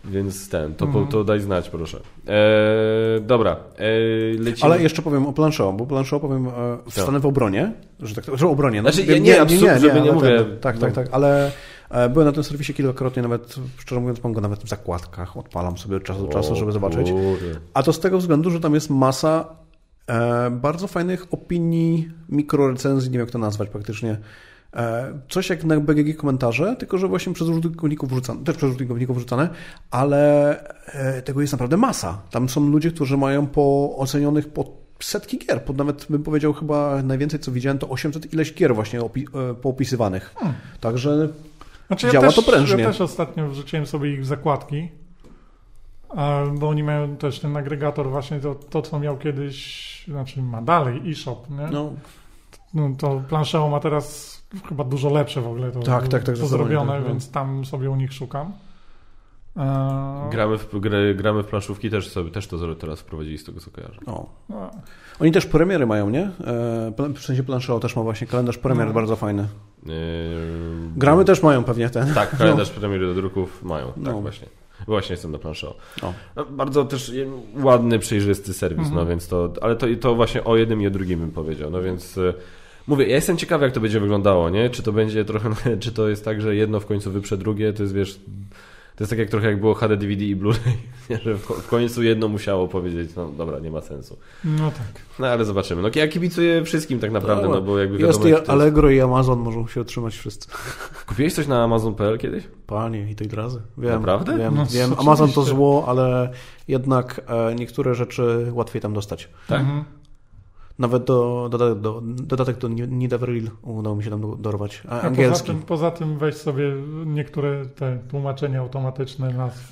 Więc ten, to, mm. to daj znać, proszę. Eee, dobra, eee, lecimy. Ale jeszcze powiem o Planchot, bo Planchot powiem, e, wstanę w obronie, że tak, że obronie. No, znaczy, nie, nie, nie, nie, żeby nie, nie mówię. Ten, tak, tak, tak, ale e, byłem na tym serwisie kilkakrotnie, nawet, szczerze mówiąc, mam go nawet w zakładkach, odpalam sobie od czasu do czasu, żeby zobaczyć. Kurde. A to z tego względu, że tam jest masa e, bardzo fajnych opinii, mikrorecenzji, nie wiem jak to nazwać praktycznie. Coś jak na B G G komentarze, tylko że właśnie przez użytkowników wrzucane, też przez użytkowników wrzucane, ale tego jest naprawdę masa. Tam są ludzie, którzy mają po ocenionych po setki gier, po nawet bym powiedział chyba najwięcej co widziałem to osiemset ileś gier właśnie opi- poopisywanych. Hmm. Także znaczy, działa ja też, to prężnie. Ja też ostatnio wrzuciłem sobie ich w zakładki, bo oni mają też ten agregator właśnie to, to co miał kiedyś, znaczy ma dalej eShop, nie? No. No, to Planchot ma teraz chyba dużo lepsze w ogóle to, tak, tak, tak, to zrobione, tak, więc tam sobie u nich szukam. Eee... Gramy, w, gry, gramy w planszówki, też, sobie, też to teraz wprowadzili z tego, co kojarzę. O. Oni też premiery mają, nie? Eee, w sensie Planchot też ma właśnie kalendarz premier, no. bardzo fajny. Eee... Gramy też mają pewnie ten. Tak, kalendarz no. premiery do druków mają, tak no. właśnie. Właśnie jestem na Planchot. No, bardzo też ładny, przejrzysty serwis, mhm. no więc to, ale to, to właśnie o jednym i o drugim bym powiedział, no więc mówię, ja jestem ciekawy jak to będzie wyglądało, nie? Czy to będzie trochę, czy to jest tak, że jedno w końcu wyprze drugie, to jest wiesz, to jest tak jak trochę jak było H D D V D i Blu-ray, że w końcu jedno musiało powiedzieć, no dobra, nie ma sensu. No tak. No ale zobaczymy. No ja kibicuję wszystkim tak naprawdę, no, no bo jakby wiadomo... Jest i Allegro i Amazon możą się otrzymać wszyscy. Kupiłeś coś na Amazon kropka p l kiedyś? Panie, i tej razy. Wiem, naprawdę? Wiem, no, wiem. Amazon to zło, ale jednak e, niektóre rzeczy łatwiej tam dostać. Tak? Mhm. Nawet do, do, do, dodatek do Need a Real udało mi się tam dorwać. A, A angielski. Poza tym, poza tym weź sobie niektóre te tłumaczenia automatyczne nazw.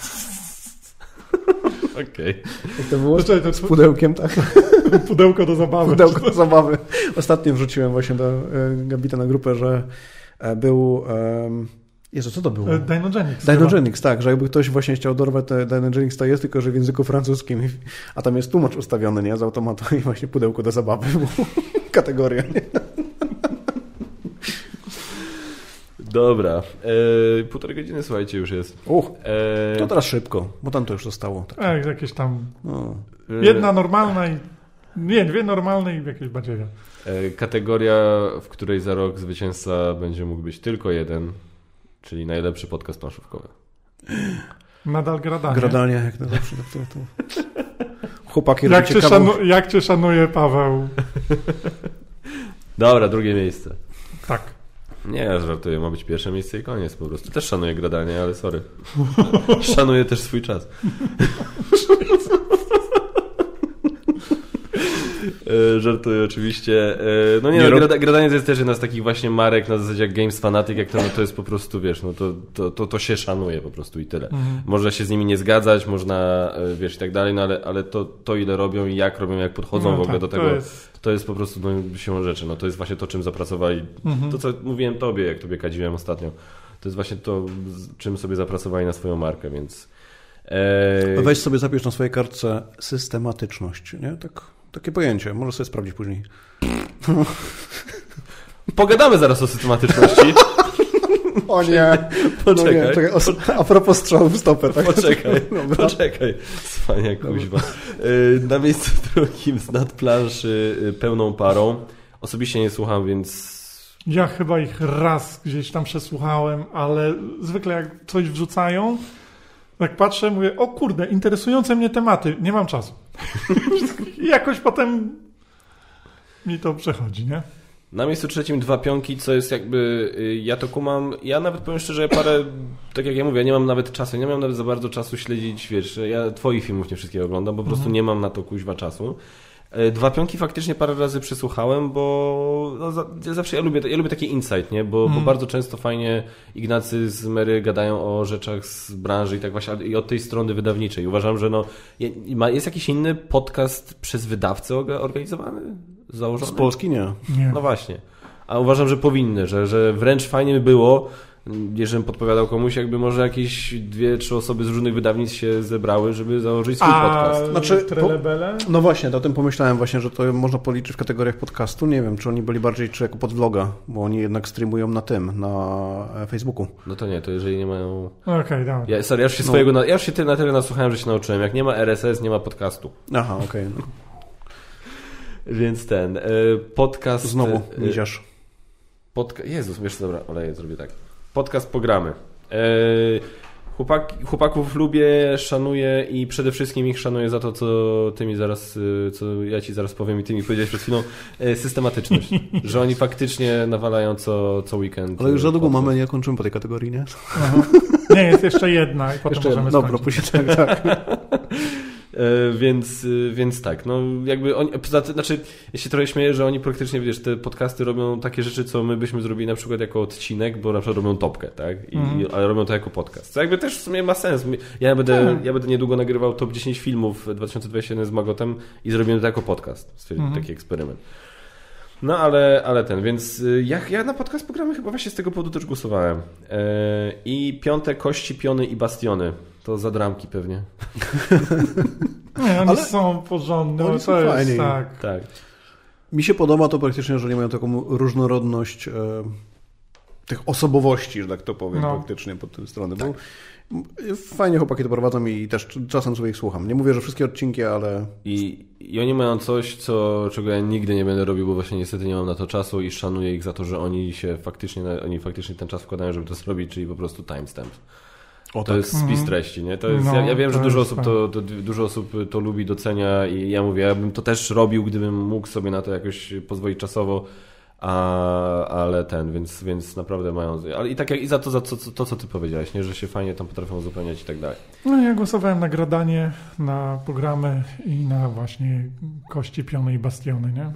Okej. Jak to było? Znaczy, to z pudełkiem, tak? Pudełko do zabawy. Pudełko do zabawy. Ostatnio wrzuciłem właśnie do e, Gambita na grupę, że e, był... E, Jezu, co to było? Dynogenics. Dynogenics, tak, że jakby ktoś właśnie chciał dorwać te Dynogenics, to jest tylko, że w języku francuskim, a tam jest tłumacz ustawiony, nie, z automatu i właśnie pudełko do zabawy, bo kategoria, nie? Dobra. E, półtorej godziny, słuchajcie, już jest. Uch, e... to teraz szybko, bo tam to już zostało. Tak. E, jakieś tam no. jedna normalna i nie, dwie normalne i jakieś badziewie. E, kategoria, w której za rok zwycięzca będzie mógł być tylko jeden, czyli najlepszy podcast planszówkowy. Nadal gradanie. Gradanie, jak najlepszy. To, to, to. Chłopaki, jak, cię szanu, jak cię szanuje Paweł? Dobra, drugie miejsce. Tak. Nie, ja żartuję, ma być pierwsze miejsce i koniec po prostu. Też szanuję gradanie, ale sorry. Szanuję też swój czas. Żartuję oczywiście. No nie, nie no, grada, gradanie to jest też jedna z takich właśnie marek na zasadzie jak Games Fanatic, jak to, no to jest po prostu, wiesz, no to, to, to, to się szanuje po prostu i tyle. Mhm. Można się z nimi nie zgadzać, można, wiesz, i tak dalej, no ale, ale to, to ile robią i jak robią, jak podchodzą no, w ogóle tak, do tego, to jest... to jest po prostu no, siłą rzeczy. No to jest właśnie to, czym zapracowali. Mhm. To, co mówiłem tobie, jak tobie kadziłem ostatnio. To jest właśnie to, czym sobie zapracowali na swoją markę, więc... E... Weź sobie, zapisz na swojej kartce systematyczność, nie? Tak... Takie pojęcie, może sobie sprawdzić później. Pogadamy zaraz o systematyczności. O nie, poczekaj. No nie, czekaj. A propos strzału w stopę. Tak? Poczekaj, poczekaj. Wspaniale, kuźwa. Na miejscu drugim z nadplanszy pełną parą. Osobiście nie słucham, więc... Ja chyba ich raz gdzieś tam przesłuchałem, ale zwykle jak coś wrzucają, tak patrzę, mówię, o kurde, interesujące mnie tematy, nie mam czasu. I jakoś potem mi to przechodzi, nie? Na miejscu trzecim dwa pionki, co jest jakby, ja to kumam, ja nawet powiem szczerze, parę, tak jak ja mówię, ja nie mam nawet czasu, nie mam nawet za bardzo czasu śledzić, wiesz, ja twoich filmów nie wszystkie oglądam, po prostu mhm. nie mam na to kuźwa czasu. Dwa pionki faktycznie parę razy przesłuchałem, bo no, za, zawsze ja lubię, ja lubię taki insight, nie? Bo, mm. bo bardzo często fajnie Ignacy z Mary gadają o rzeczach z branży i tak właśnie i od tej strony wydawniczej. Uważam, że no, jest jakiś inny podcast przez wydawcę organizowany? Założony? Z Polski nie. nie. No właśnie. A uważam, że powinny, że, że wręcz fajnie by było, jeżeli podpowiadał komuś, jakby może jakieś dwie, trzy osoby z różnych wydawnictw się zebrały, żeby założyć swój A, podcast. Znaczy, Trelebele? Po, no właśnie, o tym pomyślałem właśnie, że to można policzyć w kategoriach podcastu. Nie wiem, czy oni byli bardziej czy jako podvloga, bo oni jednak streamują na tym, na Facebooku. No to nie, to jeżeli nie mają... Okej, okay, dobra. Ja, sorry, ja już się no. swojego, ja już się tyle na tyle nasłuchałem, że się nauczyłem. Jak nie ma R S S, nie ma podcastu. Aha, okej. Okay. Więc ten, podcast... Znowu, miziasz. Podca- Jezus, wiesz co, dobra, oleję, zrobię tak. Podcast pogramy. Chłopak, chłopaków lubię, szanuję i przede wszystkim ich szanuję za to, co ty mi zaraz, co ja ci zaraz powiem i ty mi powiedziałeś przed chwilą, systematyczność. Że oni faktycznie nawalają co, co weekend. Ale już za długo mamy, nie kończymy po tej kategorii, nie? Aha. Nie, jest jeszcze jedna i potem jeszcze możemy dobra, później tak, tak. E, więc, więc tak, no jakby oni, znaczy ja się trochę śmieję, że oni praktycznie, wiesz, te podcasty robią takie rzeczy, co my byśmy zrobili na przykład jako odcinek, bo na przykład robią topkę, tak? I, mm. ale robią to jako podcast. Co jakby też w sumie ma sens. Ja będę, mm. ja będę niedługo nagrywał top dziesięć filmów dwa tysiące dwudziesty jeden z Magotem i zrobimy to jako podcast. Stwierdził mm. taki eksperyment. No ale, ale ten, więc ja, ja na podcast pogramy chyba właśnie z tego powodu też głosowałem. E, I piąte kości, piony i bastiony. To za dramki pewnie. Nie, oni ale są porządne. Oni są fajni. Tak. tak. Mi się podoba to praktycznie, że nie mają taką różnorodność e, tych osobowości, że tak to powiem, no. praktycznie pod tym strony. Tak. Bo fajnie chłopaki to prowadzą i też czasem sobie ich słucham. Nie mówię, że wszystkie odcinki, ale... I, i oni mają coś, co, czego ja nigdy nie będę robił, bo właśnie niestety nie mam na to czasu i szanuję ich za to, że oni się faktycznie, oni faktycznie ten czas wkładają, żeby to zrobić, czyli po prostu timestamp. O, to tak. jest spis treści, nie? To jest, no, ja, ja wiem, że dużo osób to, to, dużo osób to lubi, docenia i ja mówię, ja bym to też robił, gdybym mógł sobie na to jakoś pozwolić czasowo, a, ale ten, więc, więc naprawdę mają... Ale i tak jak i za to, za to, to, co ty powiedziałeś, nie? Że się fajnie tam potrafią uzupełniać i tak dalej. No ja głosowałem na gradanie, na programy i na właśnie kości, piony i bastiony, nie?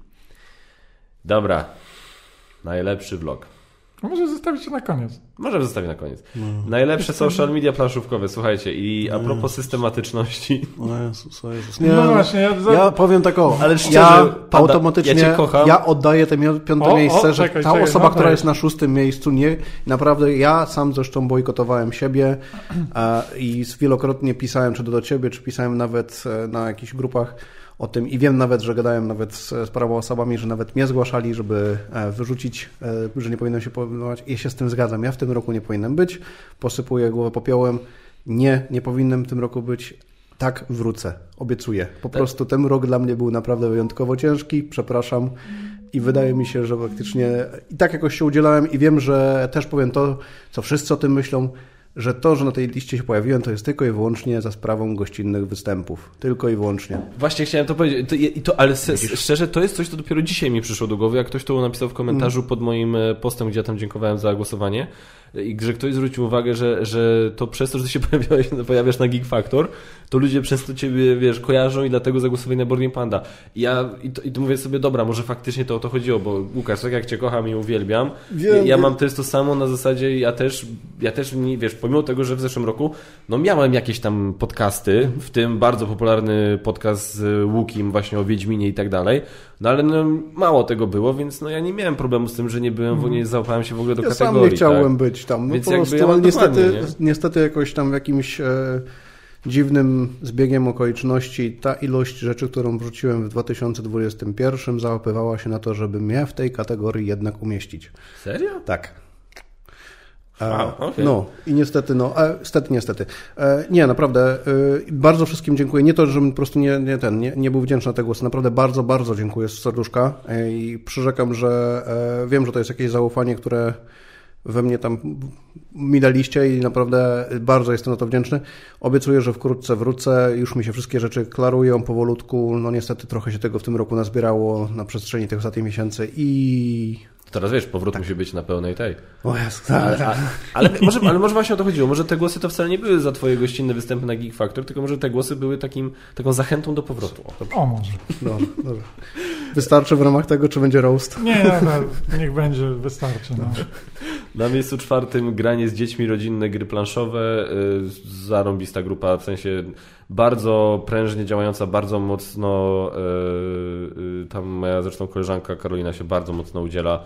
Dobra. Najlepszy vlog. A może zostawić to na koniec. Możemy zostawić na koniec. No. Najlepsze social media planszówkowe, słuchajcie, i a propos Jezus. systematyczności. O Jezus, o Jezus. Nie, no właśnie, ja, za... ja powiem tak o, ale szczerze, ja pada, automatycznie, ja, cię kocham. ja oddaję te piąte o, miejsce, o, że czekaj, ta czekaj, osoba, no, która tak. jest na szóstym miejscu, nie, naprawdę ja sam zresztą bojkotowałem siebie a, i wielokrotnie pisałem, czy to do ciebie, czy pisałem nawet na jakichś grupach o tym i wiem nawet, że gadałem nawet z, z paroma osobami, że nawet mnie zgłaszali, żeby wyrzucić, że nie powinienem się pomalować. I ja się z tym zgadzam. Ja w tym roku nie powinienem być. Posypuję głowę popiołem. Nie, nie powinienem w tym roku być. Tak, wrócę. Obiecuję. Po prostu ten rok dla mnie był naprawdę wyjątkowo ciężki. Przepraszam. I wydaje mi się, że faktycznie i tak jakoś się udzielałem i wiem, że też powiem to, co wszyscy o tym myślą, że to, że na tej liście się pojawiłem, to jest tylko i wyłącznie za sprawą gościnnych występów. Tylko i wyłącznie. Właśnie chciałem to powiedzieć. To, i to, ale se, szczerze, to jest coś, co dopiero dzisiaj mi przyszło do głowy, jak ktoś to napisał w komentarzu mm. pod moim postem, gdzie ja tam dziękowałem za głosowanie. I że ktoś zwrócił uwagę, że, że to przez to, że ty się pojawiałeś, pojawiasz na Geek Factor, to ludzie przez to ciebie, wiesz, kojarzą i dlatego zagłosowali na Board Game Panda. I ja i to, i to mówię sobie, dobra, może faktycznie to o to chodziło, bo Łukasz, tak jak cię kocham i uwielbiam, wiem, ja, ja wiem. mam też to samo na zasadzie, ja też, ja też, wiesz, pomimo tego, że w zeszłym roku, no miałem jakieś tam podcasty, w tym bardzo popularny podcast z Łukim właśnie o Wiedźminie i tak dalej, no ale no, mało tego było, więc no ja nie miałem problemu z tym, że nie byłem, mm. nie załapałem się w ogóle do ja kategorii. Ja sam nie chciałem tak? być tam, no więc po prostu, ja ale niestety, nie? niestety jakoś tam w jakimś e, dziwnym zbiegiem okoliczności ta ilość rzeczy, którą wrzuciłem w dwa tysiące dwudziestym pierwszym załapywała się na to, żeby mnie w tej kategorii jednak umieścić. Serio? Tak. Wow, okay. No i niestety, no, e, niestety, niestety. E, nie, naprawdę, e, bardzo wszystkim dziękuję. Nie to, żebym po prostu nie, nie, ten, nie, nie był wdzięczny na te głosy. Naprawdę bardzo, bardzo dziękuję z serduszka e, i przyrzekam, że e, wiem, że to jest jakieś zaufanie, które we mnie tam mi daliście i naprawdę bardzo jestem na to wdzięczny. Obiecuję, że wkrótce wrócę. Już mi się wszystkie rzeczy klarują powolutku. No niestety trochę się tego w tym roku nazbierało na przestrzeni tych ostatnich miesięcy i... Teraz wiesz, powrót tak. musi być na pełnej tej. O Jezu, ale, ale, ale, może, ale może właśnie o to chodziło. Może te głosy to wcale nie były za twoje gościnne występy na Geek Factor, tylko może te głosy były takim, taką zachętą do powrotu. O, o może. No, dobrze. Wystarczy w ramach tego, czy będzie roast? Nie, no, niech będzie, wystarczy. No. Na miejscu czwartym granie z dziećmi, rodzinne gry planszowe. Zarąbista grupa, w sensie bardzo prężnie działająca, bardzo mocno tam moja zresztą koleżanka Karolina się bardzo mocno udziela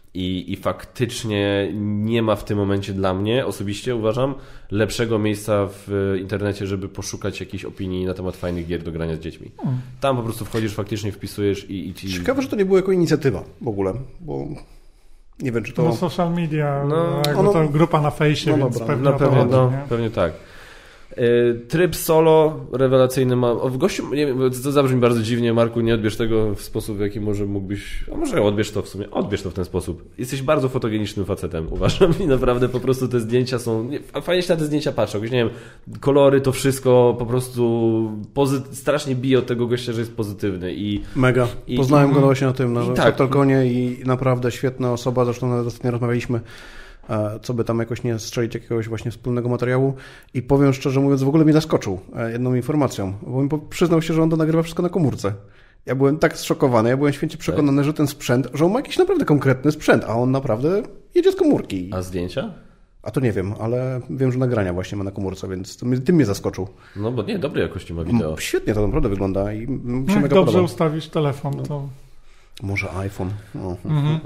I, I faktycznie nie ma w tym momencie dla mnie, osobiście uważam, lepszego miejsca w internecie, żeby poszukać jakiejś opinii na temat fajnych gier do grania z dziećmi. Hmm. Tam po prostu wchodzisz, faktycznie wpisujesz i... i ci... Ciekawe, że to nie było jako inicjatywa w ogóle, bo nie wiem, czy to... No social media, no, jakby ono... to grupa na fejsie, no, więc pewnie, no, pewnie, no, pewnie tak. Tryb solo rewelacyjny ma... O, w gościu, nie wiem, to zabrzmi bardzo dziwnie, Marku, nie odbierz tego w sposób, w jaki może mógłbyś... A może odbierz to w sumie, odbierz to w ten sposób. Jesteś bardzo fotogenicznym facetem, uważam, i naprawdę po prostu te zdjęcia są... Nie, fajnie się na te zdjęcia patrzą, nie wiem, kolory, to wszystko po prostu pozy... strasznie bije od tego gościa, że jest pozytywny i... Mega. I, Poznałem i, go właśnie na tym, na tak. Fatalconie i naprawdę świetna osoba, zresztą nawet ostatnio rozmawialiśmy, co by tam jakoś nie strzelić jakiegoś właśnie wspólnego materiału i powiem szczerze mówiąc, w ogóle mnie zaskoczył jedną informacją, bo mi przyznał się, że on to nagrywa wszystko na komórce. Ja byłem tak zszokowany, ja byłem święcie przekonany, tak. że ten sprzęt, że on ma jakiś naprawdę konkretny sprzęt, a on naprawdę jedzie z komórki. A zdjęcia? A to nie wiem, ale wiem, że nagrania właśnie ma na komórce, więc tym mnie zaskoczył. No bo nie, dobrej jakości ma wideo. Świetnie to naprawdę wygląda i mi się Jak mega dobrze podoba. ustawisz telefon, to... Może iPhone. Mhm.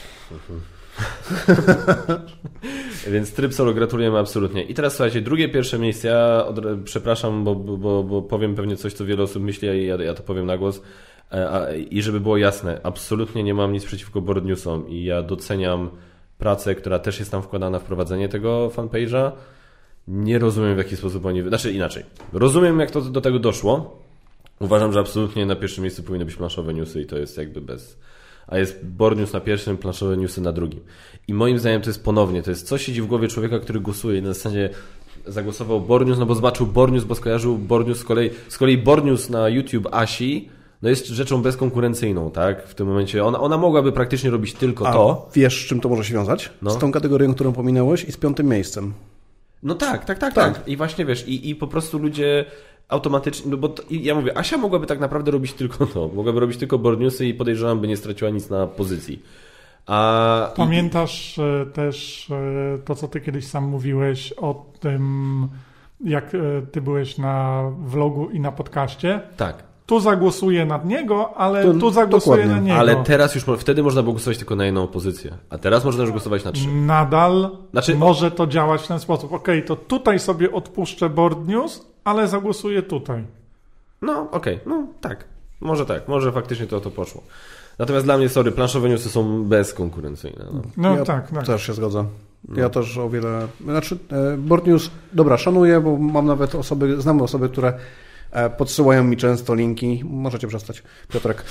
Więc tryb solo gratulujemy absolutnie. I teraz słuchajcie, drugie, pierwsze miejsce. Ja od, przepraszam, bo, bo, bo powiem pewnie coś, co wiele osób myśli, a ja, ja to powiem na głos. A, I żeby było jasne, absolutnie nie mam nic przeciwko Board Newsom i ja doceniam pracę, która też jest tam wkładana w prowadzenie tego fanpage'a. Nie rozumiem, w jaki sposób oni... Znaczy inaczej. Rozumiem, jak to do tego doszło. Uważam, że absolutnie na pierwszym miejscu powinny być planszowe newsy i to jest jakby bez... A jest Board News na pierwszym, planszowe newsy na drugim. I moim zdaniem to jest ponownie, to jest coś siedzi w głowie człowieka, który głosuje i na zasadzie zagłosował Board News, no bo zobaczył Board News, bo skojarzył Board News z kolei, z kolei Board News na YouTube Asi, no jest rzeczą bezkonkurencyjną, tak? W tym momencie ona, ona mogłaby praktycznie robić tylko A to. Wiesz, z czym to może się wiązać? No. Z tą kategorią, którą pominąłeś i z piątym miejscem. No tak, tak, tak, tak. tak. I właśnie wiesz, i, i po prostu ludzie automatycznie, no bo to, ja mówię, Asia mogłaby tak naprawdę robić tylko to, mogłaby robić tylko Board Newsy i podejrzewam, by nie straciła nic na pozycji. A... Pamiętasz i... też to, co ty kiedyś sam mówiłeś o tym, jak ty byłeś na vlogu i na podcaście? Tak. Tu zagłosuję nad niego, ale to, tu zagłosuję dokładnie. na niego. Ale teraz już, wtedy można było głosować tylko na jedną pozycję, a teraz można już głosować na trzy. Nadal znaczy... może to działać w ten sposób. Okej, okay, to tutaj sobie odpuszczę Board News, ale zagłosuję tutaj. No, okej, okay. no tak. Może tak, może faktycznie to o to poszło. Natomiast dla mnie, sorry, planszowe newsy są bezkonkurencyjne. No, no ja tak, tak. też się zgodzę. No. Ja też o wiele... Znaczy, Board News, dobra, szanuję, bo mam nawet osoby, znam osoby, które podsyłają mi często linki. Możecie przestać, Piotrek.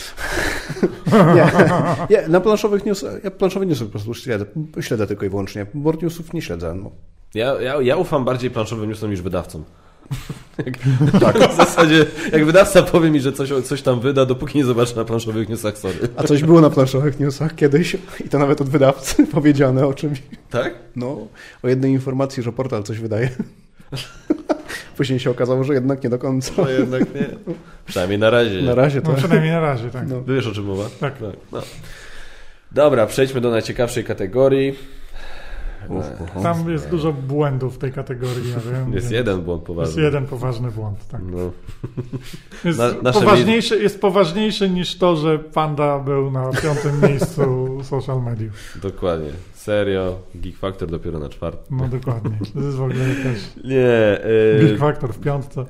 nie, nie, na planszowych news, ja planszowe newsy po prostu śledzę, śledzę tylko i wyłącznie. Board Newsów nie śledzę. No. Ja, ja, ja ufam bardziej planszowym newsom niż wydawcom. Jak, tak, w zasadzie jak wydawca powie mi, że coś, coś tam wyda, dopóki nie zobaczę na planszowych newsach, sorry. A coś było na planszowych newsach kiedyś i to nawet od wydawcy powiedziane o czymś. Tak? No, o jednej informacji, że portal coś wydaje. Później się okazało, że jednak nie do końca. No jednak nie. Przynajmniej na razie. Na razie to. No, przynajmniej na razie, tak. No. Wiesz, o czym mowa? Tak. tak. No. Dobra, przejdźmy do najciekawszej kategorii. Uf, uf, Tam jest dużo błędów w tej kategorii. Ja wiem, jest jeden błąd poważny. Jest jeden poważny błąd, tak. No. Jest, na, poważniejszy, jest poważniejszy niż to, że Panda był na piątym miejscu social mediów. Dokładnie. Serio. Geek Factor dopiero na czwartym. No dokładnie. To jest w ogóle jakaś... Nie. Y... Geek Factor w piątce.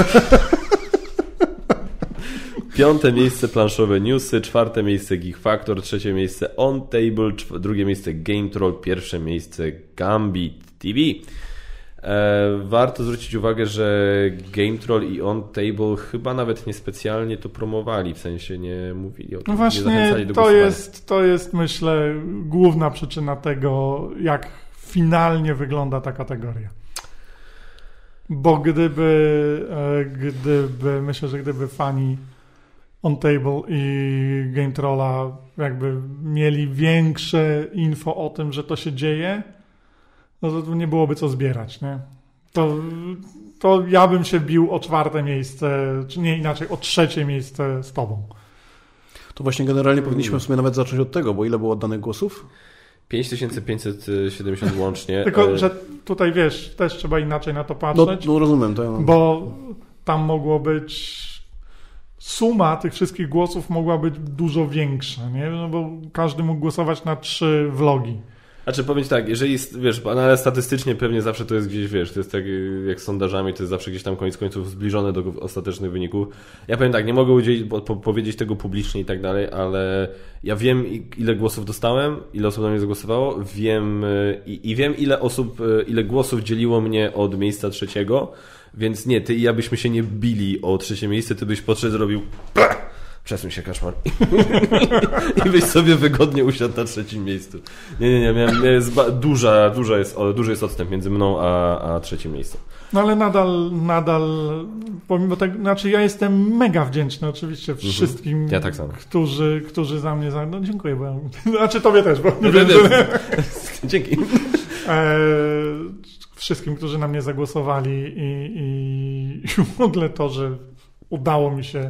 Piąte miejsce planszowe newsy, czwarte miejsce Geek Factor, trzecie miejsce On Table, drugie miejsce Game Troll, pierwsze miejsce Gambit T V. E, warto zwrócić uwagę, że Game Troll i On Table chyba nawet niespecjalnie to promowali, w sensie nie mówili o tym, no właśnie, nie zachęcali do to głosowania. jest, to jest myślę główna przyczyna tego, jak finalnie wygląda ta kategoria. Bo gdyby, gdyby myślę, że gdyby fani On Table i Game Trolla jakby mieli większe info o tym, że to się dzieje, no to nie byłoby co zbierać, nie? To, to ja bym się bił o czwarte miejsce, czy nie inaczej, o trzecie miejsce z tobą. To właśnie generalnie powinniśmy w sumie nawet zacząć od tego, bo ile było oddanych głosów? pięć tysięcy pięćset siedemdziesiąt łącznie. Tylko, że tutaj wiesz, też trzeba inaczej na to patrzeć. No, no rozumiem. To ja... Bo tam mogło być suma tych wszystkich głosów mogła być dużo większa, nie? No bo każdy mógł głosować na trzy vlogi. Znaczy powiem ci tak, jeżeli, wiesz, no ale statystycznie pewnie zawsze to jest gdzieś, wiesz, to jest tak jak z sondażami, to jest zawsze gdzieś tam koniec końców zbliżone do ostatecznych wyników. Ja powiem tak, nie mogę udzielić, po, powiedzieć tego publicznie i tak dalej, ale ja wiem, ile głosów dostałem, ile osób na mnie zagłosowało, wiem i, i wiem, ile osób, ile głosów dzieliło mnie od miejsca trzeciego, więc nie, ty i ja byśmy się nie bili o trzecie miejsce, ty byś podszedł, zrobił przesuń się, Kaszmar. I byś sobie wygodnie usiadł na trzecim miejscu. Nie, nie, nie. Miałem, jest ba- duża, duża jest, o, duży jest odstęp między mną a, a trzecim miejscem. No ale nadal, nadal, pomimo tego, znaczy ja jestem mega wdzięczny oczywiście wszystkim, mhm. ja tak samo. Którzy, którzy za mnie, za... no dziękuję, bo znaczy tobie też, bo nie wiem, że... Dzięki. E, wszystkim, którzy na mnie zagłosowali i, i w ogóle to, że udało mi się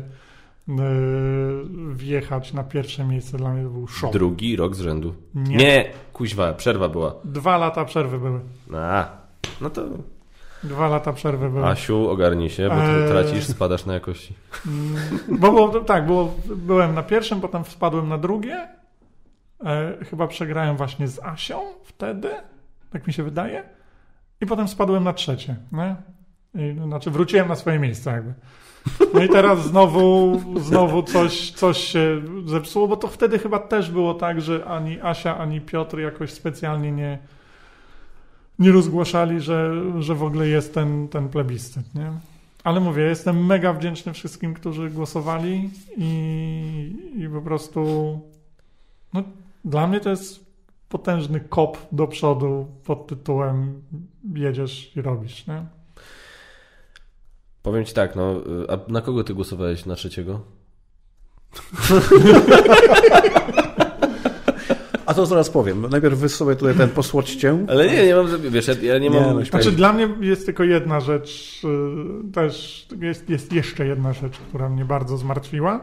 wjechać na pierwsze miejsce, dla mnie to był szok. Drugi rok z rzędu. Nie, Nie kuźwa, przerwa była. Dwa lata przerwy były. A, no to... Dwa lata przerwy były. Asiu, ogarnij się, bo eee... tracisz, spadasz na jakości. Bo, bo tak, było, byłem na pierwszym, potem spadłem na drugie. E, chyba przegrałem właśnie z Asią wtedy, tak mi się wydaje. I potem spadłem na trzecie. Nie? I, znaczy wróciłem na swoje miejsce jakby. No i teraz znowu, znowu coś, coś się zepsuło, bo to wtedy chyba też było tak, że ani Asia, ani Piotr jakoś specjalnie nie, nie rozgłaszali, że, że w ogóle jest ten, ten plebiscyt, nie? Ale mówię, jestem mega wdzięczny wszystkim, którzy głosowali i, i po prostu no, dla mnie to jest potężny kop do przodu pod tytułem jedziesz i robisz, nie? Powiem ci tak, no, a na kogo ty głosowałeś na trzeciego? A to zaraz powiem. Najpierw wy sobie tutaj ten posłodźcie. Ale nie, nie mam, wiesz, ja, ja nie, nie mam... No, znaczy dla mnie jest tylko jedna rzecz, też jest, jest jeszcze jedna rzecz, która mnie bardzo zmartwiła,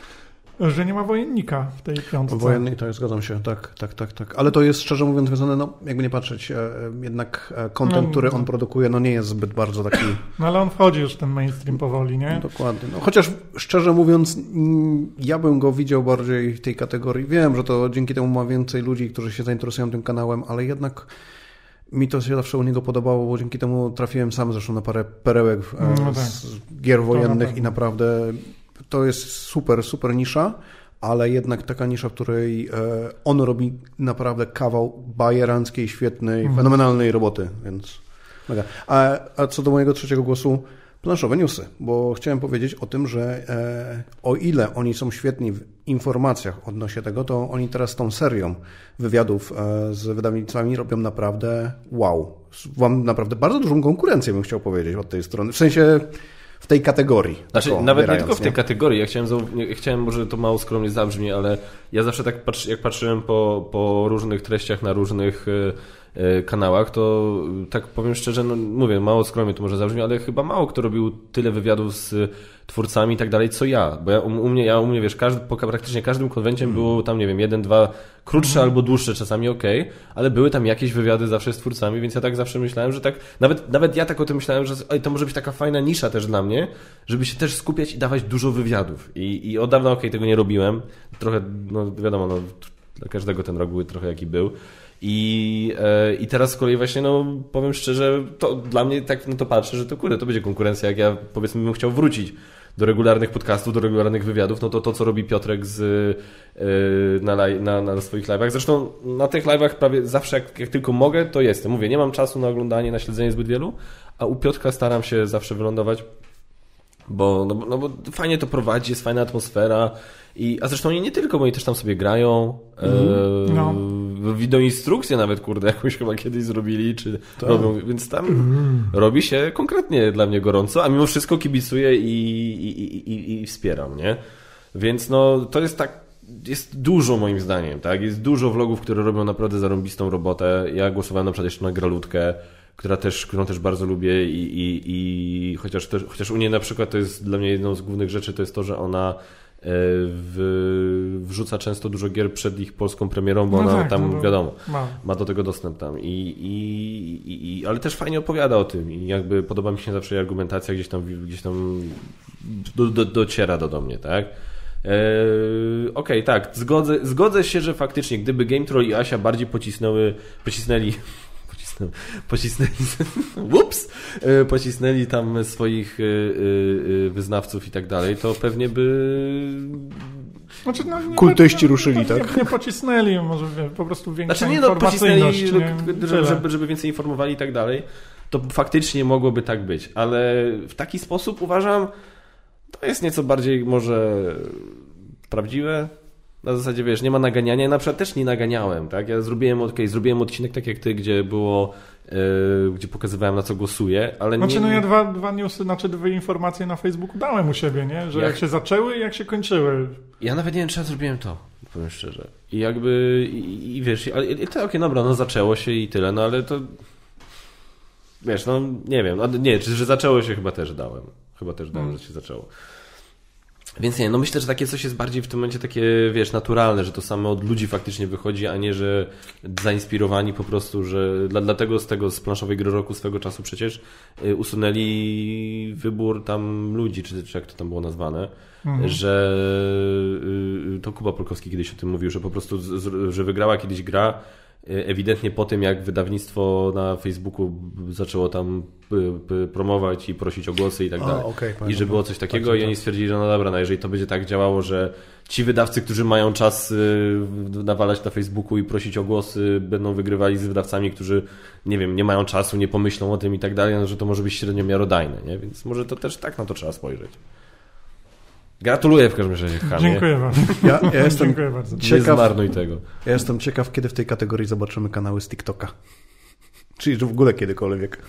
że nie ma wojennika w tej piątce. Wojennik, to jest, zgadzam się, tak, tak, tak, tak. Ale to jest szczerze mówiąc związane, no jakby nie patrzeć, jednak content, no, który on produkuje, no nie jest zbyt bardzo taki... No ale on wchodzi już w ten mainstream powoli, nie? Dokładnie. No, chociaż szczerze mówiąc, ja bym go widział bardziej w tej kategorii. Wiem, że to dzięki temu ma więcej ludzi, którzy się zainteresują tym kanałem, ale jednak mi to się zawsze u niego podobało, bo dzięki temu trafiłem sam zresztą na parę perełek no tak. z gier wojennych na i naprawdę... To jest super, super nisza, ale jednak taka nisza, w której on robi naprawdę kawał bajeranckiej, świetnej, mhm. fenomenalnej roboty, więc mega. A, a co do mojego trzeciego głosu, planszowe newsy, bo chciałem powiedzieć o tym, że e, o ile oni są świetni w informacjach odnośnie tego, to oni teraz tą serią wywiadów e, z wydawnictwami robią naprawdę wow. Mam naprawdę bardzo dużą konkurencję, bym chciał powiedzieć, od tej strony. W sensie... w tej kategorii. Znaczy, nawet wybierając, nie tylko w tej nie? kategorii. Ja chciałem, ja chciałem, może to mało skromnie zabrzmi, ale ja zawsze tak patrz, jak patrzyłem po, po różnych treściach na różnych y, y, kanałach, to tak powiem szczerze, no mówię, mało skromnie to może zabrzmi, ale chyba mało kto robił tyle wywiadów z twórcami i tak dalej, co ja. Bo ja u, u mnie, ja u mnie, wiesz, każdy, po praktycznie każdym konwenciem hmm. było tam, nie wiem, jeden, dwa krótsze hmm. albo dłuższe, czasami okej, okay, ale były tam jakieś wywiady zawsze z twórcami, więc ja tak zawsze myślałem, że tak, nawet, nawet ja tak o tym myślałem, że oj, to może być taka fajna nisza też dla mnie, żeby się też skupiać i dawać dużo wywiadów. I, i od dawna okej, okay, tego nie robiłem. Trochę, no wiadomo, no, dla każdego ten rok był trochę jaki był. I, e, I teraz z kolei właśnie, no powiem szczerze, to dla mnie tak, no to patrzę, że to kurde, to będzie konkurencja, jak ja powiedzmy bym chciał wrócić do regularnych podcastów, do regularnych wywiadów, no to to, co robi Piotrek z, yy, na, na, na swoich live'ach. Zresztą na tych live'ach prawie zawsze, jak, jak tylko mogę, to jestem. Mówię, nie mam czasu na oglądanie, na śledzenie zbyt wielu, a u Piotrka staram się zawsze wylądować, bo, no, no bo fajnie to prowadzi, jest fajna atmosfera. I, a zresztą nie, nie tylko, bo oni też tam sobie grają. Mm, e, no. Wideoinstrukcję nawet, kurde, jakąś chyba kiedyś zrobili, czy tak. robią, więc tam mm. robi się konkretnie dla mnie gorąco, a mimo wszystko kibicuję i, i, i, i wspieram, nie? Więc no, to jest tak, jest dużo moim zdaniem, tak? Jest dużo vlogów, które robią naprawdę zarąbistą robotę. Ja głosowałem na przykład jeszcze na Gralutkę, która też, którą też bardzo lubię i, i, i chociaż, też, chociaż u niej na przykład to jest dla mnie jedną z głównych rzeczy, to jest to, że ona w, wrzuca często dużo gier przed ich polską premierą, bo no ona tak, tam, no wiadomo, ma. ma do tego dostęp tam. I, i, i, ale też fajnie opowiada o tym i jakby podoba mi się zawsze jej argumentacja, gdzieś tam, gdzieś tam do, do, dociera do, do mnie, tak? Eee, Okej, okay, tak, zgodzę, zgodzę się, że faktycznie gdyby Game Troll i Asia bardziej pocisnęły, pocisnęli pocisnęli, pocisnęli ups, pocisnęli tam swoich wyznawców i tak dalej, to pewnie by znaczy, no, nie, kultyści nie, ruszyli, nie, tak? Nie, nie pocisnęli, może po prostu większa znaczy, nie, no, informacyjność. Pocisnęli, nie, żeby, żeby więcej informowali i tak dalej, to faktycznie mogłoby tak być, ale w taki sposób uważam, to jest nieco bardziej może prawdziwe. Na zasadzie, wiesz, nie ma naganiania. Ja na przykład też nie naganiałem, tak? Ja zrobiłem, okay, zrobiłem odcinek tak jak ty, gdzie było, yy, gdzie pokazywałem, na co głosuję, ale znaczy, nie... no ja dwa, dwa newsy, znaczy dwie informacje na Facebooku dałem u siebie, nie? Że jak, jak się zaczęły i jak się kończyły. Ja nawet nie wiem, czy ja zrobiłem to, powiem szczerze. I jakby, i, i wiesz, ale i to okej, okay, dobra, no zaczęło się i tyle, no ale to... Wiesz, no nie wiem, no, nie, czy że zaczęło się chyba też dałem. Chyba też dałem, hmm. że się zaczęło. Więc nie, no myślę, że takie coś jest bardziej w tym momencie takie, wiesz, naturalne, że to samo od ludzi faktycznie wychodzi, a nie, że zainspirowani po prostu, że dla, dlatego z tego, z planszowej gry roku swego czasu przecież y, usunęli wybór tam ludzi, czy, czy jak to tam było nazwane, mhm. że y, to Kuba Polkowski kiedyś o tym mówił, że po prostu, z, że wygrała kiedyś gra ewidentnie po tym, jak wydawnictwo na Facebooku zaczęło tam promować i prosić o głosy i tak dalej. Okay, I że było coś takiego tak, i oni stwierdzili, że no dobra, no jeżeli to będzie tak działało, że ci wydawcy, którzy mają czas nawalać na Facebooku i prosić o głosy, będą wygrywali z wydawcami, którzy, nie wiem, nie mają czasu, nie pomyślą o tym i tak dalej, no, że to może być średnio miarodajne, nie? Więc może to też tak na to trzeba spojrzeć. Gratuluję w każdym razie, Chamie. Dziękuję bardzo. Ja, ja jestem Dziękuję bardzo. Ciekaw, nie zmarnuj tego. Ja jestem ciekaw, kiedy w tej kategorii zobaczymy kanały z TikToka. Czyli że w ogóle kiedykolwiek.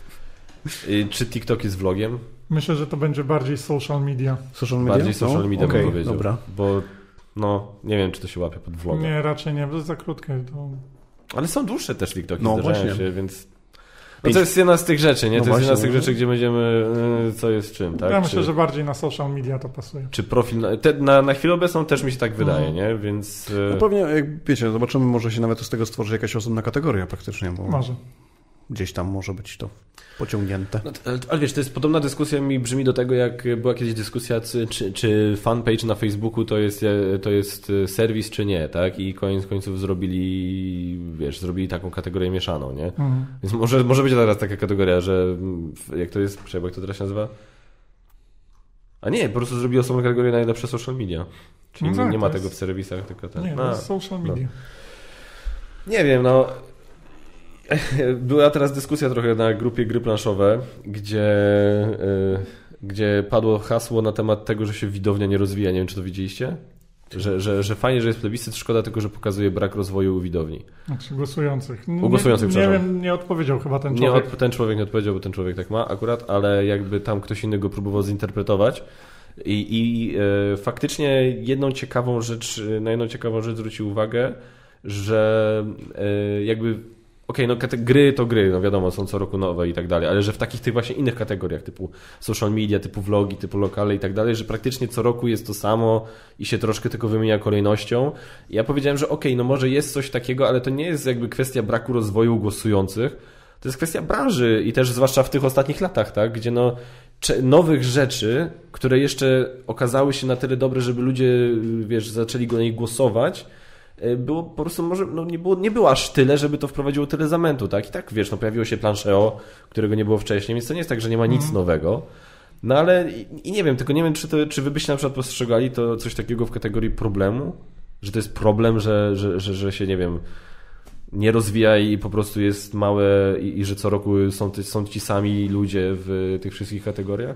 Czy TikTok jest vlogiem? Myślę, że to będzie bardziej social media. Social media? Bardziej social media, no? Bym okay, powiedział. Dobra. Bo no, nie wiem, czy to się łapie pod vlogiem. Nie, raczej nie, to jest za krótkie. To... Ale są dłuższe też TikToki, no, zdarzają właśnie. się, więc... No to jest jedna z tych rzeczy, nie? No to jest właśnie, jedna z tych no. rzeczy, gdzie będziemy, co jest czym, tak? Ja myślę, czy, że bardziej na social media to pasuje. Czy profil, na, te, na, na chwilę obecną też mi się tak wydaje, nie? Więc... No pewnie, jak wiecie, zobaczymy, może się nawet z tego stworzy jakaś osobna kategoria praktycznie, bo może. Gdzieś tam może być to pociągnięte. No, ale, ale wiesz, to jest podobna dyskusja, mi brzmi do tego, jak była kiedyś dyskusja, czy, czy fanpage na Facebooku to jest, to jest serwis, czy nie, tak? I koniec końców zrobili, wiesz, zrobili taką kategorię mieszaną, nie? Mhm. Więc może, może być teraz taka kategoria, że jak to jest, jak to teraz się nazywa? A nie, po prostu zrobili osobną kategorię najlepsze social media. Czyli no tak, nie ma tego jest... w serwisach, tylko ten... Nie, to jest social media. No. Nie wiem, no... Była teraz dyskusja trochę na grupie Gry Planszowe, gdzie, yy, gdzie padło hasło na temat tego, że się widownia nie rozwija. Nie wiem, czy to widzieliście? Że, że, że fajnie, że jest plebiscyt, szkoda tylko, że pokazuje brak rozwoju u widowni. Znaczy głosujących. U głosujących, nie, nie wiem, nie odpowiedział chyba ten człowiek. Nie, ten człowiek nie odpowiedział, bo ten człowiek tak ma akurat, ale jakby tam ktoś inny go próbował zinterpretować. I, i yy, faktycznie jedną ciekawą rzecz, na jedną ciekawą rzecz zwrócił uwagę, że yy, jakby Okej, okay, no gry to gry, no wiadomo, są co roku nowe i tak dalej, ale że w takich tych właśnie innych kategoriach, typu social media, typu vlogi, typu lokale i tak dalej, że praktycznie co roku jest to samo i się troszkę tylko wymienia kolejnością. I ja powiedziałem, że okej, okay, no może jest coś takiego, ale to nie jest jakby kwestia braku rozwoju głosujących, to jest kwestia branży i też zwłaszcza w tych ostatnich latach, tak, gdzie no nowych rzeczy, które jeszcze okazały się na tyle dobre, żeby ludzie, wiesz, zaczęli na nich głosować, było po prostu może, no nie było, nie było aż tyle, żeby to wprowadziło tyle zamętu, tak? I tak, wiesz, no pojawiło się Plancheo, którego nie było wcześniej, więc to nie jest tak, że nie ma nic mm. nowego. No ale i, i nie wiem, tylko nie wiem, czy, to, czy wy byście na przykład postrzegali to coś takiego w kategorii problemu, że to jest problem, że, że, że, że się, nie wiem, nie rozwija i po prostu jest małe i, i że co roku są, są ci sami ludzie w tych wszystkich kategoriach?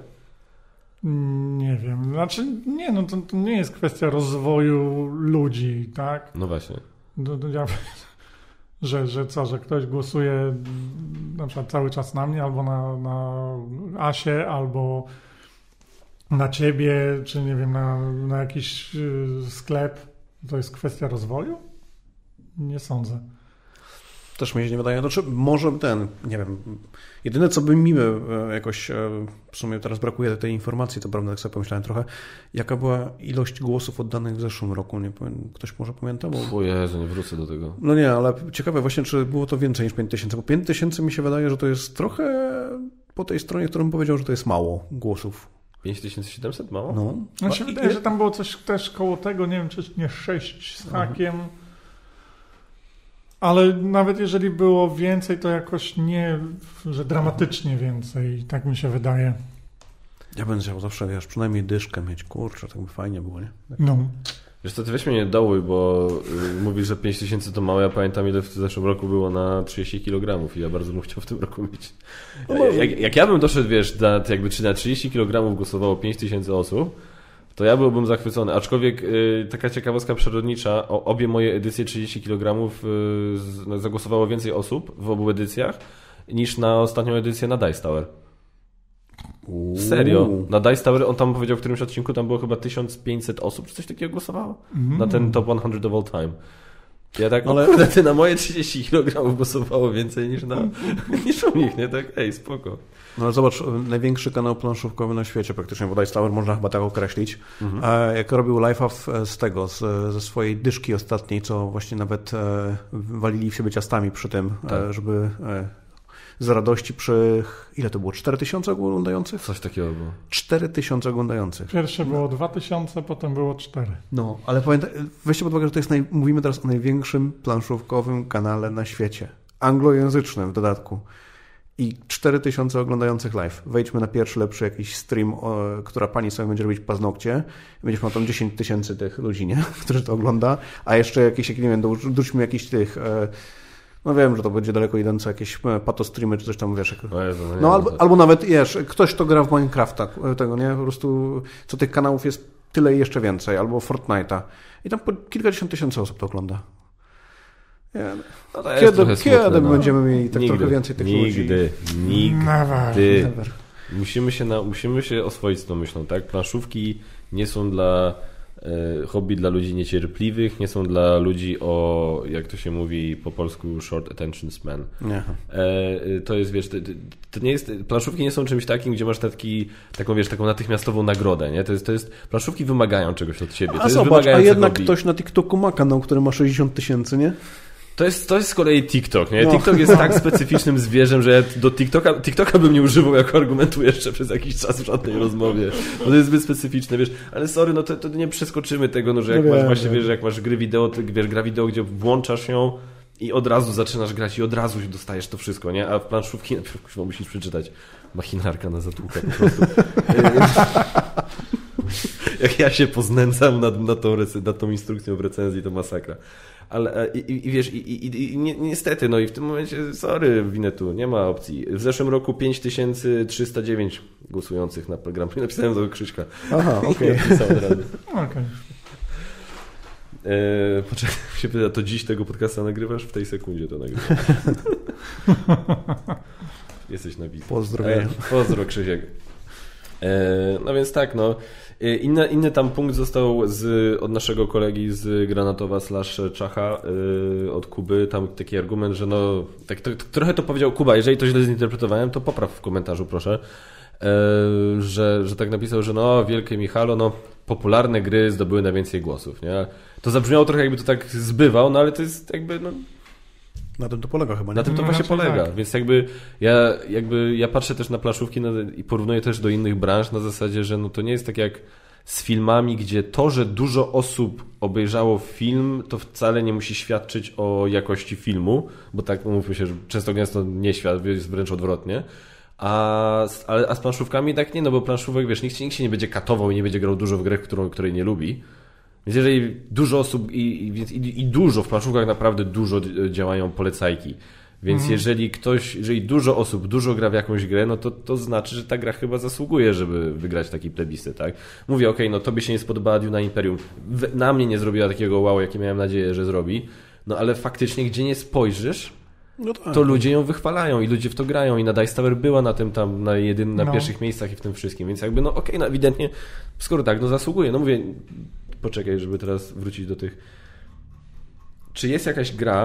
Nie wiem, znaczy nie, no to, to nie jest kwestia rozwoju ludzi, tak? No właśnie. Do, do, ja, że, że co, że ktoś głosuje na przykład cały czas na mnie, albo na, na Asię, albo na ciebie, czy nie wiem, na, na jakiś sklep, to jest kwestia rozwoju? Nie sądzę. Też mi się nie wydaje. Znaczy, może ten, nie wiem, jedyne co by mi jakoś, w sumie teraz brakuje tej informacji, to prawda, tak sobie pomyślałem trochę, jaka była ilość głosów oddanych w zeszłym roku, nie powiem, ktoś może pamięta? Bo... O Jezu, nie wrócę do tego. No nie, ale ciekawe właśnie, czy było to więcej niż pięć tysięcy, bo pięć tysięcy mi się wydaje, że to jest trochę po tej stronie, którą powiedział, że to jest mało głosów. pięć tysięcy siedemset mało? No. No się wydaje, że tam było coś też koło tego, nie wiem, czy nie sześć z hakiem. Ale nawet jeżeli było więcej, to jakoś nie, że dramatycznie więcej, tak mi się wydaje. Ja bym chciał zawsze, wiesz, przynajmniej dyszkę mieć, kurczę, tak by fajnie było, nie? No. Wiesz co, ty weź mnie nie dołuj, bo y, mówisz, że pięć tysięcy to mało, ja pamiętam ile w zeszłym roku było na trzydzieści kilogramów i ja bardzo bym chciał w tym roku mieć. No jak, jak ja bym doszedł, wiesz, na, jakby czy na trzydzieści kilogramów głosowało pięć tysięcy osób, to ja byłbym zachwycony. Aczkolwiek y, taka ciekawostka przyrodnicza, o, obie moje edycje trzydzieści kilogramów y, z, zagłosowało więcej osób w obu edycjach niż na ostatnią edycję na Dice Tower. Uuu. Serio. Na Dice Tower, on tam powiedział w którymś odcinku, tam było chyba tysiąc pięćset osób, czy coś takiego głosowało? Mm. Na ten top sto of all time. Ja tak, ale kurde, ty na moje trzydzieści kilogramów głosowało więcej niż na niż u nich, nie? Tak, ej, spoko. No ale zobacz, największy kanał planszówkowy na świecie praktycznie, bo Dice Tower można chyba tak określić. Mhm. A jak robił live'a z tego, z, ze swojej dyszki ostatniej, co właśnie nawet e, walili w siebie ciastami przy tym, tak. e, żeby... E, z radości przy... Ile to było? cztery tysiące oglądających? Coś takiego było. cztery tysiące oglądających. Pierwsze było dwa tysiące, potem było cztery. No, ale pamiętaj, weźcie pod uwagę, że to jest naj... mówimy teraz o największym planszówkowym kanale na świecie. Anglojęzycznym w dodatku. I cztery tysiące oglądających live. Wejdźmy na pierwszy lepszy jakiś stream, o, która pani sobie będzie robić paznokcie. Będziesz miał tam dziesięć tysięcy tych ludzi, nie? Którzy to ogląda. A jeszcze jakieś, jak nie wiem, dorzućmy jakiś tych... E... No wiem, że to będzie daleko idące jakieś patostreamy czy coś tam, wiesz. Jak... No, Jezu, no, no albo, albo nawet, wiesz, ktoś, kto gra w Minecrafta, tego, nie? Po prostu, co tych kanałów jest tyle i jeszcze więcej, albo Fortnite'a. I tam po kilkadziesiąt tysięcy osób to ogląda. Nie, no to kiedy kiedy smutne, no. będziemy mieli tak nigdy, trochę więcej tych nigdy, ludzi? Nigdy, nigdy. Never. Musimy się, na, musimy się oswoić z tą myślą, tak? Planszówki nie są dla... hobby dla ludzi niecierpliwych, nie są dla ludzi o, jak to się mówi po polsku, short attention span. Nie. To jest, wiesz, to, to nie jest, planszówki nie są czymś takim, gdzie masz taki, taką, wiesz, taką natychmiastową nagrodę, nie? To jest, to jest, planszówki wymagają czegoś od ciebie. To a jest zobacz, a jednak hobby. Ktoś na TikToku ma kanał, który ma sześćdziesiąt tysięcy, nie? To jest, to jest z kolei TikTok, nie? No. TikTok jest tak specyficznym zwierzem, że ja do TikToka, TikToka bym nie używał jako argumentu jeszcze przez jakiś czas w żadnej rozmowie, bo to jest zbyt specyficzne, wiesz, ale sorry, no to, to nie przeskoczymy tego, no, że jak no masz wiem, właśnie, wiem. wiesz, jak masz gry wideo, to wiesz, gra wideo, gdzie włączasz ją i od razu zaczynasz grać i od razu dostajesz to wszystko, nie? A w planszówki na przykład musisz przeczytać machinarka na zatłukę po prostu. Jak ja się poznęcam nad, nad, tą, nad tą instrukcją w recenzji, to masakra. Ale i, i wiesz, i, i, i ni, niestety, no i w tym momencie, sorry, Winetu, nie ma opcji. W zeszłym roku pięć tysięcy trzysta dziewięć głosujących na program. Napisałem do Krzyśka. Aha, okej. Okay. okay. e, poczekaj, się pyta, to dziś tego podcasta nagrywasz? W tej sekundzie to nagrywam. Jesteś na wizji. Pozdrowienia. E, pozdro, Krzysiek. E, no więc tak, no. Inny, inny tam punkt został z, od naszego kolegi z Granatowa slash Czacha yy, od Kuby, tam taki argument, że no tak, to, to, trochę to powiedział Kuba, jeżeli to źle zinterpretowałem, to popraw w komentarzu proszę, yy, że, że tak napisał, że no wielkie Michalo, no popularne gry zdobyły najwięcej głosów, nie? To zabrzmiało trochę jakby to tak zbywał, no ale to jest jakby no na tym to polega chyba. Nie? Na tym to właśnie polega, tak. Więc jakby ja, jakby ja patrzę też na planszówki na, i porównuję też do innych branż na zasadzie, że no to nie jest tak jak z filmami, gdzie to, że dużo osób obejrzało film, to wcale nie musi świadczyć o jakości filmu, bo tak mówmy się, że często gęsto nie świadczy, jest wręcz odwrotnie. A, a, a z planszówkami tak nie, no bo planszówek, wiesz, nikt, nikt się nie będzie katował i nie będzie grał dużo w grę, którą, której nie lubi. Więc jeżeli dużo osób i, i, i dużo w planszówkach naprawdę dużo działają polecajki. Więc mhm. jeżeli ktoś, jeżeli dużo osób dużo gra w jakąś grę, no to to znaczy, że ta gra chyba zasługuje, żeby wygrać taki plebiscyt, tak? Mówię, okej, okay, no tobie się nie spodobała Duna Imperium. Na mnie nie zrobiła takiego wow, jakie miałem nadzieję, że zrobi. No ale faktycznie, gdzie nie spojrzysz, no tak. to ludzie ją wychwalają i ludzie w to grają i na Dice Tower była na tym tam, na jedyn, na no. pierwszych miejscach i w tym wszystkim. Więc jakby, no okej, okay, no ewidentnie, skoro tak, no zasługuje. No mówię, poczekaj, żeby teraz wrócić do tych. Czy jest jakaś gra,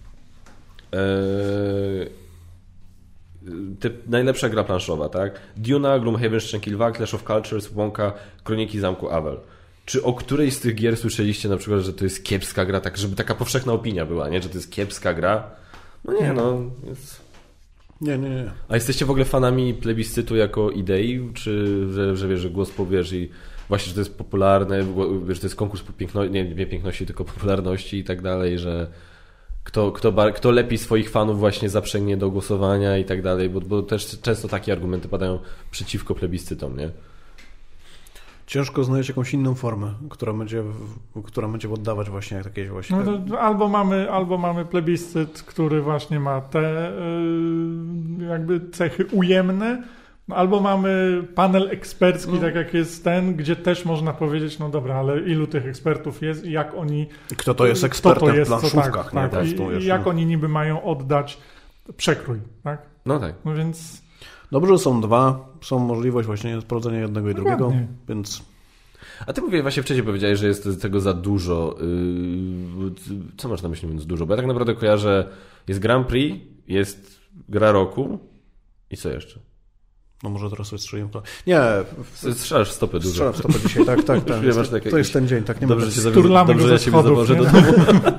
Eee, typ, najlepsza gra planszowa, tak? Duna, Gloomhaven, Szczękilwa, Clash of Cultures, Wonka, Kroniki Zamku Avel. Czy o której z tych gier słyszeliście na przykład, że to jest kiepska gra, tak żeby taka powszechna opinia była, nie? Że to jest kiepska gra? No nie, no. Jest... Nie, nie, nie. A jesteście w ogóle fanami plebiscytu jako idei? Czy że, że wiesz, że głos powiesz i właśnie, że to jest popularne, wiesz, że to jest konkurs piękności, nie, nie piękności, tylko popularności i tak dalej, że kto, kto, kto lepiej swoich fanów właśnie zaprzęgnie do głosowania i tak dalej, bo, bo też często takie argumenty padają przeciwko plebiscytom, nie? Ciężko znaleźć jakąś inną formę, która będzie, która będzie oddawać właśnie jak jakieś właśnie... No to albo mamy, albo mamy plebiscyt, który właśnie ma te yy, jakby cechy ujemne, albo mamy panel ekspercki, no. tak jak jest ten, gdzie też można powiedzieć, no dobra, ale ilu tych ekspertów jest i jak oni... Kto to jest ekspertem to jest, w planszówkach. Co, tak, tak, i, i jak oni niby mają oddać przekrój, tak? No tak. No więc... Dobrze, że są dwa, są możliwość właśnie sprawdzenia jednego i no drugiego, ładnie. więc... A ty mówię, właśnie wcześniej powiedziałeś, że jest tego za dużo. Co masz na myśli mówiąc dużo? Bo ja tak naprawdę kojarzę, jest Grand Prix, jest gra roku i co jeszcze? No może teraz sobie strzeliłem to. Nie. Strzelasz w stopę dużo. Strzelam w stopę dzisiaj, tak, tak. tak. Masz takie, to jest ten dzień, tak. Nie dobrze, ma cię zawiozę, dobrze ja ciebie zawożę do domu.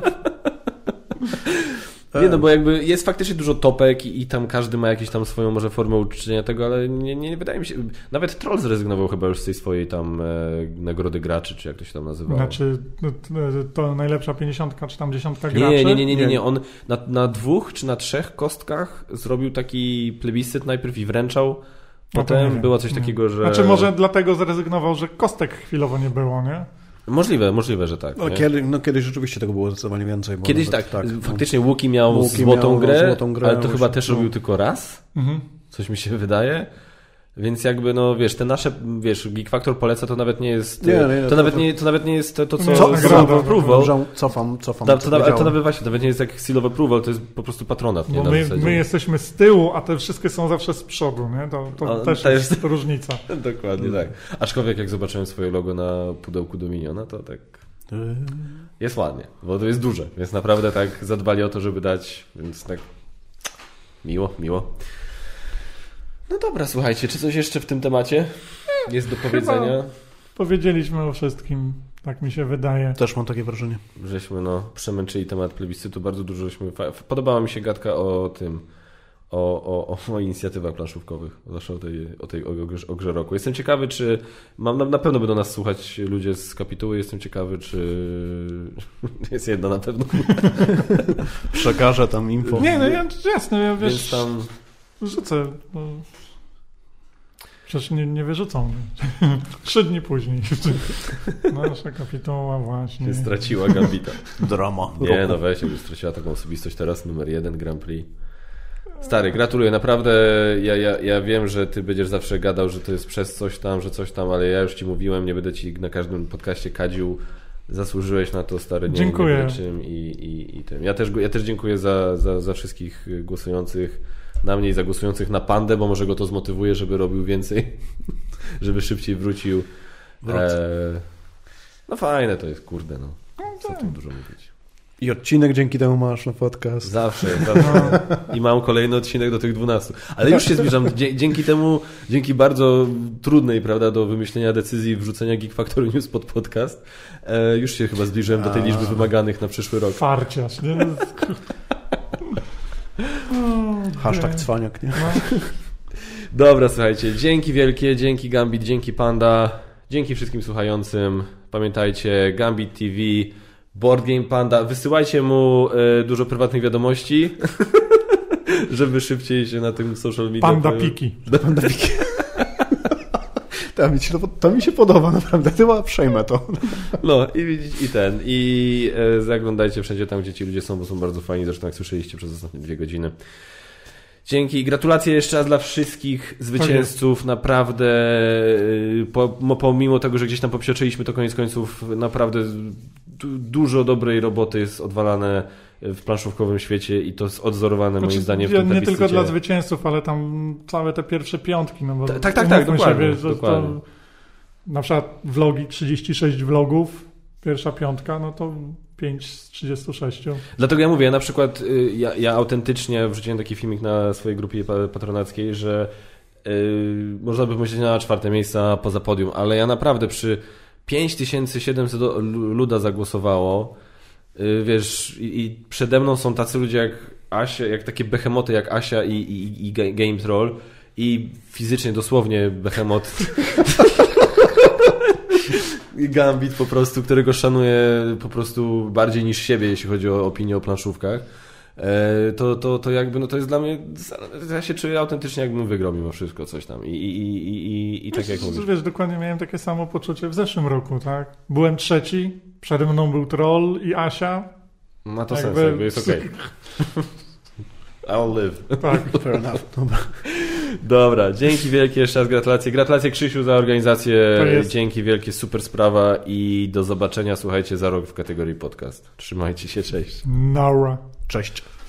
Nie, no bo jakby jest faktycznie dużo topek i, i tam każdy ma jakąś tam swoją może formę uczczenia tego, ale nie, nie wydaje mi się... Nawet Troll zrezygnował chyba już z tej swojej tam e, nagrody graczy, czy jak to się tam nazywało. Znaczy to najlepsza pięćdziesiątka, czy tam dziesiątka nie, graczy? Nie, nie, nie, nie, nie. On na, na dwóch czy na trzech kostkach zrobił taki plebiscyt najpierw i wręczał. Potem no było coś takiego, że... Znaczy może dlatego zrezygnował, że kostek chwilowo nie było, nie? Możliwe, możliwe, że tak. No, kiedy, no kiedyś rzeczywiście tego było zdecydowanie więcej. Bo kiedyś nawet, tak, tak, faktycznie Łuki miał Łuki złotą, miał, grę, złotą grę, ale to właśnie, chyba też no. robił tylko raz. Mhm. Coś mi się wydaje. Więc jakby, no wiesz, te nasze, wiesz, Geek Factor poleca, to nawet nie jest, nie, nie, to, to, nawet nie, to nawet nie jest to, to co co? Seal of Approval. Cofam, cofam. To, to, to, to nawet właśnie, nawet nie jest jak Seal of Approval, to jest po prostu patronat. Nie, my, my jesteśmy z tyłu, a te wszystkie są zawsze z przodu, nie? To, to a, też jest, jest różnica. Dokładnie hmm. tak. Aczkolwiek jak zobaczyłem swoje logo na pudełku Dominiona, to tak jest ładnie, bo to jest duże, więc naprawdę tak zadbali o to, żeby dać, więc tak miło, miło. No dobra, słuchajcie, czy coś jeszcze w tym temacie jest do powiedzenia? Chyba powiedzieliśmy o wszystkim, tak mi się wydaje. Też mam takie wrażenie. Żeśmy no przemęczyli temat plebiscytu, bardzo dużo żeśmy... Podobała mi się gadka o tym, o, o, o inicjatywach planszówkowych, zwłaszcza o tej, o tej o, o grze roku. Jestem ciekawy, czy... Mam, na pewno będą nas słuchać ludzie z kapituły, jestem ciekawy, czy... Jest jedna na pewno. Przekażę tam info. Nie, no ja, jasne, ja wiesz... Więc tam... Rzucę. No. Przecież nie, nie wyrzucą. Trzy dni później. Nasza kapituła właśnie. Się straciła Gambita. Drama. Nie, roku. No weź, już straciła taką osobistość teraz, numer jeden Grand Prix. Stary, gratuluję, naprawdę. Ja, ja, ja wiem, że ty będziesz zawsze gadał, że to jest przez coś tam, że coś tam, ale ja już ci mówiłem, nie będę ci na każdym podcaście kadził. Zasłużyłeś na to, stary, nie dziękuję. Czym i, i, i tym. Ja też, ja też dziękuję za, za, za wszystkich głosujących na mnie i zagłosujących na Pandę, bo może go to zmotywuje, żeby robił więcej, żeby szybciej wrócił. E, no fajne to jest, kurde, no. Co tu dużo mówić. I odcinek dzięki temu masz na podcast. Zawsze, zawsze. I mam kolejny odcinek do tych dwunastu. Ale już się zbliżam. Dzięki temu, dzięki bardzo trudnej, prawda, do wymyślenia decyzji wrzucenia Geek Factory News pod podcast, e, już się chyba zbliżyłem do tej liczby wymaganych na przyszły rok. Farciarz, nie? Hashtag cwaniak, nie? No. Dobra, słuchajcie, dzięki wielkie, dzięki Gambit, dzięki Panda, dzięki wszystkim słuchającym. Pamiętajcie, Gambit T V, Board Game Panda, wysyłajcie mu y, dużo prywatnych wiadomości, żeby szybciej się na tym social media... Panda Piki. Panda Piki. To mi, się, to mi się podoba, naprawdę. Chyba przejmę to. No i, i ten. I e, zaglądajcie wszędzie tam, gdzie ci ludzie są, bo są bardzo fajni. Zresztą jak słyszeliście przez ostatnie dwie godziny. Dzięki. Gratulacje jeszcze raz dla wszystkich zwycięzców. Tak naprawdę po, pomimo tego, że gdzieś tam popsioczyliśmy, to koniec końców naprawdę dużo dobrej roboty jest odwalane w planszówkowym świecie i to jest odzorowane znaczy, moim zdaniem w tym nie tylko dla zwycięzców, ale tam całe te pierwsze piątki. No bo tak, tak, tak, tak dokładnie, się, wie, dokładnie. To, na przykład vlogi, trzydzieści sześć vlogów, pierwsza piątka, no to pięć z trzydziestu sześciu. Dlatego ja mówię, ja na przykład ja, ja autentycznie wrzuciłem taki filmik na swojej grupie patronackiej, że yy, można by myśleć na czwarte miejsca poza podium, ale ja naprawdę przy pięć tysięcy siedemset luda zagłosowało, yy, wiesz, i, i przede mną są tacy ludzie jak Asia, jak takie behemoty jak Asia i, i, i Game Troll i fizycznie dosłownie behemot i Gambit po prostu, którego szanuję po prostu bardziej niż siebie, jeśli chodzi o opinię o planszówkach, to, to, to jakby no to jest dla mnie, ja się czuję autentycznie, jakbym wygrał mimo wszystko coś tam i, i, i, i, i tak jak mówisz. Wiesz, dokładnie miałem takie samo poczucie w zeszłym roku, tak? Byłem trzeci, przede mną był Troll i Asia. Ma to jakby... sens, jakby jest okej. Okay. I'll live. Tak, fair enough. Dobra. Dobra, dzięki wielkie, jeszcze raz gratulacje. Gratulacje Krzysiu za organizację, dzięki wielkie, super sprawa i do zobaczenia, słuchajcie, za rok w kategorii podcast. Trzymajcie się, cześć. Nara. Cześć.